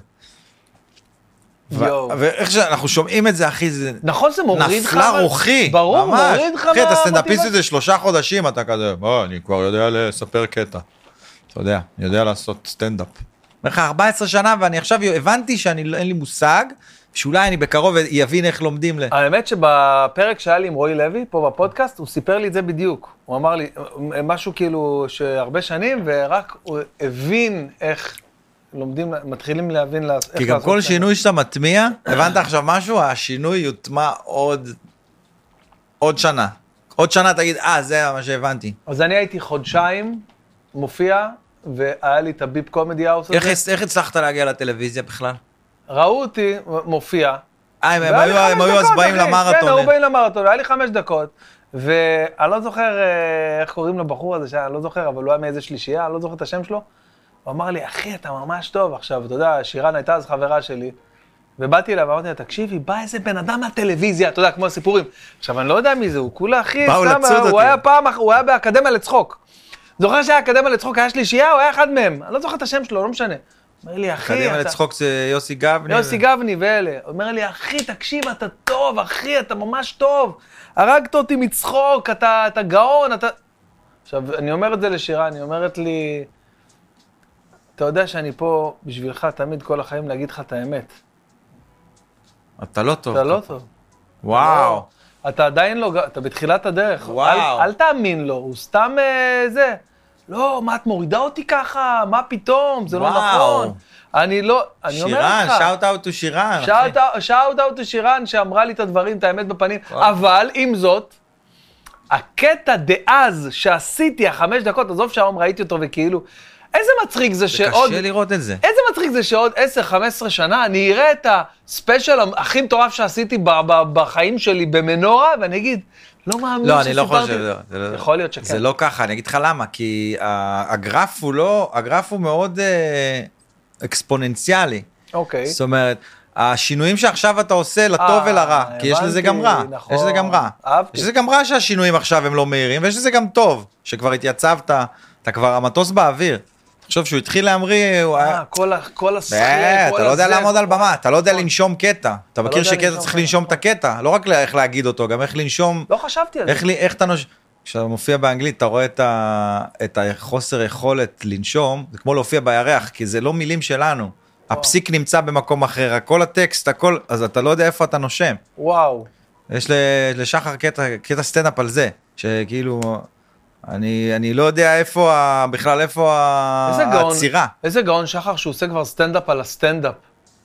Speaker 2: ו-
Speaker 4: יואו.
Speaker 2: ואיך שאנחנו שומעים את זה, אחי, זה
Speaker 4: נכון, זה מוריד לך...
Speaker 2: נפלה
Speaker 4: אבל-
Speaker 2: רוחי.
Speaker 4: ברור,
Speaker 2: ממש.
Speaker 4: מוריד לך
Speaker 2: אחי, אתה סטנדאפיסט
Speaker 4: מהמוטיבציה.
Speaker 2: זה שלושה חודשים, אתה כזה, בוא, אני כבר יודע לספר קטע. אתה יודע, אני יודע לעשות סטנדאפ. אומר לך, ארבע עשרה שנה, ואני עכשיו הבנתי שאני אין לי מושג, שאולי אני בקרוב יבין איך לומדים ל...
Speaker 4: האמת שבפרק שהיה לי עם רועי לוי, פה בפודקאסט, הוא סיפר לי את זה בדיוק. הוא אמר לי, משהו כאילו שהרבה שנים, ורק הוא הבין איך לומדים, מתחילים להבין לה- איך
Speaker 2: כי גם
Speaker 4: לעשות
Speaker 2: כל
Speaker 4: סטנדאפ.
Speaker 2: שינוי שאתה מטמיע, הבנת עכשיו משהו, השינוי יוטמע עוד, עוד שנה. עוד שנה תגיד, אה, זה מה שהבנתי.
Speaker 4: אז אני הייתי חודשיים מופיע, והיה לי את הביפ קומדי האוס הזה.
Speaker 2: איך, איך הצלחת להגיע לטלוויזיה בכלל?
Speaker 4: ראו אותי מופיע.
Speaker 2: אה, הם, הם
Speaker 4: והיה לי
Speaker 2: היו,
Speaker 4: חמש
Speaker 2: הם היו אז
Speaker 4: דקות,
Speaker 2: באים
Speaker 4: אחי.
Speaker 2: למרתון.
Speaker 4: כן, היו באים למרתון, היה לי חמש דקות. ואני לא זוכר אה, איך קוראים לבחור הזה, שאני לא זוכר, אבל הוא היה מאיזה שלישייה, אני לא זוכר את השם שלו. הוא אמר לי, אחי, אתה ממש טוב. עכשיו, אתה יודע, שירן הייתה אז חברה שלי, ובאתי אליו ואמרתי לה, תקשיבי, בא איזה בן אדם מהטלוויזיה, אתה יודע, כמו הסיפורים. עכשיו, אני לא יודע מי זה, הוא כולה, אחי,
Speaker 2: באו
Speaker 4: סתם,
Speaker 2: לצוד
Speaker 4: הוא
Speaker 2: אותי.
Speaker 4: היה פעם, הוא היה באקדמיה לצחוק. זוכר שהיה אקדמיה לצחוק, היה שלישייה, הוא היה אחד מהם. אני לא זוכר את השם שלו, לא משנה. אומר לי, אחי,
Speaker 2: קדימה
Speaker 4: אתה...
Speaker 2: לצחוק זה יוסי גבני.
Speaker 4: יוסי גבני ואלה. אומר לי, אחי, תקשיב, אתה טוב, אחי, אתה ממש טוב. הרגת אותי מצחוק, אתה, אתה גאון, אתה... עכשיו, אני אומר את זה לשירה, אני אומרת לי, אתה יודע שאני פה בשבילך תמיד כל החיים להגיד לך את האמת.
Speaker 2: אתה לא טוב.
Speaker 4: אתה לא טוב.
Speaker 2: וואו.
Speaker 4: לא. אתה עדיין לא, אתה בתחילת הדרך.
Speaker 2: וואו.
Speaker 4: אל, אל תאמין לו, הוא סתם אה, זה. לא, מה, את מורידה אותי ככה? מה פתאום? זה לא
Speaker 2: וואו.
Speaker 4: נכון. אני לא, אני אומר
Speaker 2: שירן,
Speaker 4: לך.
Speaker 2: שאוט אאוט טו שירן.
Speaker 4: שאוט אאוט טו שירן שאמרה לי את הדברים, את האמת בפנים. אבל עם זאת, הקטע דאז שעשיתי, החמש דקות, עזוב שהיום ראיתי אותו וכאילו, איזה מצחיק זה שעוד...
Speaker 2: קשה לראות את זה.
Speaker 4: איזה מצחיק זה שעוד עשר חמש עשרה שנה, אני אראה את הספיישל הכי מטורף שעשיתי ב- ב- בחיים שלי במנורה, ואני אגיד, לא מאמין
Speaker 2: לא,
Speaker 4: שסיפרתי.
Speaker 2: אני לא חושב, לא, זה לא-
Speaker 4: יכול להיות שכן.
Speaker 2: זה לא ככה, אני אגיד לך למה, כי ה- הגרף הוא לא, הגרף הוא מאוד אה, אקספוננציאלי.
Speaker 4: אוקיי.
Speaker 2: זאת אומרת, השינויים שעכשיו אתה עושה לטוב
Speaker 4: אה,
Speaker 2: ולרע, כי יש לזה גם רע,
Speaker 4: הבנתי, נכון.
Speaker 2: יש לזה גם רע.
Speaker 4: אהבתי.
Speaker 2: יש לזה גם רע שהשינויים עכשיו הם לא מהירים, ויש לזה גם טוב, שכבר התייצבת, אתה כבר המטוס באוויר. תחשוב שהוא התחיל להמריא, הוא היה...
Speaker 4: אה, כל ה- כל השחייה, כל
Speaker 2: אתה לא יודע
Speaker 4: הזה,
Speaker 2: לעמוד על
Speaker 4: כל-
Speaker 2: במה, אתה לא יודע לנשום קטע. אתה
Speaker 4: לא
Speaker 2: מכיר
Speaker 4: יודע
Speaker 2: שקטע
Speaker 4: לנשום
Speaker 2: צריך
Speaker 4: קטע,
Speaker 2: לנשום את הקטע, לא רק איך להגיד אותו, גם איך לנשום,
Speaker 4: לא חשבתי על זה.
Speaker 2: איך לי- איך אתה נוש... כשאתה מופיע באנגלית, אתה רואה את ה- את החוסר יכולת לנשום, זה כמו להופיע בירח, כי זה לא מילים שלנו. הפסיק נמצא במקום אחר, הכל הטקסט, הכל, אז אתה לא יודע איפה אתה נושם.
Speaker 4: וואו.
Speaker 2: יש ל- לשחר קטע, קטע סטנדאפ על זה, שכאילו, אני, אני לא יודע איפה, ה- בכלל איפה ה-
Speaker 4: איזה גאון.
Speaker 2: העצירה.
Speaker 4: איזה גאון שחר שהוא עושה כבר סטנדאפ על הסטנדאפ.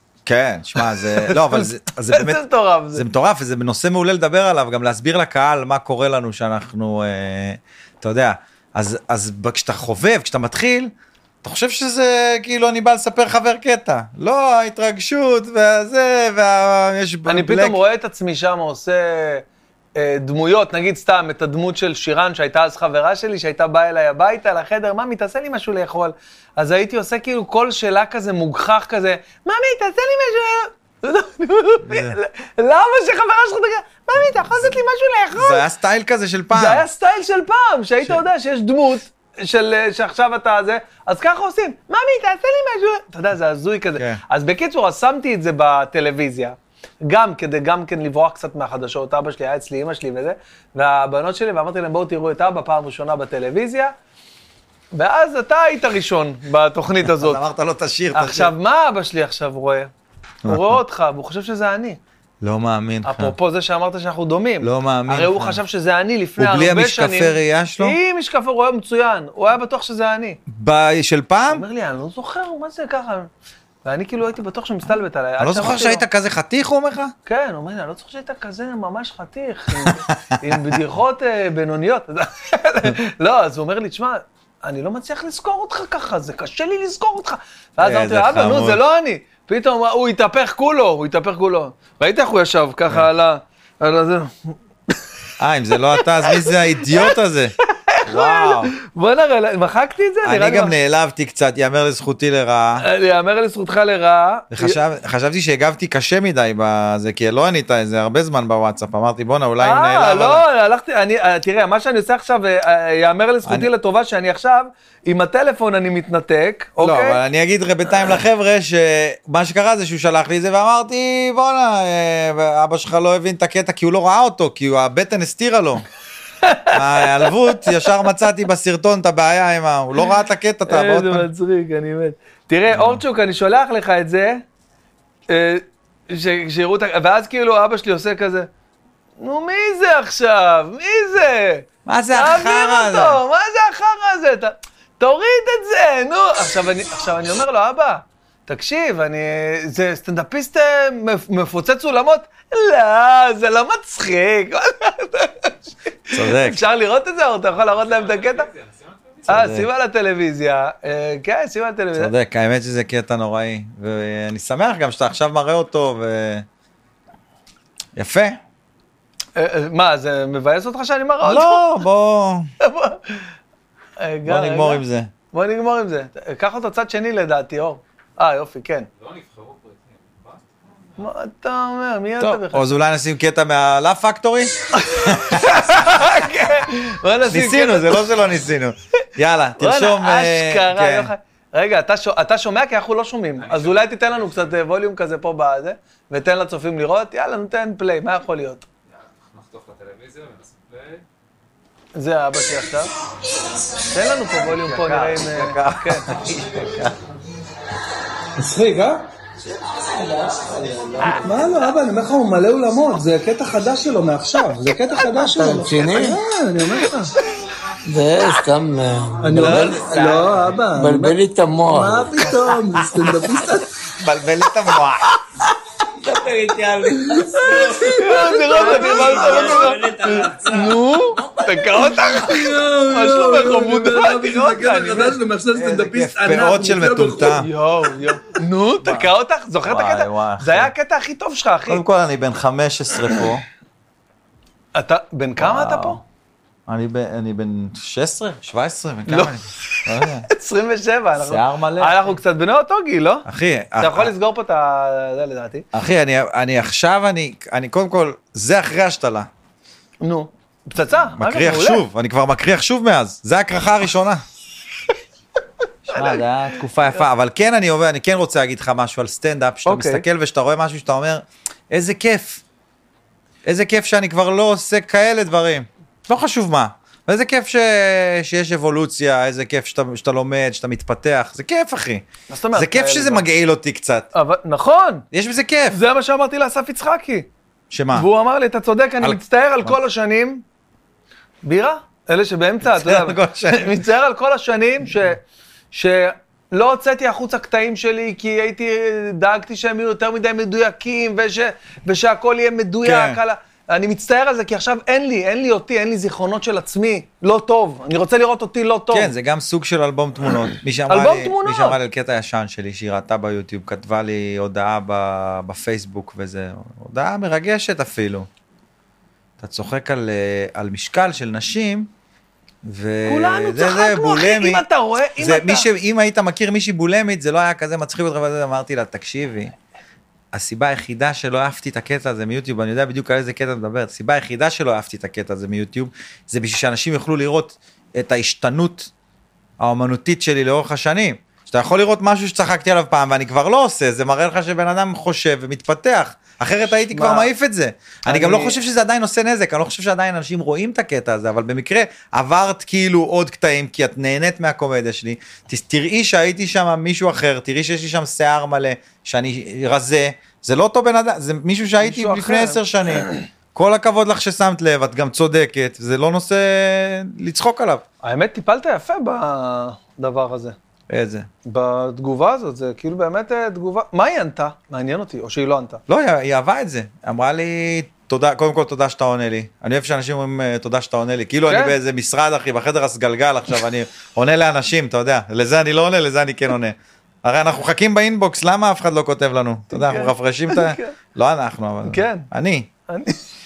Speaker 2: כן, שמע, זה, לא, אבל זה, זה באמת,
Speaker 4: איזה מטורף זה.
Speaker 2: זה מטורף, וזה נושא מעולה לדבר עליו, גם להסביר לקהל מה קורה לנו שאנחנו, אה, אתה יודע, אז, אז כשאתה חובב, כשאתה מתחיל, אתה חושב שזה, כאילו, אני בא לספר חבר קטע. לא, ההתרגשות, והזה, ויש...
Speaker 4: אני פתאום רואה את עצמי שם עושה אה, דמויות, נגיד סתם את הדמות של שירן שהייתה אז חברה שלי, שהייתה באה אליי הביתה לחדר, ממי תעשה לי משהו לאכול. אז הייתי עושה כאילו קול שלה כזה מוגחך כזה, ממי תעשה לי משהו לאכול. למה שחברה שלך תגיד, ממי אתה יכול לעשות לי משהו לאכול?
Speaker 2: זה היה סטייל כזה של פעם.
Speaker 4: זה היה סטייל של פעם, שהיית יודע שיש דמות של שעכשיו אתה זה, אז ככה עושים, ממי תעשה לי משהו, אתה יודע, זה הזוי כזה.
Speaker 2: כן.
Speaker 4: אז בקיצור, אז שמתי את זה בטלוויזיה, גם כדי גם כן לברוח קצת מהחדשות, אבא שלי היה אצלי, אמא שלי וזה, והבנות שלי, ואמרתי להם, בואו תראו את אבא פעם ראשונה בטלוויזיה, ואז אתה היית ראשון בתוכנית הזאת.
Speaker 2: אז אמרת לו תשאיר, תשאיר.
Speaker 4: עכשיו, מה אבא שלי עכשיו רואה? הוא רואה אותך, והוא חושב שזה אני.
Speaker 2: לא מאמין לך.
Speaker 4: אפרופו זה שאמרת שאנחנו דומים.
Speaker 2: לא מאמין
Speaker 4: הרי הוא
Speaker 2: לך.
Speaker 4: חשב שזה אני לפני
Speaker 2: הוא בלי
Speaker 4: הרבה שנים.
Speaker 2: המשקפי ראייה שלו?
Speaker 4: עם משקפי, הוא היה מצוין. הוא היה בטוח שזה אני.
Speaker 2: ב- של
Speaker 4: הוא
Speaker 2: פעם?
Speaker 4: אומר לי, אני לא זוכר, מה זה ככה? ואני כאילו הייתי בטוח שמסתלבט עליי.
Speaker 2: אני
Speaker 4: עד
Speaker 2: לא זוכר
Speaker 4: שאמרתי
Speaker 2: שהיית
Speaker 4: לו-
Speaker 2: כזה חתיך, הוא אומר לך?
Speaker 4: כן, הוא אומר לי, אני לא זוכר שהיית כזה ממש חתיך, עם- עם בדיחות אה, בינוניות. לא, אז הוא אומר לי, תשמע, אני לא מצליח לזכור אותך ככה, זה קשה לי לזכור אותך. ואז אמרתי
Speaker 2: איזה
Speaker 4: לו, אבא, נו,
Speaker 2: חמוד.
Speaker 4: זה לא אני. פתאום הוא התהפך כולו, הוא התהפך כולו. ראית איך הוא ישב ככה על ה... על הזה.
Speaker 2: אה, אם זה לא אתה, אז מי זה האידיוט הזה? וואו.
Speaker 4: בוא נראה, מחקתי את זה? נראה
Speaker 2: אני
Speaker 4: לי
Speaker 2: גם
Speaker 4: מח-
Speaker 2: נעלבתי קצת, יאמר לזכותי לרעה.
Speaker 4: יאמר לזכותך לרעה.
Speaker 2: וחשב- חשבתי שהגבתי קשה מדי בזה, כי לא ענית איזה הרבה זמן בוואטסאפ, אמרתי בואנה אולי הוא
Speaker 4: אה,
Speaker 2: נעלב. אבל-
Speaker 4: לא, הלכתי, אני, אה, תראה, מה שאני עושה עכשיו, אה, יאמר לזכותי
Speaker 2: אני-
Speaker 4: לטובה שאני עכשיו, עם הטלפון אני מתנתק,
Speaker 2: לא, אבל
Speaker 4: אוקיי?
Speaker 2: אני אגיד בינתיים לחבר'ה שמה שקרה זה שהוא שלח לי את זה ואמרתי בואנה, אה, אבא שלך לא הבין את הקטע כי הוא לא ראה אותו, כי הוא- הבטן הסתירה לו. ההיעלבות, ישר מצאתי בסרטון את הבעיה עם ה... הוא לא ראה את הקטע, אתה בעוד
Speaker 4: איזה
Speaker 2: פעם.
Speaker 4: מצחיק, אני מת. תראה, אורצ'וק, אני שולח לך את זה, אה, ש- שיראו את ה... ואז כאילו אבא שלי עושה כזה, נו, מי זה עכשיו? מי זה?
Speaker 2: מה זה
Speaker 4: תעביר
Speaker 2: החרא הזה?
Speaker 4: אותו, מה זה החרא הזה? ת- תוריד את זה, נו. עכשיו אני, עכשיו אני אומר לו, אבא, תקשיב, אני, זה סטנדאפיסט אה, מפ- מפוצץ אולמות? לא, זה לא מצחיק.
Speaker 2: צודק.
Speaker 4: אפשר לראות את זה, או אתה יכול להראות להם את הקטע? אה, שים על הטלוויזיה. אה, כן, שים על הטלוויזיה.
Speaker 2: צודק, האמת שזה קטע נוראי, ואני שמח גם שאתה עכשיו מראה אותו, ו... יפה.
Speaker 4: אה, אה, מה, זה מבאס אותך שאני מראה אותו?
Speaker 2: לא, בוא
Speaker 4: רגע,
Speaker 2: בוא נגמור
Speaker 4: רגע.
Speaker 2: עם זה.
Speaker 4: בוא נגמור עם זה. קח אותו צד שני לדעתי, אור. אה, יופי, כן.
Speaker 5: לא נבחרו פריטים.
Speaker 4: מה אתה אומר? מי אתה
Speaker 2: טוב,
Speaker 4: בכלל?
Speaker 2: אז אולי נשים קטע מהלאפ פקטורי?
Speaker 4: בוא נשים
Speaker 2: ניסינו,
Speaker 4: קטע.
Speaker 2: זה לא שלא ניסינו. יאללה,
Speaker 4: וואלה,
Speaker 2: תרשום... אה,
Speaker 4: אשכרה,
Speaker 2: כן.
Speaker 4: יוחאי. רגע, אתה שו- אתה שומע? כי אנחנו לא שומעים. אז אולי תיתן לנו קצת אה, ווליום כזה פה בזה, ותן לצופים לראות. יאללה, נותן פליי, מה יכול להיות?
Speaker 5: נחתוך לטלוויזיה ונשים פליי.
Speaker 4: זה האבא שלי עכשיו. תן לנו פה ווליום פה, נראה אם... אה, כן.
Speaker 6: מצחיק, אה? מה לא, אבא, אני אומר לך, הוא מלא אולמות, זה קטע חדש שלו מעכשיו, זה קטע חדש שלו.
Speaker 7: אתה רציני?
Speaker 6: כן, אני אומר לך.
Speaker 7: זה סתם...
Speaker 6: אני אומר, לא, אבא.
Speaker 7: בלבל לי את המוח.
Speaker 6: מה פתאום? זה סטנדאפיסט.
Speaker 2: בלבל לי את המוח.
Speaker 7: דבר איתי על
Speaker 4: נו, תקע אותך. מה שלומך חמודה? תראה
Speaker 2: איזה פאות של מטומטם.
Speaker 4: יואו, יואו. נו, תקע אותך? זוכר את
Speaker 2: וואי,
Speaker 4: הקטע?
Speaker 2: וואי,
Speaker 4: זה היה הקטע הכי טוב שלך, אחי.
Speaker 2: קודם כל אני בן חמש עשרה פה.
Speaker 4: אתה, בן כמה אתה פה?
Speaker 2: אני בן, אני בן שש עשרה, שבע עשרה, בן
Speaker 4: לא.
Speaker 2: כמה אני? לא יודע.
Speaker 4: עשרים ושבע. אנחנו-
Speaker 2: שיער מלא.
Speaker 4: אנחנו קצת בני אותו גיל, לא?
Speaker 2: אחי,
Speaker 4: אתה יכול לסגור פה את ה... זה לדעתי.
Speaker 2: אחי, אני, אני עכשיו, אני, אני קודם כל, זה אחרי השתלה.
Speaker 4: נו. פצצה.
Speaker 2: מקריח
Speaker 4: מעולה.
Speaker 2: שוב, אני כבר מקריח שוב מאז. זה הקרחה הראשונה. שמע, זה היה תקופה יפה, אבל כן אני עובד, אני כן רוצה להגיד לך משהו על סטנדאפ, שאתה
Speaker 4: אוקיי.
Speaker 2: מסתכל ושאתה רואה משהו שאתה אומר, איזה כיף. איזה כיף שאני כבר לא עושה כאלה דברים. לא חשוב מה. ואיזה כיף ש... שיש אבולוציה, איזה כיף שאתה, שאתה לומד, שאתה מתפתח. זה כיף, אחי.
Speaker 4: מה זאת אומרת?
Speaker 2: זה כיף
Speaker 4: כאלה
Speaker 2: שזה
Speaker 4: דברים?
Speaker 2: מגעיל אותי קצת.
Speaker 4: אבל, נכון.
Speaker 2: יש בזה כיף.
Speaker 4: זה מה שאמרתי לאסף יצחקי.
Speaker 2: שמה?
Speaker 4: והוא אמר לי, אתה צודק, אני
Speaker 2: על-
Speaker 4: מצטער על כל השנים. בירה? אלה שבאמצע, אתה יודע.
Speaker 2: מצטער על כל השנים.
Speaker 4: מצטער על כל השנים ש... שלא הוצאתי החוצה קטעים שלי, כי הייתי, דאגתי שהם יהיו יותר מדי מדויקים, וש... ושהכל יהיה מדויק.
Speaker 2: כן.
Speaker 4: על ה... אני מצטער על זה, כי עכשיו אין לי, אין לי אותי, אין לי זיכרונות של עצמי, לא טוב. אני רוצה לראות אותי לא טוב.
Speaker 2: כן, זה גם סוג של אלבום תמונות. מי שאמרה
Speaker 4: אלבום
Speaker 2: לי,
Speaker 4: תמונות.
Speaker 2: מי שאמרה לי על קטע ישן שלי, שהיא ראתה ביוטיוב, כתבה לי הודעה ב- בפייסבוק וזה, הודעה מרגשת אפילו. אתה צוחק על, אה, על משקל של נשים, ו...
Speaker 4: כולנו
Speaker 2: זה- זה
Speaker 4: צחקנו, אחי,
Speaker 2: בולמי.
Speaker 4: אם אתה רואה, אם
Speaker 2: זה,
Speaker 4: אתה...
Speaker 2: מי ש... אם היית מכיר מישהי בולמית, זה לא היה כזה מצחיק אותך, וזה, אמרתי לה, תקשיבי, הסיבה היחידה שלא אהבתי את הקטע הזה מיוטיוב, אני יודע בדיוק על איזה קטע מדבר, הסיבה היחידה שלא אהבתי את הקטע הזה מיוטיוב, זה בשביל שאנשים יוכלו לראות את ההשתנות האומנותית שלי לאורך השנים. שאתה יכול לראות משהו שצחקתי עליו פעם, ואני כבר לא עושה, זה מראה לך שבן אדם חושב ומתפתח. אחרת הייתי כבר מעיף את זה. אני גם לא חושב שזה עדיין עושה נזק, אני לא חושב שעדיין אנשים רואים את הקטע הזה, אבל במקרה עברת כאילו עוד קטעים, כי את נהנית מהקומדיה שלי, ת- תראי שהייתי שם מישהו אחר, תראי שיש לי שם שיער מלא, שאני רזה, זה לא אותו בן אדם, זה מישהו שהייתי
Speaker 4: מישהו
Speaker 2: לפני
Speaker 4: אחר.
Speaker 2: עשר שנים. כל הכבוד לך ששמת לב, את גם צודקת, זה לא נושא לצחוק עליו.
Speaker 4: האמת, טיפלת יפה בדבר הזה.
Speaker 2: איזה?
Speaker 4: בתגובה הזאת, זה כאילו באמת אה, תגובה... מה היא ענתה? מעניין אותי, או שהיא לא ענתה.
Speaker 2: לא, היא, היא אהבה את זה. אמרה לי, תודה, קודם כל תודה שאתה עונה לי. אני אוהב שאנשים אומרים "אה, תודה שאתה עונה לי. כאילו
Speaker 4: כן.
Speaker 2: אני באיזה משרד, אחי, בחדר הסגלגל עכשיו, אני עונה לאנשים, אתה יודע. לזה אני לא עונה, לזה אני כן עונה. הרי אנחנו חכים באינבוקס, למה אף אחד לא כותב לנו? אתה יודע, אנחנו מפרשים את ה...
Speaker 4: כן.
Speaker 2: לא אנחנו, אבל...
Speaker 4: כן.
Speaker 2: אני.
Speaker 4: אני...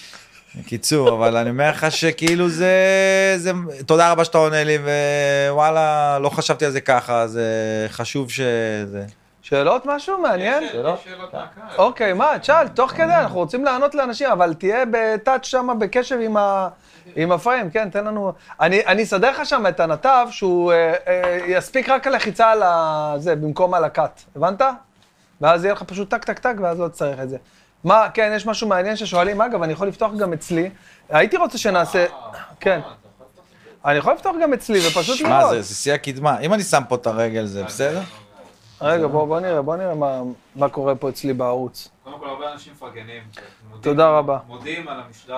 Speaker 2: בקיצור, אבל אני אומר לך שכאילו זה, זה, תודה רבה שאתה עונה לי, ווואלה, לא חשבתי על זה ככה, זה חשוב שזה...
Speaker 4: שאלות משהו מעניין?
Speaker 5: יש שאלות מהקהל.
Speaker 4: אוקיי, מה, תשאל, תוך כדי, אנחנו רוצים לענות לאנשים, אבל תהיה בטאץ' שם, בקשב עם ה... עם הפריים, כן, תן לנו... אני, אני אסדר לך שם את הנתב, שהוא אה, אה, יספיק רק הלחיצה על זה, במקום על הקאט, הבנת? ואז יהיה לך פשוט טק, טק, טק, ואז לא תצטרך את זה. מה, כן, יש משהו מעניין ששואלים, אגב, אני יכול לפתוח גם אצלי. הייתי רוצה שנעשה... כן. אני יכול לפתוח גם אצלי, ופשוט
Speaker 2: מה
Speaker 4: לראות.
Speaker 2: זה, זה שיא הקדמה. אם אני שם פה את הרגל, זה בסדר?
Speaker 4: רגע, בוא, בוא נראה, בוא נראה מה, מה קורה פה אצלי בערוץ.
Speaker 5: קודם כל, הרבה אנשים מפרגנים. מודים-
Speaker 4: תודה רבה.
Speaker 5: מודים על המשדר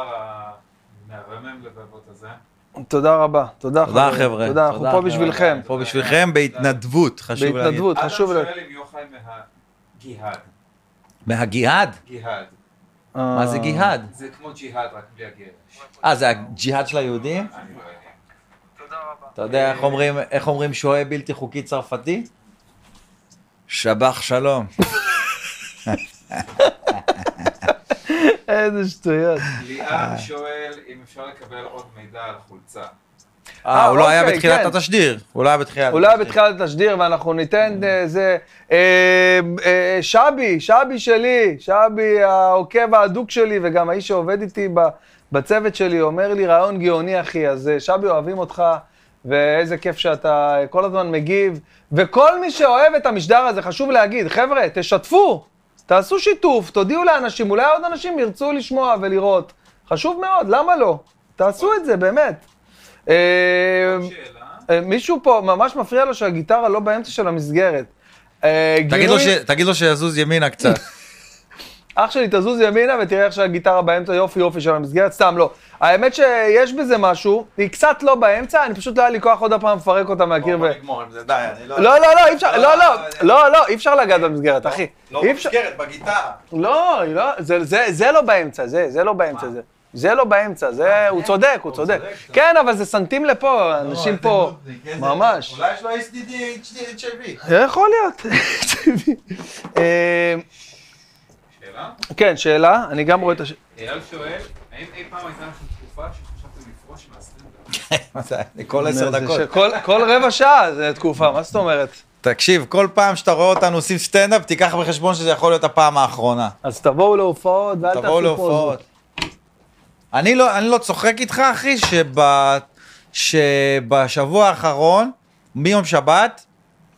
Speaker 5: המהמם לבבות הזה.
Speaker 4: תודה רבה, תודה
Speaker 2: תודה
Speaker 4: חברים.
Speaker 2: חבר'ה.
Speaker 4: תודה, אנחנו פה בשבילכם.
Speaker 2: פה בשבילכם בהתנדבות, חשוב להגיד.
Speaker 4: בהתנדבות,
Speaker 5: אדם
Speaker 4: חשוב... ל-
Speaker 5: שואל אם יוחאי מהגיהאד.
Speaker 2: מהגיהאד?
Speaker 5: גיהאד.
Speaker 2: מה זה גיהאד?
Speaker 5: זה כמו ג'יהאד, רק בלי הגרש.
Speaker 2: אה, זה הג'יהאד של היהודים?
Speaker 5: אני לא יודע.
Speaker 2: אתה יודע איך אומרים, איך אומרים שוהה בלתי חוקי צרפתי? שבח שלום.
Speaker 4: איזה שטויות.
Speaker 5: ליאם שואל אם אפשר לקבל עוד מידע על החולצה.
Speaker 2: אה, הוא לא היה
Speaker 4: אוקיי,
Speaker 2: בתחילת
Speaker 4: כן.
Speaker 2: התשדיר. הוא לא היה בתחילת
Speaker 4: אולי בתחילת התשדיר, ואנחנו ניתן איזה... אה, אה, שבי, שבי שלי, שבי העוקב ההדוק שלי, וגם האיש שעובד איתי ב- בצוות שלי, אומר לי רעיון גאוני, אחי, אז אה, שבי, אוהבים אותך, ואיזה כיף שאתה כל הזמן מגיב. וכל מי שאוהב את המשדר הזה, חשוב להגיד, חבר'ה, תשתפו, תעשו שיתוף, תודיעו לאנשים, אולי עוד אנשים ירצו לשמוע ולראות. חשוב מאוד, למה לא? תעשו את זה, באמת. אה,
Speaker 5: שאלה.
Speaker 4: מישהו פה ממש מפריע לו שהגיטרה לא באמצע של המסגרת. אה,
Speaker 2: תגיד
Speaker 4: גילוי-
Speaker 2: לו ש- תגיד לו שיזוז ימינה קצת.
Speaker 4: אח שלי, תזוז ימינה ותראה איך שהגיטרה באמצע, יופי יופי של המסגרת, סתם לא. האמת שיש בזה משהו, היא קצת לא באמצע, אני פשוט לא היה לי כוח עוד הפעם לפרק אותה מהקיר ו...
Speaker 2: בוא נגמור עם זה, די, אני לא...
Speaker 4: לא, לא, לא, אי אפשר, לא, לא, לא, לא, אי אפשר לגעת במסגרת, אחי.
Speaker 2: לא
Speaker 4: אי אפשר-
Speaker 2: במסגרת, בגיטרה.
Speaker 4: לא, היא לא, זה- זה- זה לא באמצע, זה, זה לא באמצע, זה. זה לא באמצע, זה, הוא צודק, הוא צודק. כן, אבל זה סנטים לפה, אנשים פה, ממש.
Speaker 2: אולי יש לו אייץ' די די, אייץ' איי וי.
Speaker 4: יכול להיות. אה,
Speaker 5: שאלה?
Speaker 4: כן, שאלה, אני גם רואה את הש...
Speaker 5: אייל שואל, האם אי פעם הייתה לכם תקופה שחשבתם לפרוש מהסטנדאפ?
Speaker 2: מה זה? כל עשר דקות.
Speaker 4: כל- כל רבע שעה זה תקופה, מה זאת אומרת?
Speaker 2: תקשיב, כל פעם שאתה רואה אותנו עושים סטנדאפ, תיקח בחשבון שזה יכול להיות הפעם האחרונה.
Speaker 4: אז תבואו להופעות ואל תעשו
Speaker 2: תבואו להופעות. אני לא, אני לא צוחק איתך, אחי, שב, שבשבוע האחרון, מיום שבת,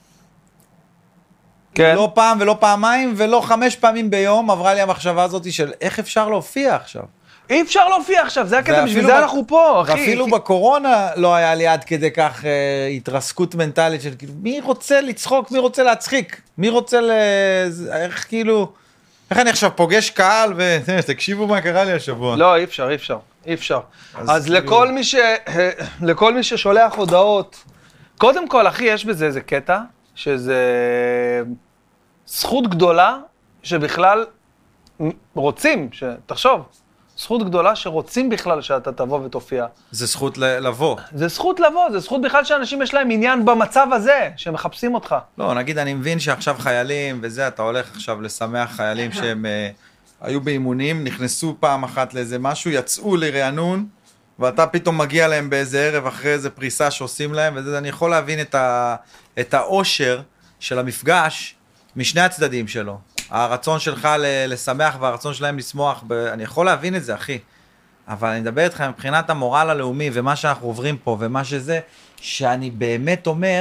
Speaker 4: כן.
Speaker 2: לא פעם ולא פעמיים ולא חמש פעמים ביום, עברה לי המחשבה הזאת של איך אפשר להופיע עכשיו.
Speaker 4: אי אפשר להופיע עכשיו, זה הקטע, בשביל
Speaker 2: ואפילו
Speaker 4: זה
Speaker 2: ב-
Speaker 4: אנחנו פה, אחי.
Speaker 2: ואפילו בקורונה לא היה לי עד כדי כך אה, התרסקות מנטלית של כאילו, מי רוצה לצחוק, מי רוצה להצחיק, מי רוצה ל... איך כאילו... איך אני עכשיו פוגש קהל ותקשיבו מה קרה לי השבוע.
Speaker 4: לא, אי אפשר, אי אפשר, אי אפשר.
Speaker 2: אז
Speaker 4: אז
Speaker 2: כאילו-
Speaker 4: לכל מי ש... לכל מי ששולח הודעות, קודם כל, אחי, יש בזה איזה קטע, שזה זכות גדולה שבכלל רוצים, ש... תחשוב, זכות גדולה שרוצים בכלל שאתה תבוא ותופיע.
Speaker 2: זה זכות ל- לבוא.
Speaker 4: זה זכות לבוא, זה זכות בכלל שאנשים יש להם עניין במצב הזה, שמחפשים אותך.
Speaker 2: לא, נגיד אני מבין שעכשיו חיילים וזה, אתה הולך עכשיו לשמח חיילים שהם אה, היו באימונים, נכנסו פעם אחת לאיזה משהו, יצאו לרענון, ואתה פתאום מגיע להם באיזה ערב אחרי איזה פריסה שעושים להם, וזה, אני יכול להבין את, ה, את האושר של המפגש משני הצדדים שלו. הרצון שלך ל- לשמח והרצון שלהם לשמוח, ב, אני יכול להבין את זה, אחי. אבל אני מדבר איתך מבחינת המורל הלאומי ומה שאנחנו עוברים פה ומה שזה, שאני באמת אומר,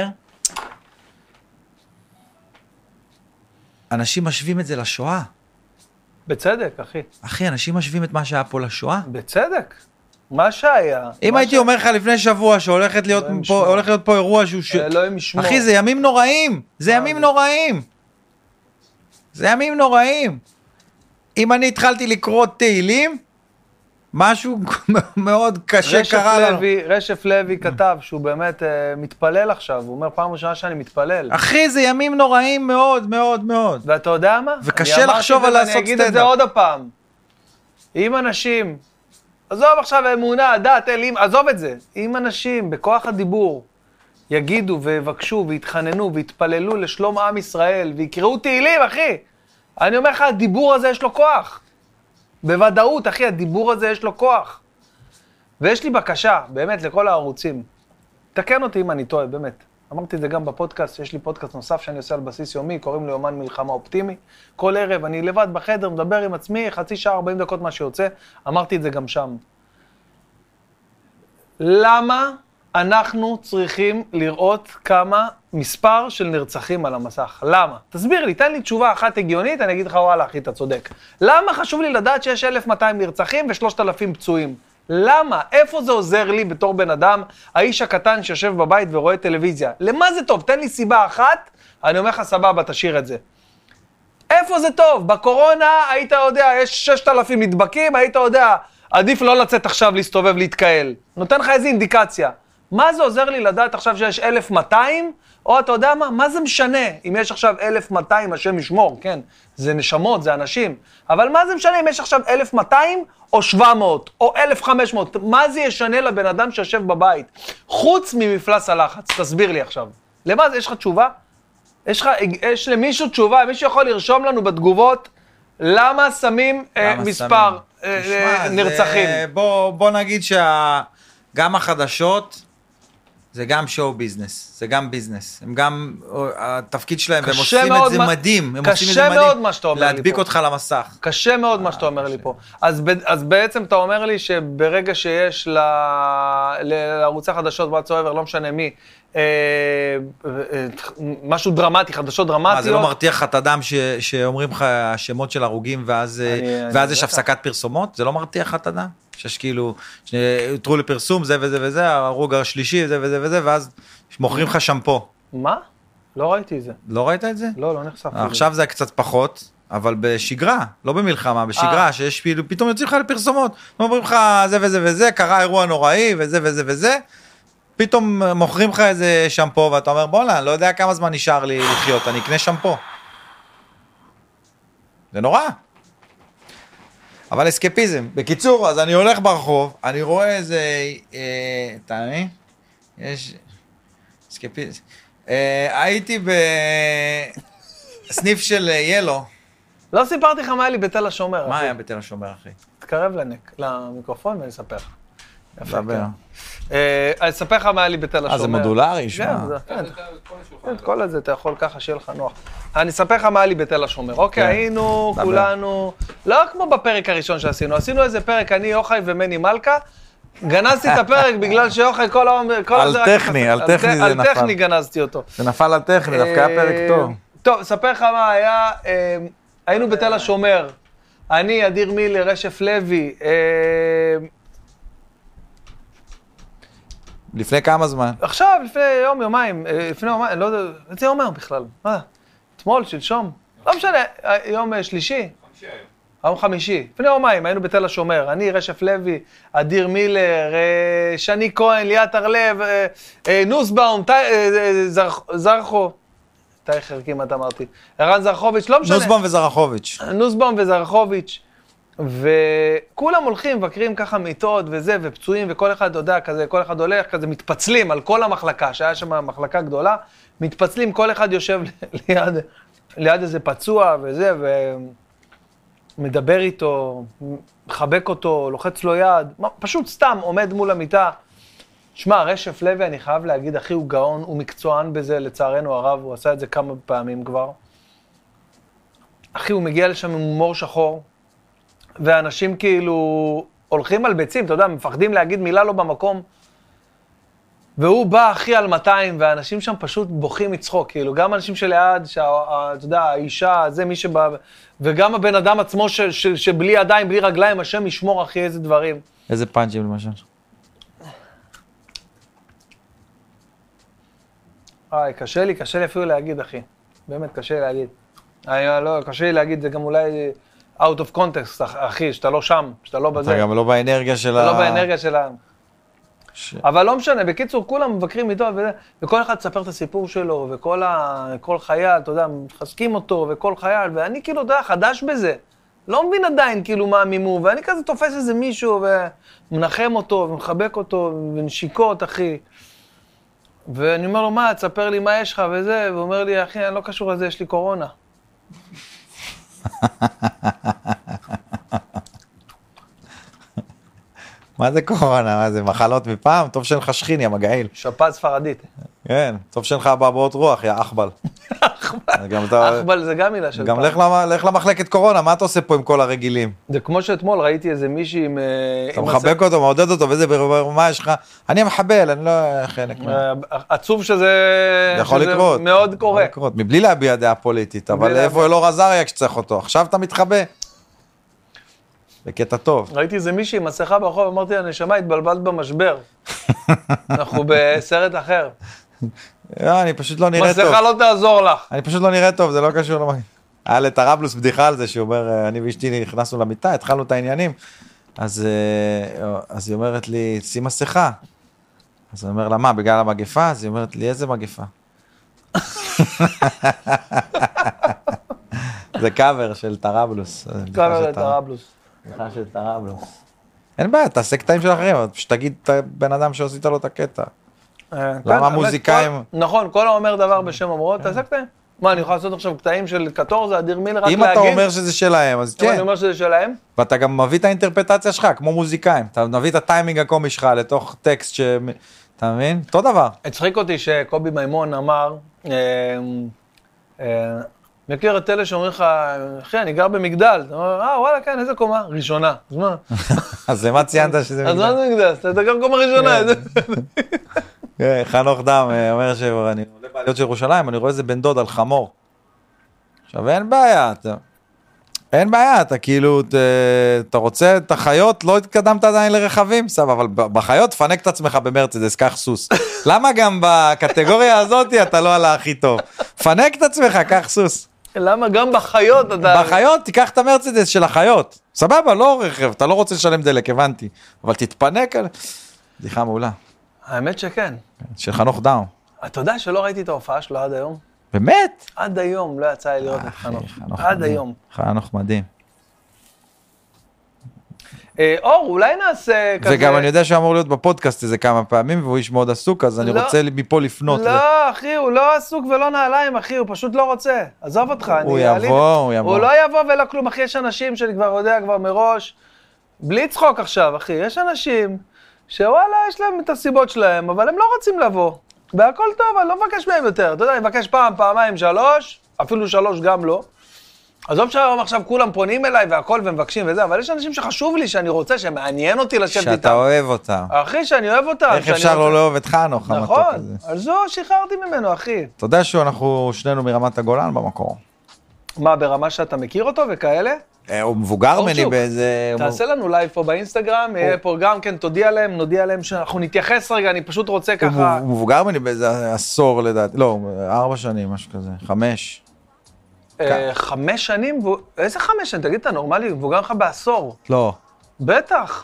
Speaker 2: אנשים משווים את זה לשואה.
Speaker 4: בצדק, אחי.
Speaker 2: אחי, אנשים משווים את מה שהיה פה לשואה.
Speaker 4: בצדק. מה שהיה.
Speaker 2: אם
Speaker 4: מה
Speaker 2: הייתי
Speaker 4: ש-
Speaker 2: אומר לך לפני שבוע שהולכת להיות
Speaker 4: אלוהים
Speaker 2: פה,
Speaker 4: ישמור.
Speaker 2: הולך להיות פה אירוע שהוא... ש-
Speaker 4: אלוהים ישמור.
Speaker 2: אחי, זה ימים נוראים. זה ימים
Speaker 4: זה?
Speaker 2: נוראים. זה ימים נוראים. אם אני התחלתי לקרוא תהילים, משהו מאוד קשה
Speaker 4: רשף
Speaker 2: קרה לנו.
Speaker 4: לוי, רשף לוי כתב שהוא באמת אה, מתפלל עכשיו, הוא אומר פעם ראשונה שאני מתפלל.
Speaker 2: אחי, זה ימים נוראים מאוד מאוד מאוד.
Speaker 4: ואתה יודע מה?
Speaker 2: וקשה
Speaker 4: אני אמרתי
Speaker 2: לחשוב
Speaker 4: את זה
Speaker 2: על
Speaker 4: ואני
Speaker 2: לעשות
Speaker 4: אגיד את זה
Speaker 2: סטנדאפ.
Speaker 4: עוד הפעם. אם אנשים, עזוב עכשיו אמונה, דת, אלים, עזוב את זה. אם אנשים בכוח הדיבור יגידו ויבקשו ויתחננו ויתפללו לשלום עם ישראל ויקראו תהילים, אחי, אני אומר לך, הדיבור הזה יש לו כוח. בוודאות, אחי, הדיבור הזה יש לו כוח. ויש לי בקשה, באמת, לכל הערוצים. תקן אותי אם אני טועה, באמת. אמרתי את זה גם בפודקאסט, יש לי פודקאסט נוסף שאני עושה על בסיס יומי, קוראים לו יומן מלחמה אופטימי. כל ערב אני לבד בחדר, מדבר עם עצמי, חצי שעה, ארבעים דקות מה שיוצא. אמרתי את זה גם שם. למה אנחנו צריכים לראות כמה מספר של נרצחים על המסך? למה? תסביר לי, תן לי תשובה אחת הגיונית, אני אגיד לך, וואלה, אחי, אתה צודק. למה חשוב לי לדעת שיש אלף מאתיים נרצחים ו-שלושת אלפים פצועים? למה? איפה זה עוזר לי בתור בן אדם, האיש הקטן שיושב בבית ורואה טלוויזיה? למה זה טוב? תן לי סיבה אחת, אני אומר לך, סבבה, תשאיר את זה. איפה זה טוב? בקורונה היית יודע, יש ששת אלפים נדבקים, היית יודע, עדיף לא לצאת עכשיו להסתובב, להתקהל. נותן לך איזו אינדיקציה. מה זה עוזר לי לדעת עכשיו שיש אלף מאתיים, או אתה יודע מה? מה זה משנה אם יש עכשיו אלף מאתיים, השם ישמור, כן? זה נשמות, זה אנשים. אבל מה זה משנה אם יש עכשיו אלף מאתיים או שבע מאות או אלף וחמש מאות? מה זה ישנה לבן אדם שיושב בבית? חוץ ממפלס הלחץ, תסביר לי עכשיו. למה זה? יש לך תשובה? יש לך, יש למישהו תשובה? מישהו יכול לרשום לנו בתגובות למה שמים אה,
Speaker 2: למה
Speaker 4: מספר
Speaker 2: שמים?
Speaker 4: אה,
Speaker 2: תשמע,
Speaker 4: אה,
Speaker 2: זה-
Speaker 4: נרצחים?
Speaker 2: בוא, בוא נגיד שגם החדשות זה גם שואו ביזנס, זה גם ביזנס. הם גם, התפקיד שלהם, והם
Speaker 4: קשה
Speaker 2: עושים את
Speaker 4: מאוד
Speaker 2: זה
Speaker 4: מה-
Speaker 2: מדהים. הם
Speaker 4: קשה
Speaker 2: עושים את זה מדהים.
Speaker 4: מאוד מה שאתה אומר לי
Speaker 2: להדביק
Speaker 4: פה.
Speaker 2: אותך למסך.
Speaker 4: קשה מאוד מה שאתה אומר לי פה. אז, ב, אז בעצם אתה אומר לי שברגע שיש ל, ל, לערוצי חדשות, whatsoever, לא משנה מי, אה, אה, משהו דרמטי, חדשות דרמטיות.
Speaker 2: מה, זה לא מרתיח לך את אדם ש, שאומרים לך השמות של הרוגים, ואז,
Speaker 4: אני-
Speaker 2: ואז
Speaker 4: אני
Speaker 2: יש
Speaker 4: בטח.
Speaker 2: הפסקת פרסומות? זה לא מרתיח לך את אדם? שיש כאילו, יותרו לפרסום, זה וזה וזה, הרוג השלישי, זה וזה וזה, ואז מוכרים לך שמפו.
Speaker 4: מה? לא ראיתי את זה.
Speaker 2: לא ראית את זה?
Speaker 4: לא, לא נחשפתי.
Speaker 2: עכשיו זה קצת פחות, אבל בשגרה, לא במלחמה, בשגרה, שיש פתאום יוצאים לך לפרסומות, אומרים לך זה וזה וזה, קרה אירוע נוראי וזה וזה וזה, פתאום מוכרים לך איזה שמפו, ואתה אומר, בוא'לה, אני לא יודע כמה זמן נשאר לי לחיות, אני אקנה שמפו. זה נורא. אבל אסקפיזם. בקיצור, אז אני הולך ברחוב, אני רואה איזה, אה, תעני, יש, אסקפיזם. אה, הייתי בסניף של ילו.
Speaker 4: לא סיפרתי לך מה היה לי בתל השומר.
Speaker 2: מה היה בתל השומר, אחי?
Speaker 4: תתקרב לנק, למיקרופון ואני אספר לך.
Speaker 2: דבר.
Speaker 4: אני אספר לך מה היה לי בתל השומר.
Speaker 2: אה, זה מודולרי, שמע.
Speaker 4: כן, את כל הזה אתה יכול ככה שיהיה לך נוח. אני אספר לך מה היה לי בתל השומר. אוקיי, היינו כולנו, לא כמו בפרק הראשון שעשינו, עשינו איזה פרק, אני, יוחאי ומני מלכה, גנזתי את הפרק בגלל שיוחאי כל העומר,
Speaker 2: על טכני, על טכני זה נפל.
Speaker 4: על טכני גנזתי אותו.
Speaker 2: זה נפל על טכני, דווקא היה פרק טוב.
Speaker 4: טוב, אספר לך מה היה, היינו בתל השומר, אני, אדיר מילר, רשף לוי,
Speaker 2: לפני כמה זמן?
Speaker 4: עכשיו, לפני יום, יומיים, לפני יומיים, אני לא יודע, איזה יום היום בכלל? מה? אתמול, שלשום? לא משנה, יום שלישי?
Speaker 5: חמישי היום.
Speaker 4: יום חמישי. לפני יומיים, היינו בתל השומר, אני, רשף לוי, אדיר מילר, שני כהן, ליאת הרלב, נוסבאום, זרחו, טייכר כמעט אמרתי, ערן זרחוביץ', לא משנה.
Speaker 2: נוסבאום וזרחוביץ'.
Speaker 4: נוסבאום וזרחוביץ'. וכולם הולכים, מבקרים ככה מיטות וזה, ופצועים, וכל אחד יודע, כזה, כל אחד הולך, כזה מתפצלים על כל המחלקה, שהיה שם מחלקה גדולה, מתפצלים, כל אחד יושב ליד, ליד איזה פצוע וזה, ומדבר איתו, מחבק אותו, לוחץ לו יד, פשוט סתם עומד מול המיטה. שמע, רשף לוי, אני חייב להגיד, אחי, הוא גאון, הוא מקצוען בזה, לצערנו הרב, הוא עשה את זה כמה פעמים כבר. אחי, הוא מגיע לשם עם הומור שחור, ואנשים כאילו הולכים על ביצים, אתה יודע, מפחדים להגיד מילה לא במקום, והוא בא הכי על מאתיים, ואנשים שם פשוט בוכים מצחוק, כאילו, גם אנשים שליד, שאתה יודע, האישה, זה מי שבא, וגם הבן אדם עצמו ש, ש, שבלי ידיים, בלי רגליים, השם ישמור, אחי, איזה דברים.
Speaker 2: איזה פאנצ'ים למשל?
Speaker 4: איי, קשה לי, קשה לי אפילו להגיד, אחי. באמת, קשה לי להגיד. אני, לא, קשה לי להגיד, זה גם אולי out of context, אחי, שאתה לא שם, שאתה לא בזה.
Speaker 2: אתה גם לא באנרגיה של ה...
Speaker 4: אתה לא באנרגיה של ה... ש... אבל לא משנה, בקיצור, כולם מבקרים איתו, וזה, וכל אחד תספר את הסיפור שלו, וכל ה... כל חייל, אתה יודע, מחזקים אותו, וכל חייל, ואני כאילו, אתה יודע, חדש בזה. לא מבין עדיין, כאילו, מה המימו, ואני כזה תופס איזה מישהו, ומנחם אותו, ומחבק אותו, ונשיקות, אחי. ואני אומר לו, מה, תספר לי מה יש לך וזה, והוא אומר לי, אחי, אני לא קשור לזה, יש לי קורונה.
Speaker 2: מה זה קורונה? מה זה, מחלות מפעם? טוב שאין לך שכין, יא מגעיל.
Speaker 4: שפעת ספרדית.
Speaker 2: כן, טוב שאין לך אבעבועות רוח, יא אחבל.
Speaker 4: אחבל זה גם מילה של פעם.
Speaker 2: גם לך למחלקת קורונה, מה אתה עושה פה עם כל הרגילים?
Speaker 4: זה כמו שאתמול ראיתי איזה מישהי עם...
Speaker 2: אתה מחבק אותו, מעודד אותו, וזה, מה יש לך? אני מחבל, אני לא חלק.
Speaker 4: עצוב שזה...
Speaker 2: יכול לקרות.
Speaker 4: מאוד קורה.
Speaker 2: מבלי להביע דעה פוליטית, אבל איפה אלאור עזריה כשצריך אותו? עכשיו אתה מתחבא. בקטע טוב.
Speaker 4: ראיתי איזה מישהי עם מסכה ברחוב, אמרתי לה, נשמה, התבלבלת במשבר. אנחנו בסרט אחר.
Speaker 2: אני פשוט לא נראה טוב.
Speaker 4: מסכה לא תעזור לך.
Speaker 2: אני פשוט לא נראה טוב, זה לא קשור למגן. היה לטרבלוס בדיחה על זה, שהוא אומר, אני ואשתי נכנסנו למיטה, התחלנו את העניינים, אז היא אומרת לי, שים מסכה. אז אני אומר לה, מה, בגלל המגפה? אז היא אומרת לי, איזה מגפה? זה קאבר של טרבלוס.
Speaker 4: קאבר של טרבלוס.
Speaker 2: בדיחה של טרבלוס. אין בעיה, תעשה קטעים של אחרים, פשוט תגיד את הבן אדם שעשית לו את הקטע. למה מוזיקאים...
Speaker 4: נכון, כל האומר דבר בשם אומרו, תעשה קטעים. מה, אני יכול לעשות עכשיו קטעים של קטורזה, אדיר מילר, רק להגיד?
Speaker 2: אם אתה אומר שזה שלהם, אז כן.
Speaker 4: אם אני אומר שזה שלהם?
Speaker 2: ואתה גם מביא את האינטרפטציה שלך, כמו מוזיקאים. אתה מביא את הטיימינג הקומי שלך לתוך טקסט ש... אתה מבין? אותו דבר.
Speaker 4: הצחיק אותי שקובי מימון אמר, מכיר את אלה שאומרים לך, אחי, אני גר במגדל. אתה אומר, אה, וואלה, כן, איזה קומה? ראשונה. אז מה?
Speaker 2: אז למה ציינת שזה מגדל?
Speaker 4: אז מה זה מגדל? אתה גר קומה ראשונה.
Speaker 2: חנוך דם אומר שאני עולה בעליות של ירושלים, אני רואה איזה בן דוד על חמור. עכשיו, אין בעיה, אתה... אין בעיה, אתה כאילו, אתה רוצה את החיות, לא התקדמת עדיין לרכבים, סבבה, אבל בחיות תפנק את עצמך במרצדס, קח סוס. למה גם בקטגוריה הזאת אתה לא עלה הכי טוב? פנק את עצמך, קח סוס.
Speaker 4: למה גם בחיות אתה...
Speaker 2: בחיות, תיקח את המרצדס של החיות. סבבה, לא רכב, אתה לא רוצה לשלם דלק, הבנתי. אבל תתפנק על... בדיחה מעולה.
Speaker 4: האמת שכן.
Speaker 2: של חנוך דאו.
Speaker 4: אתה יודע שלא ראיתי את ההופעה שלו עד היום?
Speaker 2: באמת?
Speaker 4: עד היום לא יצא לי לראות את חנוך.
Speaker 2: חנוך
Speaker 4: עד
Speaker 2: מדהים.
Speaker 4: היום.
Speaker 2: חנוך מדהים.
Speaker 4: אה, אור, אולי נעשה כזה...
Speaker 2: וגם אני יודע שהוא אמור להיות בפודקאסט איזה כמה פעמים, והוא איש מאוד עסוק, אז אני
Speaker 4: לא.
Speaker 2: רוצה מפה לפנות. ל-
Speaker 4: לא, אחי, הוא לא עסוק ולא נעליים, אחי, הוא פשוט לא רוצה. עזוב אותך, אני...
Speaker 2: הוא
Speaker 4: אעלים-
Speaker 2: יבוא, הוא יבוא.
Speaker 4: הוא לא יבוא ולא כלום, אחי, יש אנשים שאני כבר יודע כבר מראש. בלי צחוק עכשיו, אחי, יש אנשים שוואלה, יש להם את הסיבות שלהם, אבל הם לא רוצים לבוא. והכל טוב, אני לא מבקש מהם יותר. אתה יודע, אני מבקש פעם, פעמיים, שלוש, אפילו שלוש גם לא. עזוב שהיום עכשיו כולם פונים אליי והכל ומבקשים וזה, אבל יש אנשים שחשוב לי, שאני רוצה, שמעניין אותי לשבת איתם.
Speaker 2: שאתה אוהב אותם.
Speaker 4: אחי, שאני אוהב אותם.
Speaker 2: איך
Speaker 4: שאני
Speaker 2: אפשר
Speaker 4: רוצה-
Speaker 2: לא לאהוב את חנוך, המתוק
Speaker 4: נכון,
Speaker 2: הזה.
Speaker 4: על זו שחררתי ממנו, אחי.
Speaker 2: אתה יודע שאנחנו שנינו מרמת הגולן במקור.
Speaker 4: מה, ברמה שאתה מכיר אותו וכאלה?
Speaker 2: אה, הוא מבוגר ממני
Speaker 4: אורצ'וק,
Speaker 2: באיזה...
Speaker 4: תעשה לנו לייב פה באינסטגרם, יהיה פה גם כן, תודיע להם, נודיע להם שאנחנו נתייחס רגע, אני פשוט רוצה
Speaker 2: הוא
Speaker 4: ככה...
Speaker 2: הוא מבוגר ממני באיזה עשור לדעתי. לא, ארבע שנים, משהו כזה. חמש.
Speaker 4: אה, חמש שנים? והוא- איזה חמש שנים? תגיד, אתה נורמלי, הוא מבוגר לך בעשור.
Speaker 2: לא.
Speaker 4: בטח.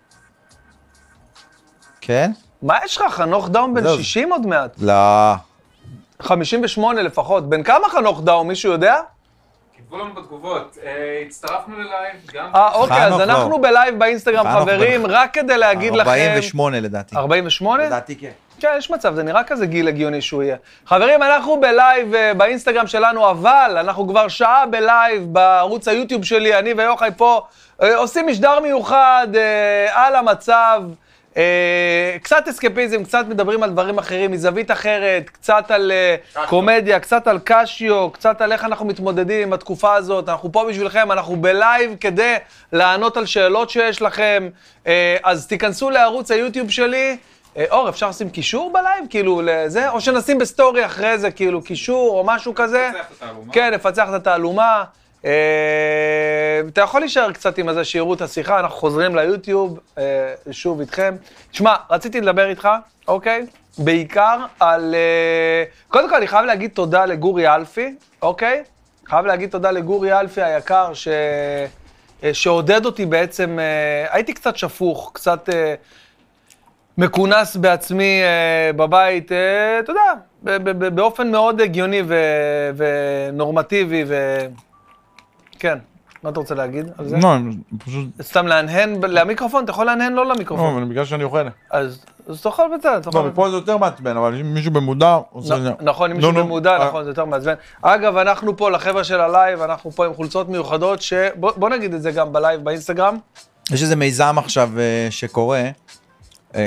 Speaker 2: כן?
Speaker 4: מה יש לך? חנוך דאום בן
Speaker 2: זהו.
Speaker 4: שישים עוד מעט?
Speaker 2: לא.
Speaker 4: חמישים ושמונה לפחות. בן כמה חנוך דאום, מישהו יודע?
Speaker 5: כתבו לנו בתגובות, אה, הצטרפנו ללייב, גם...
Speaker 4: אה, אוקיי, אז
Speaker 2: חנוך לא.
Speaker 4: אנחנו בלייב באינסטגרם,
Speaker 2: חנוך
Speaker 4: חברים,
Speaker 2: בן-
Speaker 4: רק כדי להגיד לכם...
Speaker 2: ארבעים ושמונה לדעתי.
Speaker 4: ארבעים ושמונה?
Speaker 2: לדעתי כן.
Speaker 4: כן, יש מצב, זה נראה כזה גיל הגיוני שהוא יהיה. חברים, אנחנו בלייב אה, באינסטגרם שלנו, אבל אנחנו כבר שעה בלייב בערוץ היוטיוב שלי, אני ויוחאי פה, אה, עושים משדר מיוחד אה, על המצב, אה, קצת אסקפיזם, קצת מדברים על דברים אחרים, מזווית אחרת, קצת על אה, קומדיה, קצת על קשיו, קצת על איך אנחנו מתמודדים עם התקופה הזאת. אנחנו פה בשבילכם, אנחנו בלייב כדי לענות על שאלות שיש לכם, אה, אז תיכנסו לערוץ היוטיוב שלי, אה, אור, אפשר לשים קישור בלייב, כאילו, לזה? או שנשים בסטורי אחרי זה, כאילו, קישור או משהו כזה?
Speaker 5: נפצח את התעלומה.
Speaker 4: כן, נפצח את התעלומה. אה, אתה יכול להישאר קצת עם הזה, שיראו את השיחה, אנחנו חוזרים ליוטיוב, אה, שוב איתכם. תשמע, רציתי לדבר איתך, אוקיי? בעיקר על... אה, קודם כל, אני חייב להגיד תודה לגורי אלפי, אוקיי? חייב להגיד תודה לגורי אלפי היקר, ש... אה, שעודד אותי בעצם, אה, הייתי קצת שפוך, קצת... אה, מכונס בעצמי אה, בבית, אה, אתה יודע, ב- ב- ב- באופן מאוד הגיוני ו- ונורמטיבי, ו... כן, מה אתה רוצה להגיד על זה?
Speaker 2: לא, פשוט...
Speaker 4: סתם להנהן ב- למיקרופון? אתה יכול להנהן לא
Speaker 2: לא,
Speaker 4: למיקרופון.
Speaker 2: אבל בגלל שאני אוכל.
Speaker 4: אז אז אתה יכול בצד, אתה יכול...
Speaker 2: לא, מפה זה יותר מעצבן, אבל אם מישהו במודע עושה את זה.
Speaker 4: נ- נכון, אם מישהו
Speaker 2: נו, נו.
Speaker 4: במודע,
Speaker 2: אה,
Speaker 4: נכון, זה יותר מעצבן. אגב, אנחנו פה, לחבר'ה של הלייב, אנחנו פה עם חולצות מיוחדות, ש... בוא בוא נגיד את זה גם בלייב באינסטגרם.
Speaker 2: יש איזה מיזם עכשיו אה, שקורה, אה,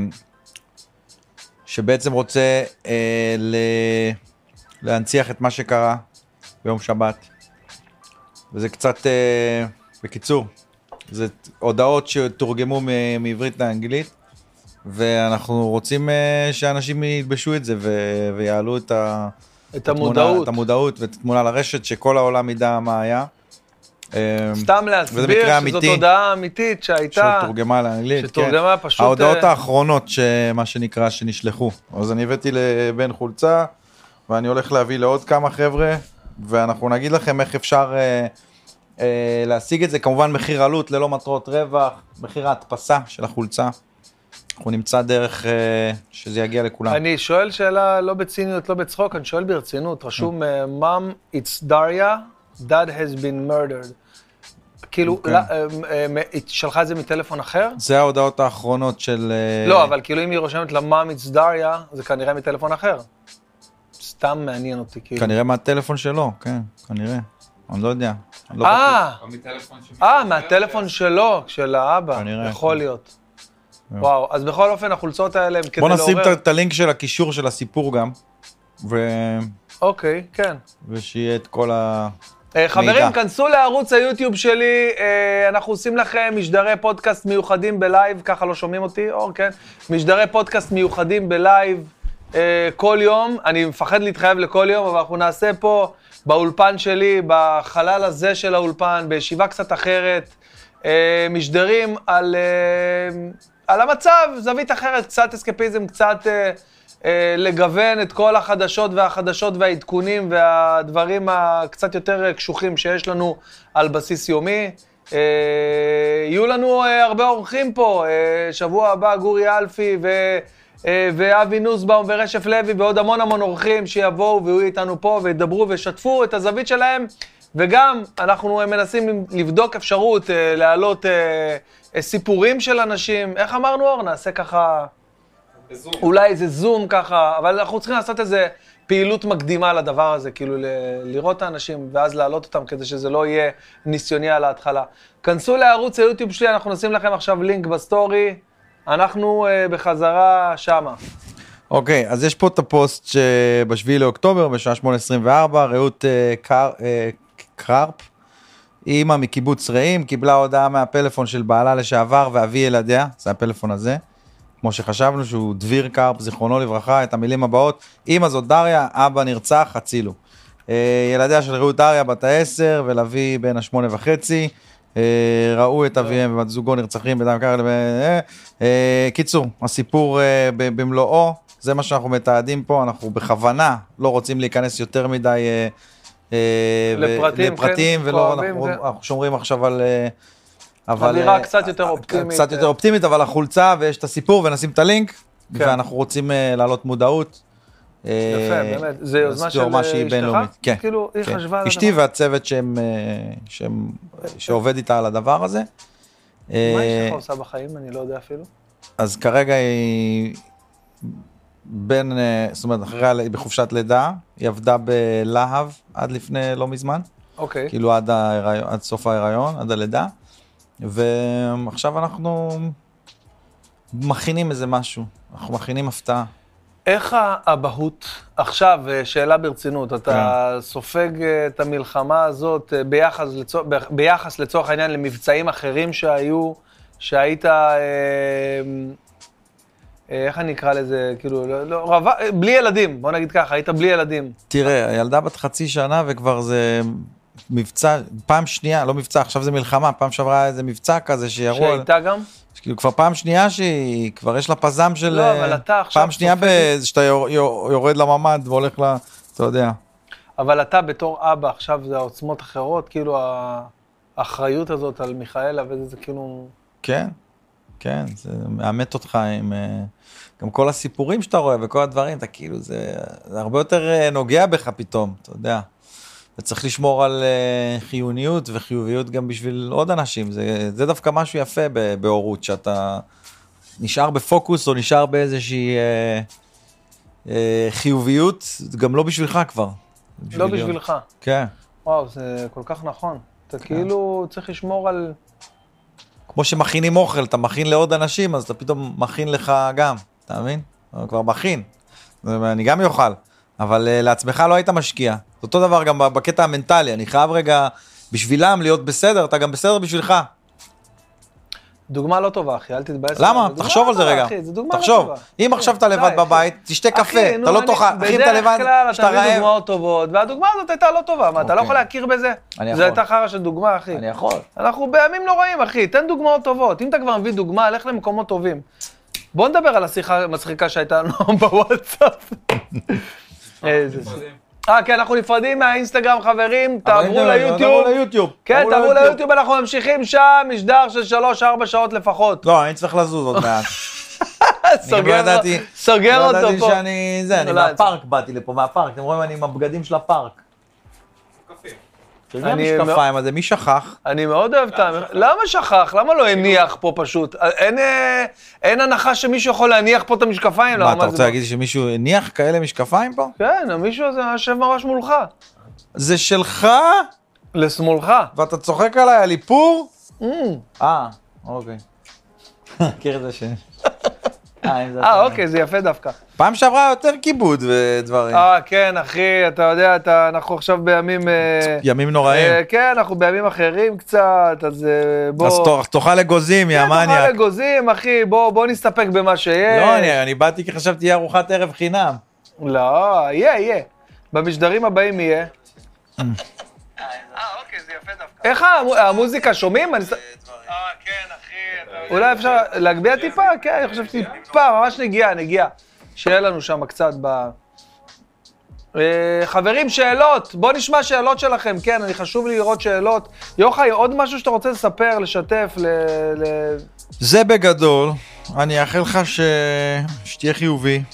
Speaker 2: שבעצם רוצה אה, ל- להנציח את מה שקרה ביום שבת. וזה קצת, אה, בקיצור, זה הודעות שתורגמו מ- מעברית לאנגלית, ואנחנו רוצים אה, שאנשים ילבשו את זה ו- ויעלו את, ה-
Speaker 4: את
Speaker 2: התמונה-
Speaker 4: המודעות.
Speaker 2: את המודעות ואת התמונה לרשת, שכל העולם ידע מה היה. אה,
Speaker 4: סתם
Speaker 2: וזה
Speaker 4: להסביר
Speaker 2: מקרה
Speaker 4: שזאת
Speaker 2: אמיתי.
Speaker 4: הודעה אמיתית שהייתה...
Speaker 2: שתורגמה לאנגלית,
Speaker 4: שתורגמה פשוט...
Speaker 2: ההודעות
Speaker 4: אה,
Speaker 2: האחרונות, שמה שנקרא, שנשלחו. אז אני הבאתי לבן חולצה, ואני הולך להביא לעוד כמה חבר'ה, ואנחנו נגיד לכם איך אפשר אה, אה, להשיג את זה. כמובן מחיר עלות, ללא מטרות רווח, מחיר ההדפסה של החולצה. אנחנו נמצא דרך אה, שזה יגיע לכולם.
Speaker 4: אני שואל שאלה לא בציניות, לא בצחוק, אני שואל ברצינות. רשום, אה, Mom, it's Daria, Dad has been murdered. כאילו,
Speaker 2: אוקיי.
Speaker 4: לא, אה, אה, אה, היא שלחה את זה מטלפון אחר?
Speaker 2: זה ההודעות האחרונות של... אה,
Speaker 4: לא, אבל כאילו אם היא רושמת לה Mom, it's Daria, זה כנראה מטלפון אחר. סתם מעניין אותי, כאילו.
Speaker 2: כנראה מהטלפון שלו, כן, כנראה. אני לא יודע. אני לא
Speaker 4: אה,
Speaker 5: או מטלפון של...
Speaker 4: אה, מהטלפון שלו, של האבא.
Speaker 2: כנראה,
Speaker 4: יכול
Speaker 2: כן.
Speaker 4: להיות. וואו, אז בכל אופן, החולצות האלה הם כדי
Speaker 2: בוא
Speaker 4: לעורר...
Speaker 2: נשים את ה- את הלינק של הקישור של הסיפור גם, ו...
Speaker 4: אוקיי, כן.
Speaker 2: ושיהיה את כל ה...
Speaker 4: אה, חברים,
Speaker 2: מידע.
Speaker 4: כנסו לערוץ היוטיוב שלי, אה, אנחנו עושים לכם משדרי פודקאסט מיוחדים בלייב, ככה לא שומעים אותי, אור, כן? משדרי פודקאסט מיוחדים בלייב אה, כל יום, אני מפחד להתחייב לכל יום, אבל אנחנו נעשה פה באולפן שלי, בחלל הזה של האולפן, בישיבה קצת אחרת, אה, משדרים על, אה, על המצב, זווית אחרת, קצת אסקפיזם, קצת... אה, אה, לגוון את כל החדשות והחדשות והעדכונים והדברים הקצת יותר קשוחים שיש לנו על בסיס יומי. אה, יהיו לנו אה, הרבה אורחים פה, אה, שבוע הבא גורי אלפי ו... ואבי נוסבאום ורשף לוי ועוד המון המון אורחים שיבואו ויהיו איתנו פה וידברו וישתפו את הזווית שלהם, וגם אנחנו מנסים לבדוק אפשרות להעלות סיפורים של אנשים. איך אמרנו אור? נעשה ככה
Speaker 5: בזום.
Speaker 4: אולי איזה זום ככה, אבל אנחנו צריכים לעשות איזה פעילות מקדימה לדבר הזה, כאילו לראות את האנשים ואז להעלות אותם כדי שזה לא יהיה ניסיוני על ההתחלה. כנסו לערוץ היוטיוב שלי, אנחנו נשים לכם עכשיו לינק בסטורי. אנחנו uh, בחזרה שמה.
Speaker 2: אוקיי, אז יש פה את הפוסט שבשביעי לאוקטובר, בשעה שמונה עשרים וארבע, רעות uh, קר, uh, קרפ, אימא מקיבוץ רעים, קיבלה הודעה מהפלאפון של בעלה לשעבר ואבי ילדיה, זה הפלאפון הזה, כמו שחשבנו שהוא דביר קרפ, זיכרונו לברכה, את המילים הבאות, אימא זאת דריה, אבא נרצח, הצילו. Uh, ילדיה של רעות דריה בת העשר, ולוי בן השמונה וחצי, ראו את אביהם ובת זוגו נרצחים בדם קר. קיצור, הסיפור במלואו, זה מה שאנחנו מתעדים פה, אנחנו בכוונה לא רוצים להיכנס יותר מדי לפרטים, ולא, אנחנו שומרים עכשיו על...
Speaker 4: אווירה קצת יותר אופטימית.
Speaker 2: קצת יותר אופטימית, אבל החולצה ויש את הסיפור ונשים את הלינק, ואנחנו רוצים להעלות מודעות.
Speaker 4: יפה, באמת, זה יוזמה של אשתך?
Speaker 2: כן,
Speaker 4: כאילו, היא חשבה על הדבר.
Speaker 2: אשתי והצוות שעובד איתה על הדבר הזה.
Speaker 4: מה אשתך עושה בחיים? אני לא יודע אפילו.
Speaker 2: אז כרגע היא בין, זאת אומרת, אחרי, בחופשת לידה, היא עבדה בלהב עד לפני לא מזמן.
Speaker 4: אוקיי.
Speaker 2: כאילו עד סוף ההיריון, עד הלידה. ועכשיו אנחנו מכינים איזה משהו, אנחנו מכינים הפתעה.
Speaker 4: איך האבהות, עכשיו, שאלה ברצינות, אתה סופג את המלחמה הזאת ביחס, לצור, ביחס לצורך העניין למבצעים אחרים שהיו, שהיית, איך אני אקרא לזה, כאילו, לא, לא, בלי ילדים, בוא נגיד ככה, היית בלי ילדים.
Speaker 2: תראה, הילדה בת חצי שנה וכבר זה מבצע, פעם שנייה, לא מבצע, עכשיו זה מלחמה, פעם שעברה איזה מבצע כזה שיראו...
Speaker 4: שהייתה גם?
Speaker 2: כאילו כבר פעם שנייה שהיא, כבר יש לה פזם של...
Speaker 4: לא, אבל אתה עכשיו...
Speaker 2: פעם שנייה בזה שאתה יורד לממד והולך לה, אתה יודע.
Speaker 4: אבל אתה בתור אבא, עכשיו זה העוצמות אחרות, כאילו האחריות הזאת על מיכאלה וזה, זה כאילו...
Speaker 2: כן, כן, זה מאמת אותך עם... גם כל הסיפורים שאתה רואה וכל הדברים, אתה כאילו, זה, זה הרבה יותר נוגע בך פתאום, אתה יודע. אתה צריך לשמור על uh, חיוניות וחיוביות גם בשביל עוד אנשים. זה, זה דווקא משהו יפה בהורות, שאתה נשאר בפוקוס או נשאר באיזושהי uh, uh, חיוביות, גם לא בשבילך כבר.
Speaker 4: בשביל לא בשבילך.
Speaker 2: להיות. כן.
Speaker 4: וואו, זה כל כך נכון. אתה כן. כאילו צריך לשמור על...
Speaker 2: כמו שמכינים אוכל, אתה מכין לעוד אנשים, אז אתה פתאום מכין לך גם, אתה מבין? אתה כבר מכין. אני גם יאכל. אבל uh, לעצמך לא היית משקיע. זה אותו דבר גם בקטע המנטלי, אני חייב רגע בשבילם להיות בסדר, אתה גם בסדר בשבילך.
Speaker 4: דוגמה לא טובה, אחי, אל תתבאס.
Speaker 2: למה? תחשוב על זה רגע. תחשוב, אם עכשיו אתה לבד בבית, תשתה קפה, אתה לא תאכל, אחי, אתה לבד, שאתה רעב.
Speaker 4: בדרך כלל אתה מביא דוגמאות טובות, והדוגמה הזאת הייתה לא טובה, מה, אתה לא יכול להכיר בזה? זה הייתה חרא של דוגמה, אחי.
Speaker 2: אני יכול.
Speaker 4: אנחנו בימים נוראים, אחי, תן דוגמאות טובות. אם אתה כבר מביא דוגמה, לך למקומות טובים. בוא נדבר על השיחה המצחיקה שהייתה לנו בוואטסאפ. אה, כן, אנחנו נפרדים מהאינסטגרם, חברים, תעברו ליוטיוב. כן, תעברו ליוטיוב, אנחנו ממשיכים שם, משדר של שלוש ארבע שעות לפחות.
Speaker 2: לא, אני צריך לזוז עוד מעט.
Speaker 4: סוגר אותו פה.
Speaker 2: לא ידעתי שאני, זה, אני מהפארק באתי לפה, מהפארק, אתם רואים, אני עם הבגדים של הפארק. של מי המשקפיים הזה, מי שכח?
Speaker 4: אני מאוד אוהב את ה... למה שכח? למה לא הניח פה פשוט? אין הנחה שמישהו יכול להניח פה את המשקפיים?
Speaker 2: מה, אתה רוצה להגיד שמישהו הניח כאלה משקפיים פה?
Speaker 4: כן, מישהו הזה יושב ממש מולך.
Speaker 2: זה שלך?
Speaker 4: לשמאלך.
Speaker 2: ואתה צוחק עליי על איפור? אה, אוקיי. מכיר את זה ש...
Speaker 4: אה, אוקיי, זה יפה דווקא.
Speaker 2: פעם שעברה יותר כיבוד ודברים.
Speaker 4: אה, כן, אחי, אתה יודע, אנחנו עכשיו בימים...
Speaker 2: ימים נוראים.
Speaker 4: כן, אנחנו בימים אחרים קצת, אז בוא...
Speaker 2: אז תאכל אגוזים, יא מניאק.
Speaker 4: כן, תאכל אגוזים, אחי, בוא נסתפק במה שיש.
Speaker 2: לא, אני באתי כי חשבתי יהיה ארוחת ערב חינם.
Speaker 4: לא, יהיה, יהיה. במשדרים הבאים יהיה. אה, אוקיי, זה יפה דווקא. איך המוזיקה, שומעים? אה, כן, אחי. אולי אפשר להגביה טיפה? כן, אני חושב טיפה, ממש נגיעה, נגיעה. שיהיה לנו שם קצת ב... חברים, שאלות, בוא נשמע שאלות שלכם, כן, אני חשוב לי לראות שאלות. יוחאי, עוד משהו שאתה רוצה לספר, לשתף, ל... ל...
Speaker 2: זה בגדול, אני אאחל לך ש... שתהיה חיובי.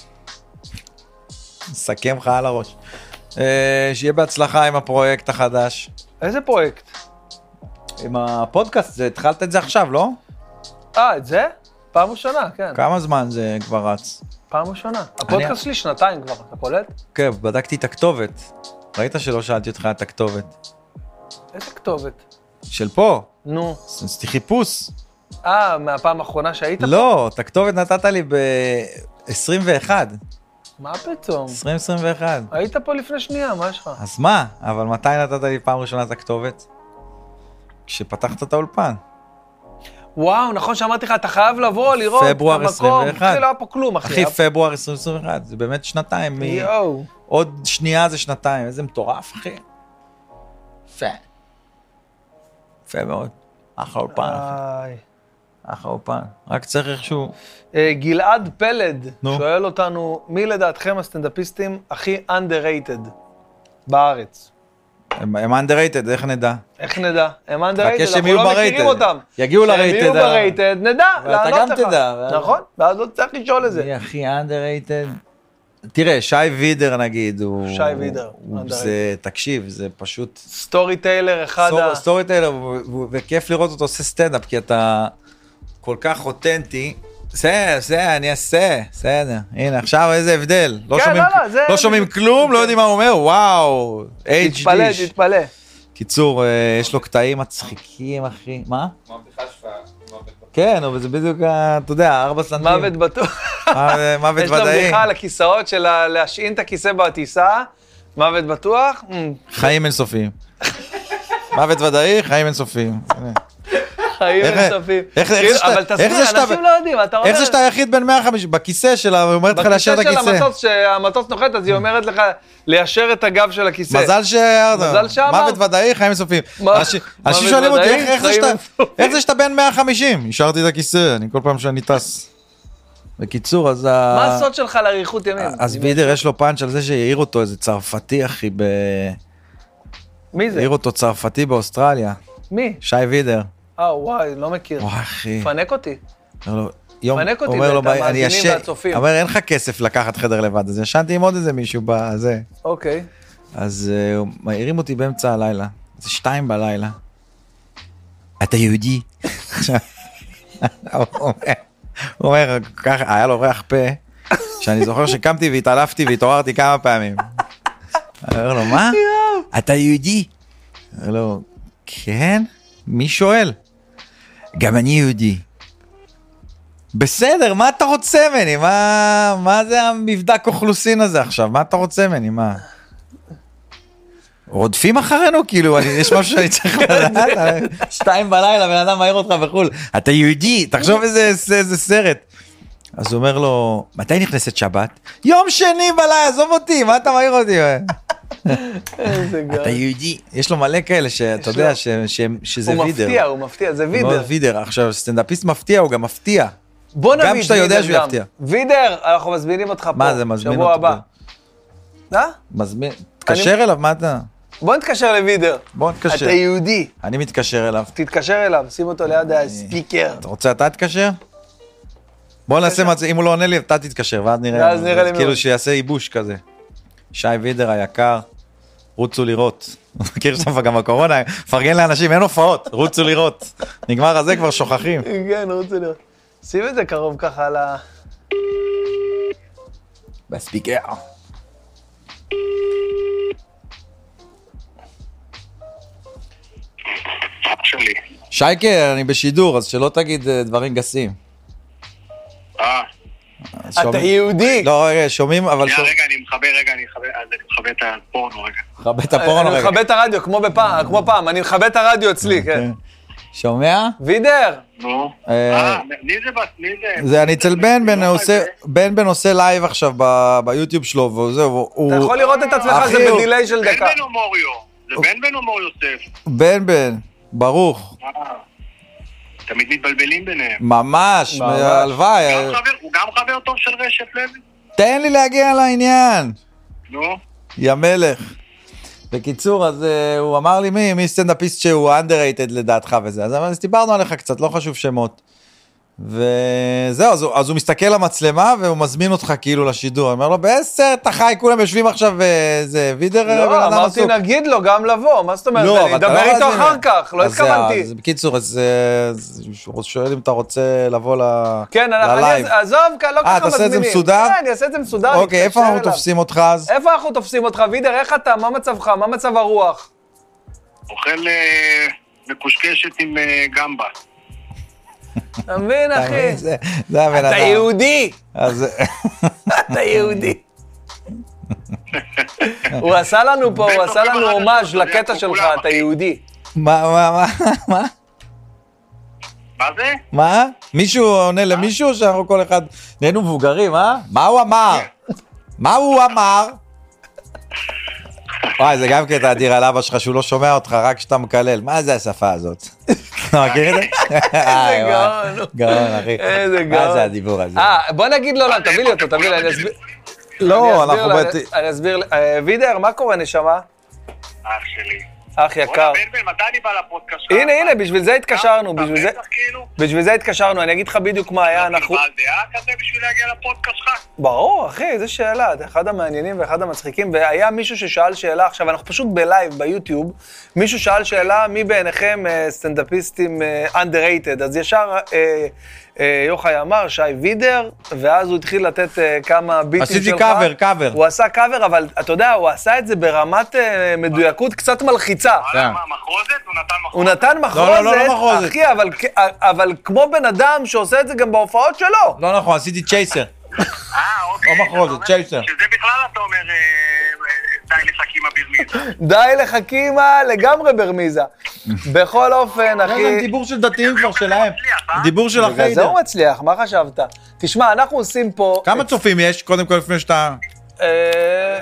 Speaker 2: נסכם לך על הראש. שיהיה בהצלחה עם הפרויקט החדש.
Speaker 4: איזה פרויקט?
Speaker 2: עם הפודקאסט, זה, התחלת את זה עכשיו, לא?
Speaker 4: אה, את זה? פעם ראשונה, כן.
Speaker 2: כמה זמן זה כבר רץ?
Speaker 4: פעם ראשונה. הפודקאסט שלי שנתיים כבר, אתה קולט?
Speaker 2: כן, בדקתי את הכתובת. ראית שלא שאלתי אותך את הכתובת?
Speaker 4: איזה כתובת?
Speaker 2: של פה.
Speaker 4: נו.
Speaker 2: עשיתי חיפוש.
Speaker 4: אה, מהפעם האחרונה שהיית פה?
Speaker 2: לא, את הכתובת נתת לי ב-עשרים ואחת.
Speaker 4: מה פתאום?
Speaker 2: עשרים עשרים ואחת.
Speaker 4: היית פה לפני שנייה, מה יש לך?
Speaker 2: אז מה? אבל מתי נתת לי פעם ראשונה את הכתובת? כשפתחת את האולפן.
Speaker 4: וואו, נכון שאמרתי לך, אתה חייב לבוא, לראות את
Speaker 2: פברואר
Speaker 4: המקום.
Speaker 2: עשרים ואחת.
Speaker 4: אחי, לא היה פה כלום, אחי.
Speaker 2: אחי, פברואר עשרים עשרים ואחת, זה באמת שנתיים.
Speaker 4: יואו.
Speaker 2: עוד שנייה זה שנתיים, איזה מטורף, אחי. יפה. יפה מאוד. אחלה אולפן, אחי. אחלה אולפן. רק צריך איכשהו...
Speaker 4: גלעד פלד
Speaker 2: נו.
Speaker 4: שואל אותנו, מי לדעתכם הסטנדאפיסטים הכי underrated בארץ?
Speaker 2: הם הם underrated, איך נדע?
Speaker 4: איך נדע? הם underrated,
Speaker 2: חכה שהם
Speaker 4: אנחנו
Speaker 2: יהיו
Speaker 4: לא
Speaker 2: ב-rated.
Speaker 4: מכירים אותם.
Speaker 2: יגיעו
Speaker 4: שהם
Speaker 2: ל-rated.
Speaker 4: יהיו ב-rated, נדע,
Speaker 2: ואתה
Speaker 4: לענות
Speaker 2: גם
Speaker 4: לך.
Speaker 2: תדע.
Speaker 4: נכון, ואז לא צריך לשאול את זה.
Speaker 2: מי הכי underrated? תראה, שי וידר נגיד, הוא...
Speaker 4: שי וידר,
Speaker 2: הוא-
Speaker 4: underrated.
Speaker 2: זה, תקשיב, זה פשוט...
Speaker 4: סטורי טיילר אחד ה...
Speaker 2: סטורי טיילר, וכיף לראות אותו עושה סטנדאפ, כי אתה כל כך אותנטי. זה, זה, אני אעשה, בסדר. הנה, עכשיו איזה הבדל. לא
Speaker 4: כן,
Speaker 2: שומעים-
Speaker 4: לא, לא, זה-
Speaker 2: לא שומעים כלום, לא יודעים מה הוא אומר, וואו. אייץ'
Speaker 4: תתפלא,
Speaker 2: די.
Speaker 4: תתפלא.
Speaker 2: קיצור, אה, יש לו קטעים מצחיקים, אחי. מה?
Speaker 5: כמו הבדיחה שלך, מוות בטוח.
Speaker 2: כן, אבל זה בדיוק, ה- אתה יודע, ארבע סנטים.
Speaker 4: מוות בטוח.
Speaker 2: אה, מוות
Speaker 4: יש לו
Speaker 2: ודאי.
Speaker 4: בדיחה על הכיסאות של ה- להשעין את הכיסא בטיסה, מוות בטוח. אמ,
Speaker 2: חיים אינסופיים. מוות ודאי, חיים אינסופיים. הנה.
Speaker 4: חיים
Speaker 2: איך-
Speaker 4: אינסופיים.
Speaker 2: איך- איך
Speaker 4: כאילו,
Speaker 2: זה שאתה-
Speaker 4: אבל
Speaker 2: איך
Speaker 4: תסביר,
Speaker 2: זה שאתה-
Speaker 4: אנשים לא יודעים, אתה אומר...
Speaker 2: איך זה שאתה היחיד בין מאה וחמישים? בכיסא שלה, היא אומרת לך לאשר את
Speaker 4: בכיסא של
Speaker 2: הכיסא.
Speaker 4: המטוס, שהמטוס נוחת, אז היא אומרת לך ליישר את הגב של הכיסא.
Speaker 2: מזל ש...
Speaker 4: מזל שאמרת.
Speaker 2: מוות ודאי, חיים אינסופיים.
Speaker 4: מה-
Speaker 2: אנשים
Speaker 4: מוות
Speaker 2: אנשים שואלים אותי,
Speaker 4: ודאי,
Speaker 2: איך- איך זה
Speaker 4: חיים
Speaker 2: שאתה-
Speaker 4: אינסופיים.
Speaker 2: איך זה שאתה בין מאה וחמישים? השארתי את הכיסא, אני כל פעם שאני טס. בקיצור, אז... ה-
Speaker 4: מה הסוד שלך לאריכות ימים?
Speaker 2: אז וידר יש לו פאנץ' על זה שהעיר אותו איזה צרפתי, אחי, ב...
Speaker 4: מי זה?
Speaker 2: העיר אותו צרפתי באוסטרליה.
Speaker 4: מי?
Speaker 2: שי וידר.
Speaker 4: אה, וואי, לא מכיר.
Speaker 2: וואי, אחי.
Speaker 4: פנק אותי.
Speaker 2: אומר לו, יום,
Speaker 4: פנק אותי
Speaker 2: אומר לו,
Speaker 4: ואת
Speaker 2: ביי, אני
Speaker 4: המאזינים
Speaker 2: ישן,
Speaker 4: והצופים.
Speaker 2: אומר, אין לך כסף לקחת חדר לבד, אז ישנתי עם עוד איזה מישהו בזה.
Speaker 4: אוקיי.
Speaker 2: אז uh, מעירים אותי באמצע הלילה, זה שתיים בלילה. אתה יהודי? הוא אומר, הוא אומר, ככה, היה לו ריח פה, שאני זוכר שקמתי והתעלפתי והתעוררתי כמה פעמים. אני אומר לו, מה? אתה יהודי? אומר לו, כן? מי שואל? גם אני יהודי. בסדר, מה אתה רוצה ממני? מה, מה זה המבדק אוכלוסין הזה עכשיו? מה אתה רוצה ממני? מה? רודפים אחרינו? כאילו, אני, יש משהו שאני צריך לדעת? שתיים בלילה, בן אדם מעיר אותך בחול. אתה יהודי, תחשוב איזה, איזה סרט. אז הוא אומר לו, מתי נכנסת שבת? יום שני בלילה, עזוב אותי, מה אתה מעיר אותי?
Speaker 4: איזה גאון.
Speaker 2: אתה יהודי. יש לו מלא כאלה שאתה יודע ש- ש- שזה
Speaker 4: הוא
Speaker 2: וידר.
Speaker 4: מפתיע, הוא מפתיע, זה
Speaker 2: מאוד
Speaker 4: וידר.
Speaker 2: וידר. עכשיו, סטנדאפיסט מפתיע, הוא גם מפתיע.
Speaker 4: בוא נביא
Speaker 2: גם
Speaker 4: את
Speaker 2: כשאתה יודע
Speaker 4: וידר
Speaker 2: שהוא
Speaker 4: גם.
Speaker 2: יפתיע.
Speaker 4: וידר, אנחנו מזמינים אותך פה.
Speaker 2: מה זה, מזמין
Speaker 4: שבוע
Speaker 2: אותו
Speaker 4: הבא.
Speaker 2: פה?
Speaker 4: אה?
Speaker 2: מזמין, תתקשר אליו, מה אתה?
Speaker 4: בוא נתקשר לוידר.
Speaker 2: בוא נתקשר.
Speaker 4: אתה יהודי.
Speaker 2: אני מתקשר אליו.
Speaker 4: תתקשר אליו, שים אותו ליד הספיקר.
Speaker 2: אתה רוצה אתה תתקשר? בוא נעשה מה זה, אם הוא לא עונה לי, אתה תתקשר, ואז נראה.
Speaker 4: ואז נראה לי
Speaker 2: כאילו
Speaker 4: מאוד.
Speaker 2: שיעשה ייבוש כזה. שי וידר היקר, רוצו לראות. מכיר שם גם בקורונה, פרגן לאנשים, אין הופעות, רוצו לראות. נגמר הזה, כבר שוכחים.
Speaker 4: כן, הוא רוצה לראות. שים את זה קרוב ככה על ה...
Speaker 2: בספיקר.
Speaker 3: שלי.
Speaker 2: שייקה, אני בשידור, אז שלא תגיד אה, דברים גסים.
Speaker 3: אה,
Speaker 2: אז
Speaker 4: אתה
Speaker 2: שומעים-
Speaker 4: יהודי.
Speaker 2: לא, רגע, שומעים, אבל
Speaker 3: שנייה,
Speaker 2: שומעים.
Speaker 3: רגע, אני מכבה, רגע, אני מכבה, אז אני מכבה את הפורנו, רגע.
Speaker 2: מכבה את הפורנו
Speaker 4: אני
Speaker 2: רגע.
Speaker 4: מכבה את הרדיו, כמו בפעם, כמו פעם, אני מכבה את הרדיו אצלי, כן.
Speaker 2: שומע?
Speaker 4: וידר,
Speaker 3: נו.
Speaker 2: אה,
Speaker 3: אה, מי זה? בס- מי זה?
Speaker 2: זה אני אצל בן בן
Speaker 3: לא
Speaker 2: עושה,
Speaker 3: זה.
Speaker 2: בן בן עושה לייב עכשיו ב- ביוטיוב שלו, וזהו, הוא...
Speaker 4: אתה יכול לראות את עצמך,
Speaker 2: אחי,
Speaker 4: זה
Speaker 2: הוא-
Speaker 4: בדיליי של
Speaker 3: בן
Speaker 4: דקה.
Speaker 3: בן או מוריו? זה בן בן או מור יוסף?
Speaker 2: בן בן, ברוך,
Speaker 3: אה. תמיד מתבלבלים ביניהם.
Speaker 2: ממש,
Speaker 4: ממש.
Speaker 2: הלוואי,
Speaker 3: גם חבר- הוא גם חבר טוב של רשף לוי?
Speaker 2: תן לי להגיע לעניין.
Speaker 8: נו?
Speaker 2: יא מלך. בקיצור, אז uh, הוא אמר לי מי, מי סטנדאפיסט שהוא underrated לדעתך וזה, אז, אז דיברנו עליך קצת, לא חשוב שמות. וזהו, אז, אז הוא מסתכל למצלמה והוא מזמין אותך כאילו לשידור, אני אומר לו, בעשר אתה חי, כולם יושבים עכשיו וזה וידר בן
Speaker 4: לא,
Speaker 2: אדם
Speaker 4: אמרתי
Speaker 2: עסוק.
Speaker 4: נגיד לו גם לבוא, מה זאת אומרת?
Speaker 2: לא,
Speaker 4: אני
Speaker 2: אבל אתה
Speaker 4: אדבר
Speaker 2: לא
Speaker 4: איתו
Speaker 2: מזמין.
Speaker 4: אחר כך, לא
Speaker 2: אז זהו,
Speaker 4: התכוונתי.
Speaker 2: אז בקיצור, אז אז הוא שואל אם אתה רוצה לבוא ל...
Speaker 4: כן, אנחנו-
Speaker 2: ללייב.
Speaker 4: אני- עזוב, לא ככה
Speaker 2: אה, תעשה את זה
Speaker 4: מזמינים.
Speaker 2: מסודר?
Speaker 4: כן, אני אעשה את זה מסודר.
Speaker 2: אוקיי, איפה
Speaker 4: נתקשר
Speaker 2: אנחנו
Speaker 4: אליו.
Speaker 2: תופסים אותך אז?
Speaker 4: איפה אנחנו תופסים אותך, וידר? איך אתה? מה מצבך? מה מצב הרוח?
Speaker 8: אוכל אה, מקושקשת עם אה, גמבה.
Speaker 4: אתה מבין,
Speaker 2: אתה
Speaker 4: אחי?
Speaker 2: מבין? זה זה הבן אדם.
Speaker 4: אתה יהודי!
Speaker 2: אז
Speaker 4: אתה יהודי. הוא עשה לנו פה, הוא עשה לנו הומאז' לקטע שלך, אתה יהודי.
Speaker 2: מה, מה, מה, מה?
Speaker 8: מה זה?
Speaker 2: מה? מישהו עונה למישהו שאנחנו כל אחד... נהיינו מבוגרים, אה? מה הוא אמר? מה הוא אמר? וואי, זה גם קטע אדיר על אבא שלך שהוא לא שומע אותך, רק כשאתה מקלל. מה זה השפה הזאת? אתה מכיר את זה?
Speaker 4: איזה גאון.
Speaker 2: גאון, אחי.
Speaker 4: איזה
Speaker 2: מה
Speaker 4: גאון.
Speaker 2: זה הדיבור הזה?
Speaker 4: אה, בוא נגיד לו, לא, תביא לי אותו, תביא לי, אני אסביר.
Speaker 2: לא,
Speaker 4: אני אסביר
Speaker 2: אנחנו...
Speaker 4: לו,
Speaker 2: בת-
Speaker 4: אני- אני אסביר, ל- אה, וידר, מה קורה נשמה?
Speaker 8: אח שלי.
Speaker 4: אח יקר.
Speaker 8: בוא'נה, בן בן, מתי אני בא לפודקאסט שלך?
Speaker 4: הנה, הנה, בשביל זה התקשרנו,
Speaker 8: אתה
Speaker 4: בשביל זה...
Speaker 8: בטח כאילו?
Speaker 4: בשביל זה התקשרנו, אני אגיד לך בדיוק מה היה, אנחנו...
Speaker 8: בעל דעה כזה בשביל להגיע לפודקאסט שלך?
Speaker 4: ברור, אחי, איזה שאלה, אתה אחד המעניינים ואחד המצחיקים, והיה מישהו ששאל שאלה, עכשיו אנחנו פשוט בלייב ביוטיוב, מישהו שאל שאלה, מי בעיניכם אה, סטנדאפיסטים אה, underrated, אז ישר אה, אה, יוחאי אמר, שי וידר, ואז הוא התחיל לתת אה, כמה ביטים שלך.
Speaker 2: עשיתי קאבר, קאבר.
Speaker 4: הוא עשה קאבר, אבל אתה יודע, הוא עשה את זה ברמת אה, מדויקות קצת מלחיצה.
Speaker 8: וואלה, מה, מחרוזת? הוא נתן מחרוזת?
Speaker 4: הוא נתן מחרוזת,
Speaker 2: לא, לא, לא מחרוזת.
Speaker 4: אחי, אבל, אבל כמו בן אדם שעושה את זה גם בהופעות שלו.
Speaker 2: לא נכון, עשיתי צ'ייסר.
Speaker 8: אה, אוקיי.
Speaker 2: לא מחרוזת,
Speaker 8: אתה אומר
Speaker 2: צ'ייסר.
Speaker 8: שזה בכלל אתה אומר, אה, אה, די לחכימה ברמיזה.
Speaker 4: די לחכימה, לגמרי ברמיזה. בכל אופן, אחי...
Speaker 2: זה דיבור של דתיים כבר שלהם.
Speaker 8: מצליח, אה?
Speaker 2: דיבור של
Speaker 4: בגלל זה
Speaker 2: החיידר.
Speaker 4: הוא מצליח, מה חשבת? תשמע, אנחנו עושים פה...
Speaker 2: כמה צופים יש? קודם כל לפני שאתה...
Speaker 4: אה,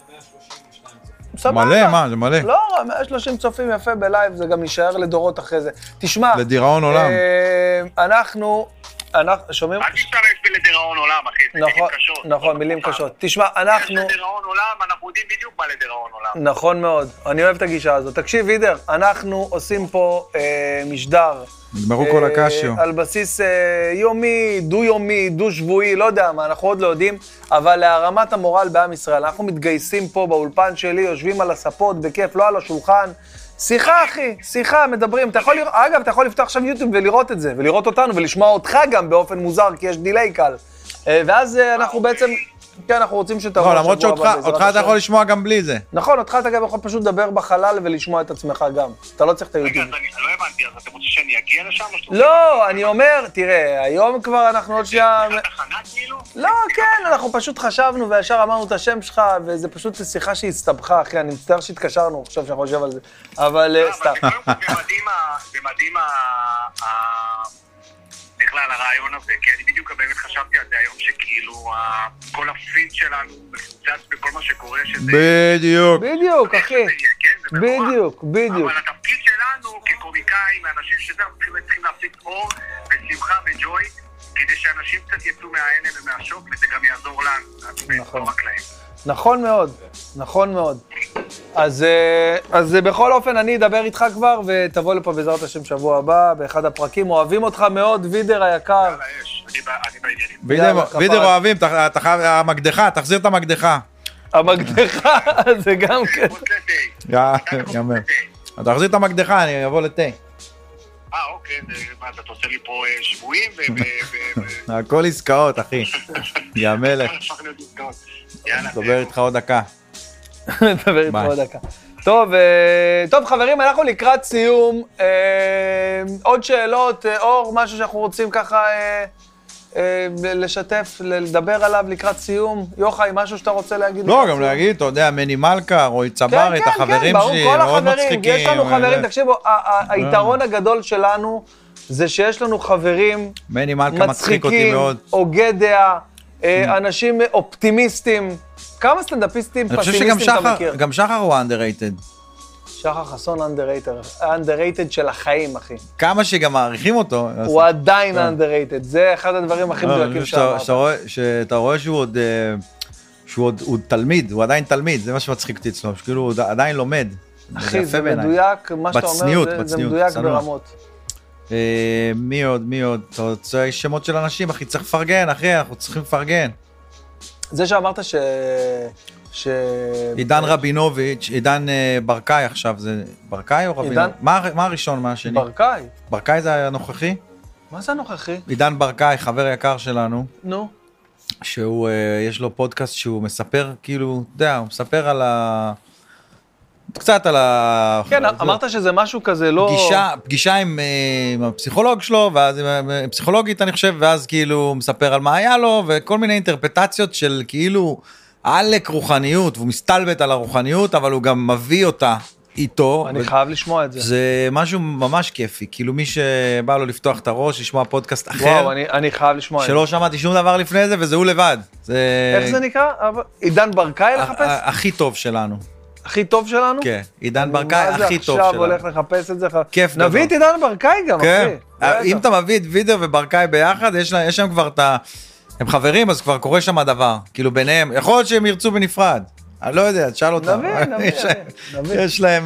Speaker 4: סבבה.
Speaker 2: מלא, מה? זה מלא.
Speaker 4: לא, מאה ושלושים צופים יפה בלייב, זה גם יישאר לדורות אחרי זה. תשמע...
Speaker 2: לדיראון עולם.
Speaker 4: אה, אנחנו... אנחנו... שומעים?
Speaker 8: אל תשתמש בלדיראון עולם, אחי, זה מילים
Speaker 4: נכון,
Speaker 8: קשות.
Speaker 4: נכון, מילים קשות. תשמע, אנחנו...
Speaker 8: יש לדיראון עולם, אנחנו יודעים בדיוק מה לדיראון עולם.
Speaker 4: נכון מאוד, אני אוהב את הגישה הזאת. תקשיב, וידר, אנחנו עושים פה אה, משדר.
Speaker 2: נגמרו כל
Speaker 4: אה,
Speaker 2: הקשיו.
Speaker 4: על בסיס אה, יומי, דו-יומי, דו-שבועי, לא יודע מה, אנחנו עוד לא יודעים, אבל להרמת המורל בעם ישראל, אנחנו מתגייסים פה באולפן שלי, יושבים על הספות, בכיף, לא על השולחן. שיחה, אחי, שיחה, מדברים. אתה יכול לראות, אגב, אתה יכול לפתוח עכשיו יוטיוב ולראות את זה, ולראות אותנו, ולשמוע אותך גם באופן מוזר, כי יש דיליי קל. אה, ואז אה, אנחנו בעצם, כן, אנחנו רוצים שתבוא
Speaker 2: לא, למרות
Speaker 4: שבוע הבא,
Speaker 2: שאותך
Speaker 4: בעזרת
Speaker 2: אותך אתה
Speaker 4: השם.
Speaker 2: יכול לשמוע גם בלי זה.
Speaker 4: נכון, אותך אתה גם יכול פשוט לדבר בחלל ולשמוע את עצמך גם. אתה לא צריך את
Speaker 8: רגע,
Speaker 4: היוטיוב.
Speaker 8: אז אני לא הבנתי, אז אתם רוצים שאני אגיע לשם? או שאתם
Speaker 4: לא, אני אומר, תראה, היום כבר אנחנו עוד שנייה...
Speaker 8: רוצים תחנה כאילו?
Speaker 4: לא, כן, אנחנו פשוט חשבנו וישר אמרנו את השם שלך, וזה פשוט שיחה שהסתבכה, אחי, אני מצטער שהתקשרנו, עכשיו שאני חושב על זה. אבל אה, סתם.
Speaker 8: אבל קודם כל במדהים ה... במדהים ה... ה- בכלל הרעיון הזה, כי אני בדיוק באמת חשבתי על זה היום, שכאילו ה- כל הפיד שלנו מפוצץ בכל מה שקורה, שזה...
Speaker 2: בדיוק.
Speaker 4: בדיוק, אחי.
Speaker 8: כן, זה מטורף.
Speaker 4: בדיוק, בדיוק.
Speaker 8: אבל התפקיד שלנו כקומיקאים, אנשים שזה, אנחנו צריכים להפיק אור ושמחה וג'וי, כדי שאנשים קצת יצאו מההלם ומהשוק, וזה גם יעזור לנו,
Speaker 4: נכון.
Speaker 8: לא רק להם.
Speaker 4: נכון מאוד, נכון מאוד. אז, אה, אז אה, בכל אופן, אני אדבר איתך כבר, ותבוא לפה בעזרת השם שבוע הבא, באחד הפרקים. אוהבים אותך מאוד, וידר היקר.
Speaker 8: יאללה, יש, אני ב- אני בעניינים.
Speaker 2: וידר-
Speaker 4: יאללה, כפרה.
Speaker 2: וידר אוהבים, אתה- אתה חייב- המקדחה, תחזיר את המקדחה.
Speaker 4: המקדחה, זה גם כן.
Speaker 8: חוץ לתה.
Speaker 2: יא- יאמר. תחזיר את המקדחה, אני אבוא לתה.
Speaker 8: אה, אוקיי, זה- מה, אתה עושה לי פה אה, שבויים ו... ו- ו-
Speaker 2: הכל עסקאות, אחי. יא מלך.
Speaker 8: הפך להיות עסקאות. יאללה,
Speaker 2: נדבר איתך עוד דקה.
Speaker 4: נדבר איתך
Speaker 2: ביי.
Speaker 4: עוד דקה. טוב, אה, טוב חברים, אנחנו לקראת סיום. אה, עוד שאלות, אה, אור, משהו שאנחנו רוצים ככה אה, אה, לשתף, לדבר עליו לקראת סיום. יוחאי, משהו שאתה רוצה להגיד?
Speaker 2: לא,
Speaker 4: לקראת
Speaker 2: גם
Speaker 4: סיום?
Speaker 2: להגיד, אתה יודע, מני מלכה, רועי
Speaker 4: כן,
Speaker 2: צברי, את
Speaker 4: כן,
Speaker 2: החברים
Speaker 4: כן, ברור,
Speaker 2: שלי,
Speaker 4: כל
Speaker 2: מאוד
Speaker 4: החברים,
Speaker 2: מצחיקים.
Speaker 4: יש לנו חברים,
Speaker 2: וזה.
Speaker 4: תקשיבו, ה- ה- היתרון הגדול שלנו זה שיש לנו חברים
Speaker 2: מני מלכה מצחיק אותי
Speaker 4: מצחיקים,
Speaker 2: מאוד.
Speaker 4: הוגי דעה, אה, אנשים אופטימיסטים. כמה סטנדאפיסטים
Speaker 2: אני חושב
Speaker 4: פסימיסטים
Speaker 2: שגם
Speaker 4: אתה
Speaker 2: שחר,
Speaker 4: מכיר?
Speaker 2: גם שחר הוא underrated.
Speaker 4: שחר חסון underrated של החיים, אחי.
Speaker 2: כמה שגם מעריכים אותו.
Speaker 4: הוא עדיין underrated, זה אחד הדברים הכי מדויקים שאמרת.
Speaker 2: שאתה רואה שהוא עוד, שהוא עוד, הוא תלמיד, הוא עדיין תלמיד, זה מה שמצחיק אותי אצלו, שכאילו הוא עדיין לומד.
Speaker 4: אחי, זה מדויק, מה שאתה אומר, זה מדויק ברמות.
Speaker 2: מי עוד, מי עוד? אתה רוצה שמות של אנשים, אחי, צריך לפרגן, אחי, אנחנו צריכים לפרגן.
Speaker 4: זה שאמרת ש... ש...
Speaker 2: עידן רבינוביץ', עידן ברקאי עכשיו, זה ברקאי או רבינוביץ'? מה הראשון, מה השני?
Speaker 4: ברקאי.
Speaker 2: ברקאי זה הנוכחי?
Speaker 4: מה זה הנוכחי?
Speaker 2: עידן ברקאי, חבר יקר שלנו.
Speaker 4: נו.
Speaker 2: שהוא, יש לו פודקאסט שהוא מספר, כאילו, אתה יודע, הוא מספר על ה... קצת על ה...
Speaker 4: כן, אמרת שזה משהו כזה לא...
Speaker 2: פגישה, פגישה עם, עם הפסיכולוג שלו, ואז עם פסיכולוגית אני חושב, ואז כאילו הוא מספר על מה היה לו, וכל מיני אינטרפטציות של כאילו עלק רוחניות, והוא מסתלבט על הרוחניות, אבל הוא גם מביא אותה איתו.
Speaker 4: אני ו... חייב לשמוע את זה.
Speaker 2: זה משהו ממש כיפי, כאילו מי שבא לו לפתוח את הראש, לשמוע פודקאסט אחר.
Speaker 4: וואו, אני, אני חייב לשמוע את זה.
Speaker 2: שלא שמעתי שום דבר לפני זה, וזה הוא לבד. זה...
Speaker 4: איך זה נקרא? עידן ברקאי לחפש?
Speaker 2: הכי טוב שלנו.
Speaker 4: הכי טוב שלנו?
Speaker 2: כן, עידן ברקאי הכי טוב שלנו.
Speaker 4: עכשיו הולך לחפש את זה.
Speaker 2: כיף גדול.
Speaker 4: נביא את עידן ברקאי גם, אחי.
Speaker 2: אם אתה מביא את וידאו וברקאי ביחד, יש שם כבר את ה... הם חברים, אז כבר קורה שם הדבר. כאילו ביניהם, יכול להיות שהם ירצו בנפרד. אני לא יודע, תשאל אותם.
Speaker 4: נביא, נביא, נביא.
Speaker 2: יש להם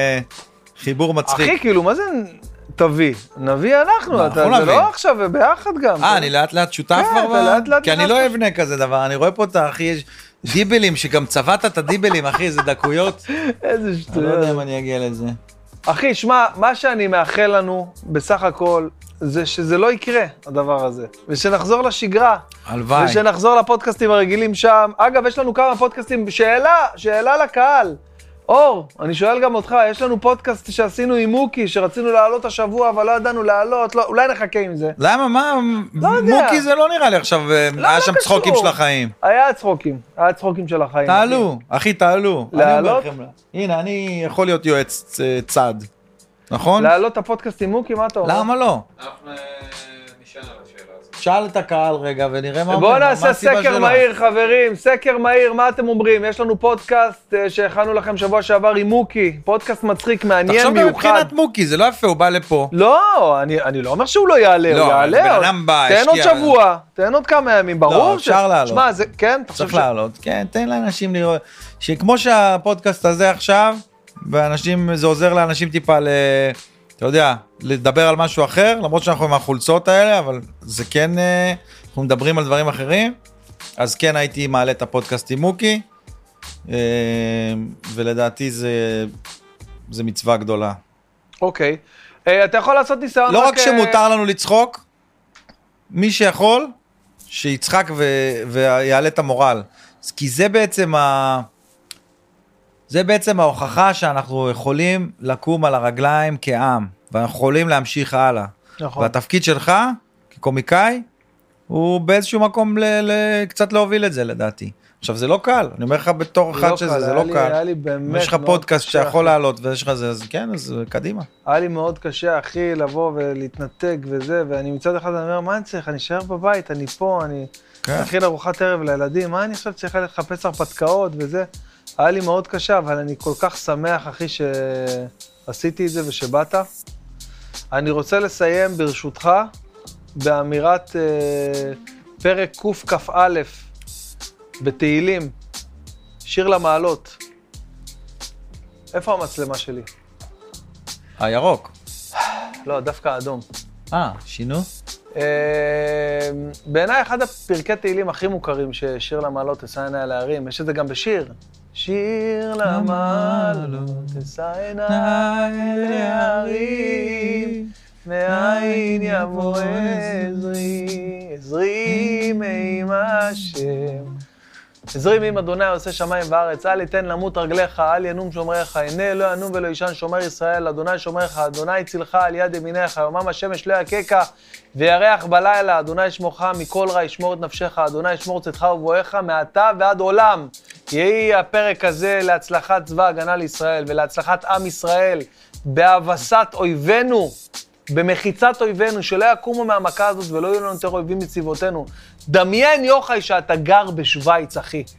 Speaker 2: חיבור מצחיק.
Speaker 4: אחי, כאילו, מה זה תביא? נביא אנחנו, זה לא עכשיו וביחד גם.
Speaker 2: אה, אני לאט לאט שותף כבר? כי אני לא אבנה כזה דבר, אני רואה פה את האחי, יש דיבלים, שגם צבעת את הדיבלים, אחי, זה דקויות.
Speaker 4: איזה שטויות.
Speaker 2: אני לא יודע אם אני אגיע לזה.
Speaker 4: אחי, שמע, מה שאני מאחל לנו, בסך הכל, זה שזה לא יקרה, הדבר הזה. ושנחזור לשגרה.
Speaker 2: הלוואי.
Speaker 4: ושנחזור לפודקאסטים הרגילים שם. אגב, יש לנו כמה פודקאסטים, שאלה, שאלה לקהל. אור, אני שואל גם אותך, יש לנו פודקאסט שעשינו עם מוקי, שרצינו לעלות השבוע, אבל לא ידענו לעלות, לא, אולי נחכה עם זה.
Speaker 2: למה? מה?
Speaker 4: לא
Speaker 2: מוקי זה לא נראה לי עכשיו,
Speaker 4: לא,
Speaker 2: היה
Speaker 4: לא
Speaker 2: שם
Speaker 4: קשור.
Speaker 2: צחוקים של החיים.
Speaker 4: היה צחוקים, היה צחוקים של החיים.
Speaker 2: תעלו, אחי, תעלו.
Speaker 4: לעלות?
Speaker 2: הנה, אני יכול להיות יועץ צד, נכון?
Speaker 4: לעלות את הפודקאסט עם מוקי, מה אתה אומר?
Speaker 2: למה לא?
Speaker 5: אנחנו נשאל על השאלה הזאת.
Speaker 2: שאל את הקהל רגע ונראה מה
Speaker 4: בואו נעשה סקר מהיר, חברים, סקר מהיר, מה אתם אומרים? יש לנו פודקאסט שהכנו לכם שבוע שעבר עם מוקי, פודקאסט מצחיק, מעניין, מיוחד.
Speaker 2: תחשוב מבחינת מוקי, זה לא יפה, הוא בא לפה.
Speaker 4: לא, אני, אני לא אומר שהוא לא יעלה,
Speaker 2: לא,
Speaker 4: הוא יעלה.
Speaker 2: בן אדם בא,
Speaker 4: תן עוד
Speaker 2: השקיע.
Speaker 4: שבוע, תן עוד כמה ימים, ברור.
Speaker 2: לא, אפשר לעלות.
Speaker 4: שמע, זה, כן,
Speaker 2: צריך לעלות, כן, תן לאנשים לראות, שכמו שהפודקאסט הזה עכשיו, ואנשים, זה עוזר לאנשים טיפה ל... אתה יודע, לדבר על משהו אחר, למרות שאנחנו עם החולצות האלה, אבל זה כן, אנחנו מדברים על דברים אחרים, אז כן הייתי מעלה את הפודקאסט עם מוקי, ולדעתי זה, זה מצווה גדולה.
Speaker 4: אוקיי, אתה יכול לעשות ניסיון...
Speaker 2: לא רק שמותר לנו לצחוק, מי שיכול, שיצחק ויעלה את המורל, כי זה בעצם ה... זה בעצם ההוכחה שאנחנו יכולים לקום על הרגליים כעם, ואנחנו יכולים להמשיך הלאה.
Speaker 4: נכון.
Speaker 2: והתפקיד שלך, כקומיקאי, הוא באיזשהו מקום ל- ל- קצת להוביל את זה, לדעתי. עכשיו, זה לא קל, אני אומר לך בתור אחד
Speaker 4: לא
Speaker 2: שזה,
Speaker 4: קל,
Speaker 2: זה לא
Speaker 4: לי,
Speaker 2: קל.
Speaker 4: היה לי באמת
Speaker 2: יש לך פודקאסט שיכול לעלות, ויש לך זה, אז כן, אז קדימה.
Speaker 4: היה לי מאוד קשה, אחי, לבוא ולהתנתק וזה, ואני מצד אחד אני אומר, מה אני צריך? אני אשאר בבית, אני פה, אני
Speaker 2: כן.
Speaker 4: אתחיל ארוחת ערב לילדים, מה אני עכשיו צריך לחפש הרפתקאות וזה? היה לי מאוד קשה, אבל אני כל כך שמח, אחי, שעשיתי את זה ושבאת. אני רוצה לסיים, ברשותך, באמירת אה, פרק קכ"א בתהילים, שיר למעלות. איפה המצלמה שלי?
Speaker 2: הירוק.
Speaker 4: לא, דווקא האדום.
Speaker 2: אה, שינו?
Speaker 4: אה, בעיניי אחד הפרקי תהילים הכי מוכרים ששיר למעלות אשא עיני על ההרים, יש את זה גם בשיר. שיר למעלות אשא עיני על ההרים, מאין יבוא עזרי, עזרי מעם השם. עזרי מעם אדוני עושה שמיים וארץ, אל יתן למות רגליך, אל ינום שומריך, הנה לא ינום ולא ישן שומר ישראל, אדוני שומריך, אדוני צילך על יד ימיניך, יומם השמש לא יככה, וירח בלילה, אדוני ישמורך מכל רע, ישמור את נפשך, אדוני ישמור צאתך ובואך, מעתה ועד עולם. יהי הפרק הזה להצלחת צבא הגנה לישראל, ולהצלחת עם ישראל, בהבסת אויבינו, במחיצת אויבינו, שלא יקומו מהמכה הזאת ולא יהיו לנו יותר אויבים מצבאותינו. דמיין יוחאי שאתה גר בשוויץ, אחי.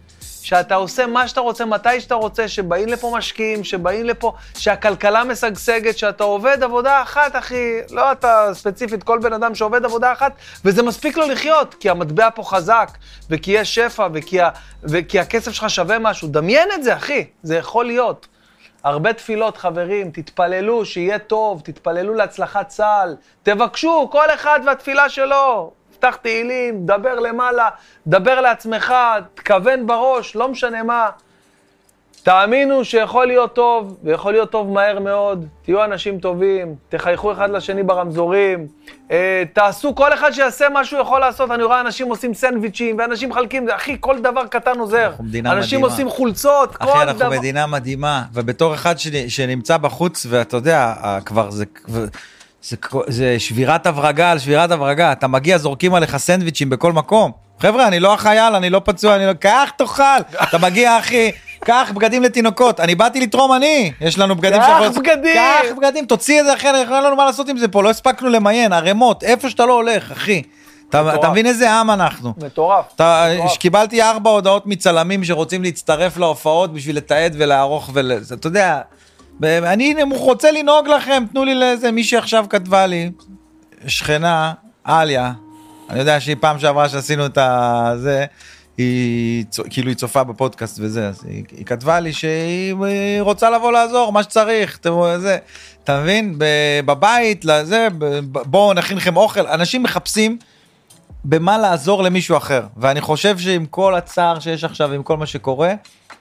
Speaker 4: שאתה עושה מה שאתה רוצה, מתי שאתה רוצה, שבאים לפה משקיעים, שבאים לפה, שהכלכלה משגשגת, שאתה עובד עבודה אחת, אחי, לא אתה ספציפית, כל בן אדם שעובד עבודה אחת, וזה מספיק לו לחיות, כי המטבע פה חזק, וכי יש שפע, וכי, ה... וכי הכסף שלך שווה משהו. דמיין את זה, אחי, זה יכול להיות. הרבה תפילות, חברים, תתפללו שיהיה טוב, תתפללו להצלחת צה"ל, תבקשו, כל אחד והתפילה שלו. פתח תהילים, דבר למעלה, דבר לעצמך, תכוון בראש, לא משנה מה. תאמינו שיכול להיות טוב, ויכול להיות טוב מהר מאוד. תהיו אנשים טובים, תחייכו אחד לשני ברמזורים, אה, תעשו, כל אחד שיעשה מה שהוא יכול לעשות. אני רואה אנשים עושים סנדוויצ'ים, ואנשים מחלקים, אחי, כל דבר קטן עוזר.
Speaker 2: אנחנו מדינה
Speaker 4: אנשים
Speaker 2: מדהימה.
Speaker 4: עושים חולצות, כל דבר.
Speaker 2: אחי, אנחנו מדינה מדהימה, ובתור אחד שנמצא בחוץ, ואתה יודע, כבר זה... זה, זה שבירת הברגה על שבירת הברגה, אתה מגיע, זורקים עליך סנדוויצ'ים בכל מקום. חבר'ה, אני לא החייל, אני לא פצוע, אני לא... כך תאכל. אתה מגיע, אחי, קח בגדים לתינוקות. אני באתי לתרום אני, יש לנו בגדים
Speaker 4: קח
Speaker 2: שיכול...
Speaker 4: בגדים.
Speaker 2: קח בגדים, תוציא את זה אחרי, אין לנו מה לעשות עם זה פה, לא הספקנו למיין, הרמות, איפה שאתה לא הולך, אחי. אתה, אתה מבין איזה עם אנחנו.
Speaker 4: מטורף.
Speaker 2: אתה, קיבלתי ארבע הודעות מצלמים שרוצים להצטרף להופעות בשביל לתעד ולערוך ול... אתה יודע... אני רוצה לנהוג לכם, תנו לי לאיזה, מי שעכשיו כתבה לי, שכנה, אליה, אני יודע שהיא פעם שעברה שעשינו את זה, היא, כאילו היא צופה בפודקאסט וזה, אז היא, היא כתבה לי שהיא רוצה לבוא לעזור, מה שצריך, זה, אתה מבין? בבית, לזה, בואו נכין לכם אוכל, אנשים מחפשים במה לעזור למישהו אחר, ואני חושב שעם כל הצער שיש עכשיו, עם כל מה שקורה,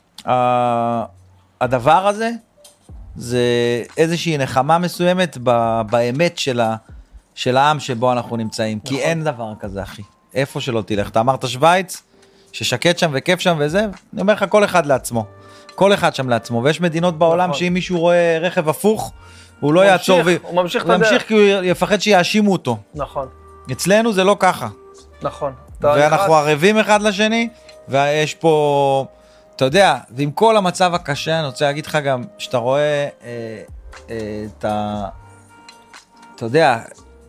Speaker 2: הדבר הזה, זה איזושהי נחמה מסוימת ב- באמת של, ה- של העם שבו אנחנו נמצאים. נכון. כי אין דבר כזה, אחי. איפה שלא תלך. אתה אמרת שוויץ, ששקט שם וכיף שם וזה, אני אומר לך, כל אחד לעצמו. כל אחד שם לעצמו. ויש מדינות בעולם נכון. שאם מישהו רואה רכב הפוך, הוא לא יעצור.
Speaker 4: ממשיך, הוא ממשיך את
Speaker 2: הדרך. הוא
Speaker 4: הדרך.
Speaker 2: ממשיך כי הוא יפחד שיאשימו אותו.
Speaker 4: נכון.
Speaker 2: אצלנו זה לא ככה.
Speaker 4: נכון.
Speaker 2: ואנחנו ערבים אחד לשני, ויש פה... אתה יודע, ועם כל המצב הקשה, אני רוצה להגיד לך גם, שאתה רואה אה, אה, את ה... אתה יודע,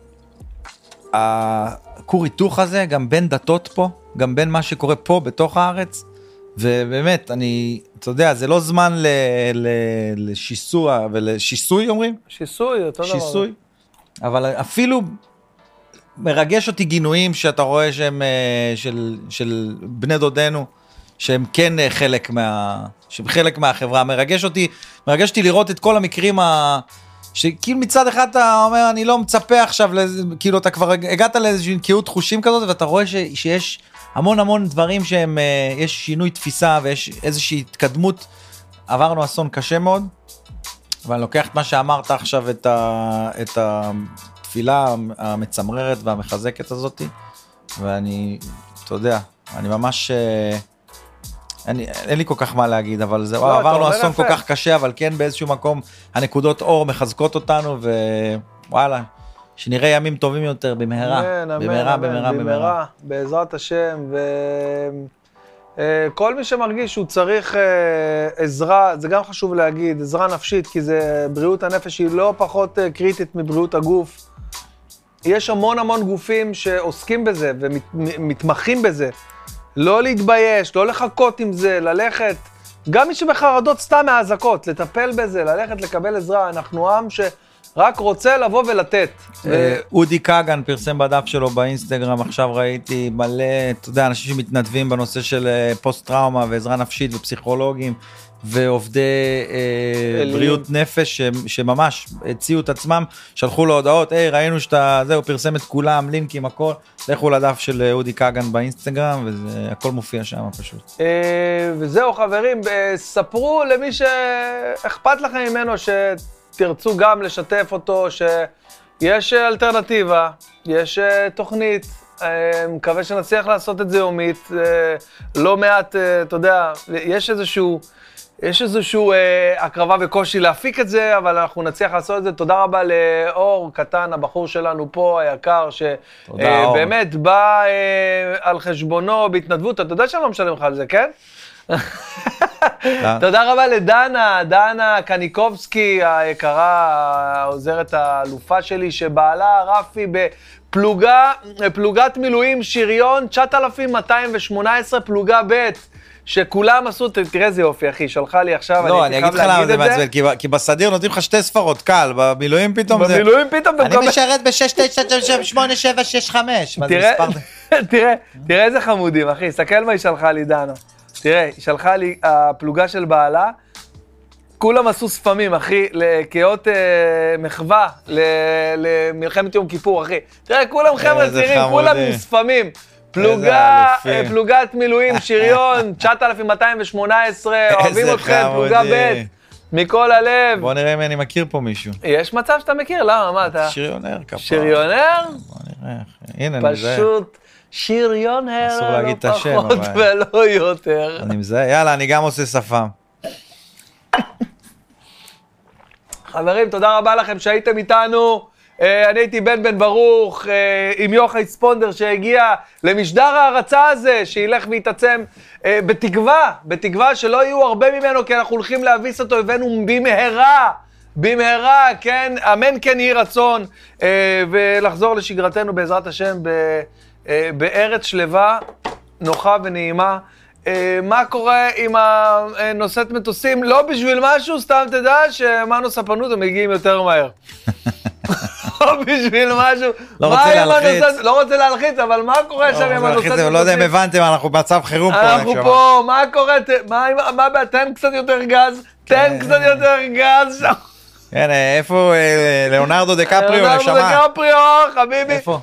Speaker 2: הכור היתוך הזה, גם בין דתות פה, גם בין מה שקורה פה בתוך הארץ, ובאמת, אני, אתה יודע, זה לא זמן ל, ל, לשיסוע ולשיסוי, אומרים?
Speaker 4: שיסוי, אותו דבר.
Speaker 2: שיסוי, אבל אפילו מרגש אותי גינויים שאתה רואה שהם של, של בני דודנו, שהם כן חלק מה, שהם חלק מהחברה, מרגש אותי, מרגש אותי לראות את כל המקרים ה... שכאילו מצד אחד אתה אומר, אני לא מצפה עכשיו, לזה, כאילו אתה כבר הגעת לאיזושהי נקיות חושים כזאת, ואתה רואה ש, שיש המון המון דברים שהם, יש שינוי תפיסה ויש איזושהי התקדמות, עברנו אסון קשה מאוד, ואני לוקח את מה שאמרת עכשיו, את, ה, את התפילה המצמררת והמחזקת הזאת, ואני, אתה יודע, אני ממש... אני, אין לי כל כך מה להגיד, אבל זה, לא, עברנו אסון כל כך קשה, אבל כן באיזשהו מקום, הנקודות אור מחזקות אותנו, ווואלה, שנראה ימים טובים יותר במהרה,
Speaker 4: אמן,
Speaker 2: במהרה,
Speaker 4: אמן,
Speaker 2: במהרה, במהרה.
Speaker 4: בעזרת השם, וכל מי שמרגיש שהוא צריך עזרה, זה גם חשוב להגיד, עזרה נפשית, כי זה בריאות הנפש היא לא פחות קריטית מבריאות הגוף. יש המון המון גופים שעוסקים בזה ומתמחים בזה, לא להתבייש, לא לחכות עם זה, ללכת, גם מי שבחרדות סתם מהאזעקות, לטפל בזה, ללכת לקבל עזרה, אנחנו עם שרק רוצה לבוא ולתת.
Speaker 2: אודי קאגן פרסם בדף שלו באינסטגרם, עכשיו ראיתי מלא, אתה יודע, אנשים שמתנדבים בנושא של פוסט טראומה ועזרה נפשית ופסיכולוגים, ועובדי אה, בריאות נפש שממש הציעו את עצמם, שלחו לו הודעות, היי, ראינו שאתה, זהו, פרסם את כולם, לינקים, הכל, לכו לדף של אודי קאגן באינסטגרם, והכל מופיע שם פשוט.
Speaker 4: אה, וזהו חברים, ספרו למי שאכפת לכם ממנו, שתרצו גם לשתף אותו, שיש אלטרנטיבה, יש תוכנית, מקווה שנצליח לעשות את זה יומית, לא מעט, אתה יודע, יש איזשהו... יש איזשהו אה, הקרבה וקושי להפיק את זה, אבל אנחנו נצליח לעשות את זה. תודה רבה לאור קטן, הבחור שלנו פה, היקר, שבאמת אה, בא אה, על חשבונו בהתנדבות. אתה יודע שאני לא משלם לך על זה, כן? תודה רבה לדנה, דנה קניקובסקי, היקרה, העוזרת האלופה שלי, שבעלה רפי פלוגה, פלוגת מילואים שריון תשעת אלפים מאתיים ושמונה עשרה, פלוגה ב' שכולם עשו, תראה איזה יופי, אחי, שלחה לי עכשיו,
Speaker 2: לא, אני אגיד לך למה זה מעצבן, כי בסדיר נותנים לך שתי ספרות, קל, במילואים פתאום זה...
Speaker 4: במילואים פתאום אתה
Speaker 2: אני משרת ב-שש תשע שמונה שבע שש חמש.
Speaker 4: תראה, תראה איזה חמודים, אחי, סתכל מה היא שלחה לי, דנה. תראה, היא שלחה לי, הפלוגה של בעלה, כולם עשו ספמים, אחי, כאות מחווה למלחמת יום כיפור, אחי. תראה, כולם חבר'ה צעירים, כולם עם ספמים. פלוגה, פלוגת מילואים, שריון, תשעת אלפים מאתיים ושמונה עשרה, אוהבים אתכם, פלוגה ב' מכל הלב.
Speaker 2: בוא נראה אם אני מכיר פה מישהו.
Speaker 4: יש מצב שאתה מכיר, למה? מה אתה?
Speaker 2: שריונר כפה.
Speaker 4: שריונר?
Speaker 2: בוא נראה, הנה, אני מזהה.
Speaker 4: פשוט שריונר,
Speaker 2: אסור להגיד את השם,
Speaker 4: לא פחות ולא יותר.
Speaker 2: אני מזהה, יאללה, אני גם עושה שפם.
Speaker 4: חברים, תודה רבה לכם שהייתם איתנו. אני הייתי בן בן ברוך, עם יוחאי ספונדר שהגיע למשדר ההרצה הזה, שילך ויתעצם בתקווה, בתקווה שלא יהיו הרבה ממנו, כי אנחנו הולכים להביס אותו, הבאנו במהרה, במהרה, כן, אמן כן יהי רצון, ולחזור לשגרתנו בעזרת השם בארץ שלווה, נוחה ונעימה. מה קורה עם הנושאת מטוסים? לא בשביל משהו, סתם תדע שמנו ספנות הם מגיעים יותר מהר. לא בשביל משהו.
Speaker 2: לא רוצה להלחיץ.
Speaker 4: לא רוצה להלחיץ, אבל מה קורה שם עם הנושאת מטוסים?
Speaker 2: לא יודע אם הבנתם, אנחנו במצב חירום פה.
Speaker 4: אנחנו פה, מה קורה? מה, תן קצת יותר גז, תן קצת יותר גז.
Speaker 2: כן, איפה ליאונרדו דקפריו?
Speaker 4: ליאונרדו דקפריו, חביבי. איפה?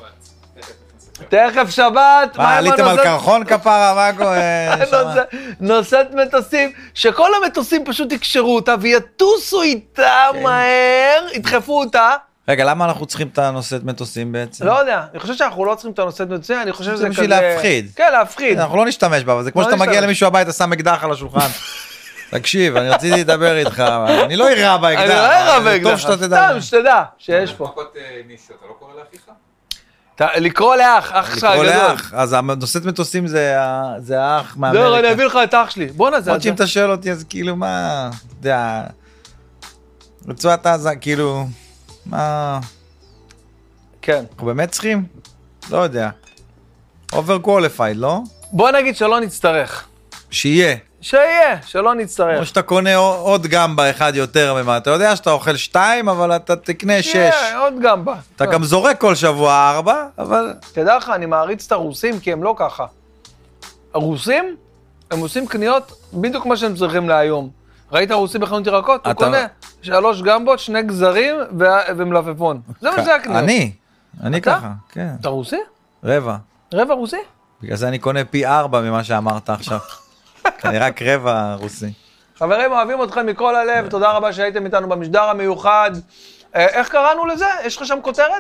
Speaker 4: תכף שבת.
Speaker 2: מה, עליתם על קרחון כפרה? מה קורה?
Speaker 4: נושאת מטוסים, שכל המטוסים פשוט יקשרו אותה ויטוסו איתה מהר, ידחפו אותה.
Speaker 2: רגע, למה אנחנו צריכים את הנושאת מטוסים בעצם?
Speaker 4: לא יודע, אני חושב שאנחנו לא צריכים את הנושאת מטוסים, אני חושב שזה כזה...
Speaker 2: זה בשביל להפחיד.
Speaker 4: כן, להפחיד.
Speaker 2: אנחנו לא נשתמש בה, אבל זה כמו שאתה מגיע למישהו הביתה, שם אקדח על השולחן. תקשיב, אני רציתי לדבר איתך, אני לא אירע באקדח.
Speaker 4: אני לא אירע באקדח.
Speaker 2: טוב שאתה תדע.
Speaker 4: סתם, שתדע, שיש פה.
Speaker 5: מישהו, אתה לא קורא לאחיך?
Speaker 4: לקרוא לאח, אח שלך הגדול. לקרוא לאח,
Speaker 2: אז הנושאת מטוסים זה האח מאמריקה.
Speaker 4: לא, אני אביא לך את האח שלי. בוא נעשה את
Speaker 2: עוד שאם אתה שואל אותי, אז כאילו מה, אתה יודע, רצועת עזה, כאילו, מה...
Speaker 4: כן.
Speaker 2: אנחנו באמת צריכים? לא יודע. over qualified, לא?
Speaker 4: בוא נגיד שלא נצטרך.
Speaker 2: שיהיה.
Speaker 4: שיהיה, שלא נצטרך.
Speaker 2: או שאתה קונה עוד גמבה אחד יותר ממה, אתה יודע שאתה אוכל שתיים, אבל אתה תקנה שש.
Speaker 4: שיהיה, עוד גמבה.
Speaker 2: אתה גם זורק כל שבוע ארבע, אבל...
Speaker 4: תדע לך, אני מעריץ את הרוסים, כי הם לא ככה. הרוסים, הם עושים קניות בדיוק מה שהם צריכים להיום. ראית הרוסים בחנות ירקות? הוא קונה שלוש גמבות, שני גזרים ומלפפון. זה מה זה הקניות.
Speaker 2: אני, אני ככה, כן.
Speaker 4: אתה רוסי?
Speaker 2: רבע.
Speaker 4: רבע רוסי?
Speaker 2: בגלל זה אני קונה פי ארבע ממה שאמרת עכשיו. אני רק רבע רוסי.
Speaker 4: חברים, אוהבים אתכם מכל הלב, תודה רבה שהייתם איתנו במשדר המיוחד. איך קראנו לזה? יש לך שם כותרת?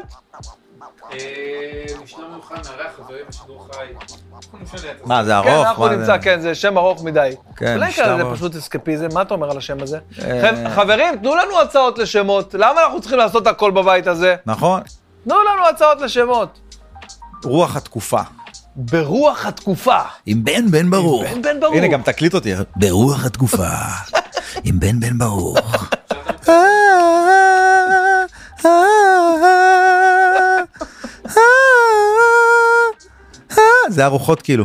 Speaker 5: משדר מיוחד מארח חברים בשידור חי.
Speaker 2: מה, זה ארוך?
Speaker 4: כן, אנחנו נמצא, כן, זה שם ארוך מדי.
Speaker 2: כן,
Speaker 4: אולי כאלה זה פשוט אסקפיזם, מה אתה אומר על השם הזה? חברים, תנו לנו הצעות לשמות, למה אנחנו צריכים לעשות הכל בבית הזה?
Speaker 2: נכון.
Speaker 4: תנו לנו הצעות לשמות.
Speaker 2: רוח התקופה.
Speaker 4: ברוח התקופה.
Speaker 2: עם בן בן ברוך.
Speaker 4: עם בן בן ברוך.
Speaker 2: הנה, גם תקליט אותי. ברוח התקופה. עם בן בן ברוך. זה ארוחות כאילו.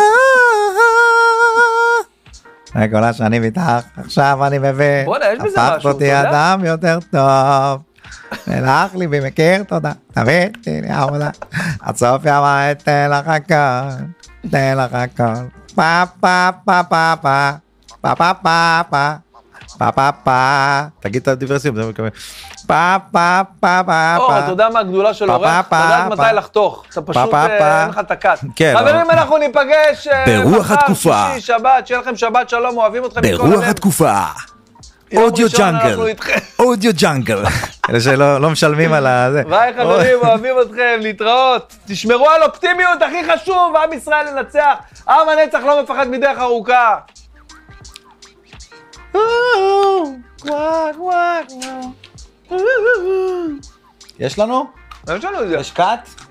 Speaker 2: כל השנים איתך, עכשיו אני מבין.
Speaker 4: בוא'נה, יש בזה משהו,
Speaker 2: הפכת אותי אדם יותר טוב. ולך לי במכיר, תודה. תבין, תהיה עבודה. הסוף ימה, תן לך הכל, תן לך הכל. פה פה פה פה פה, פה פה פה פה, פה פה פה. תגיד את הדיברסיום, זה מקווה. פה פה פה פה.
Speaker 4: או, אתה יודע מה הגדולה של עורך? אתה יודעת מתי לחתוך. אתה פשוט, אין לך את הקאט. חברים, אנחנו ניפגש
Speaker 2: ברוח התקופה.
Speaker 4: שישי, שבת, שיהיה לכם שבת שלום, אוהבים אתכם מכל הלב.
Speaker 2: ברוח התקופה. אודיו ג'אנגל, אודיו ג'אנגל. אלה שלא משלמים על הזה.
Speaker 4: ביי חברים, אוהבים אתכם, להתראות. תשמרו על אופטימיות, הכי חשוב, עם ישראל לנצח. עם הנצח לא מפחד מדרך ארוכה.
Speaker 2: יש לנו?
Speaker 4: יש לנו את זה.
Speaker 2: יש קאט?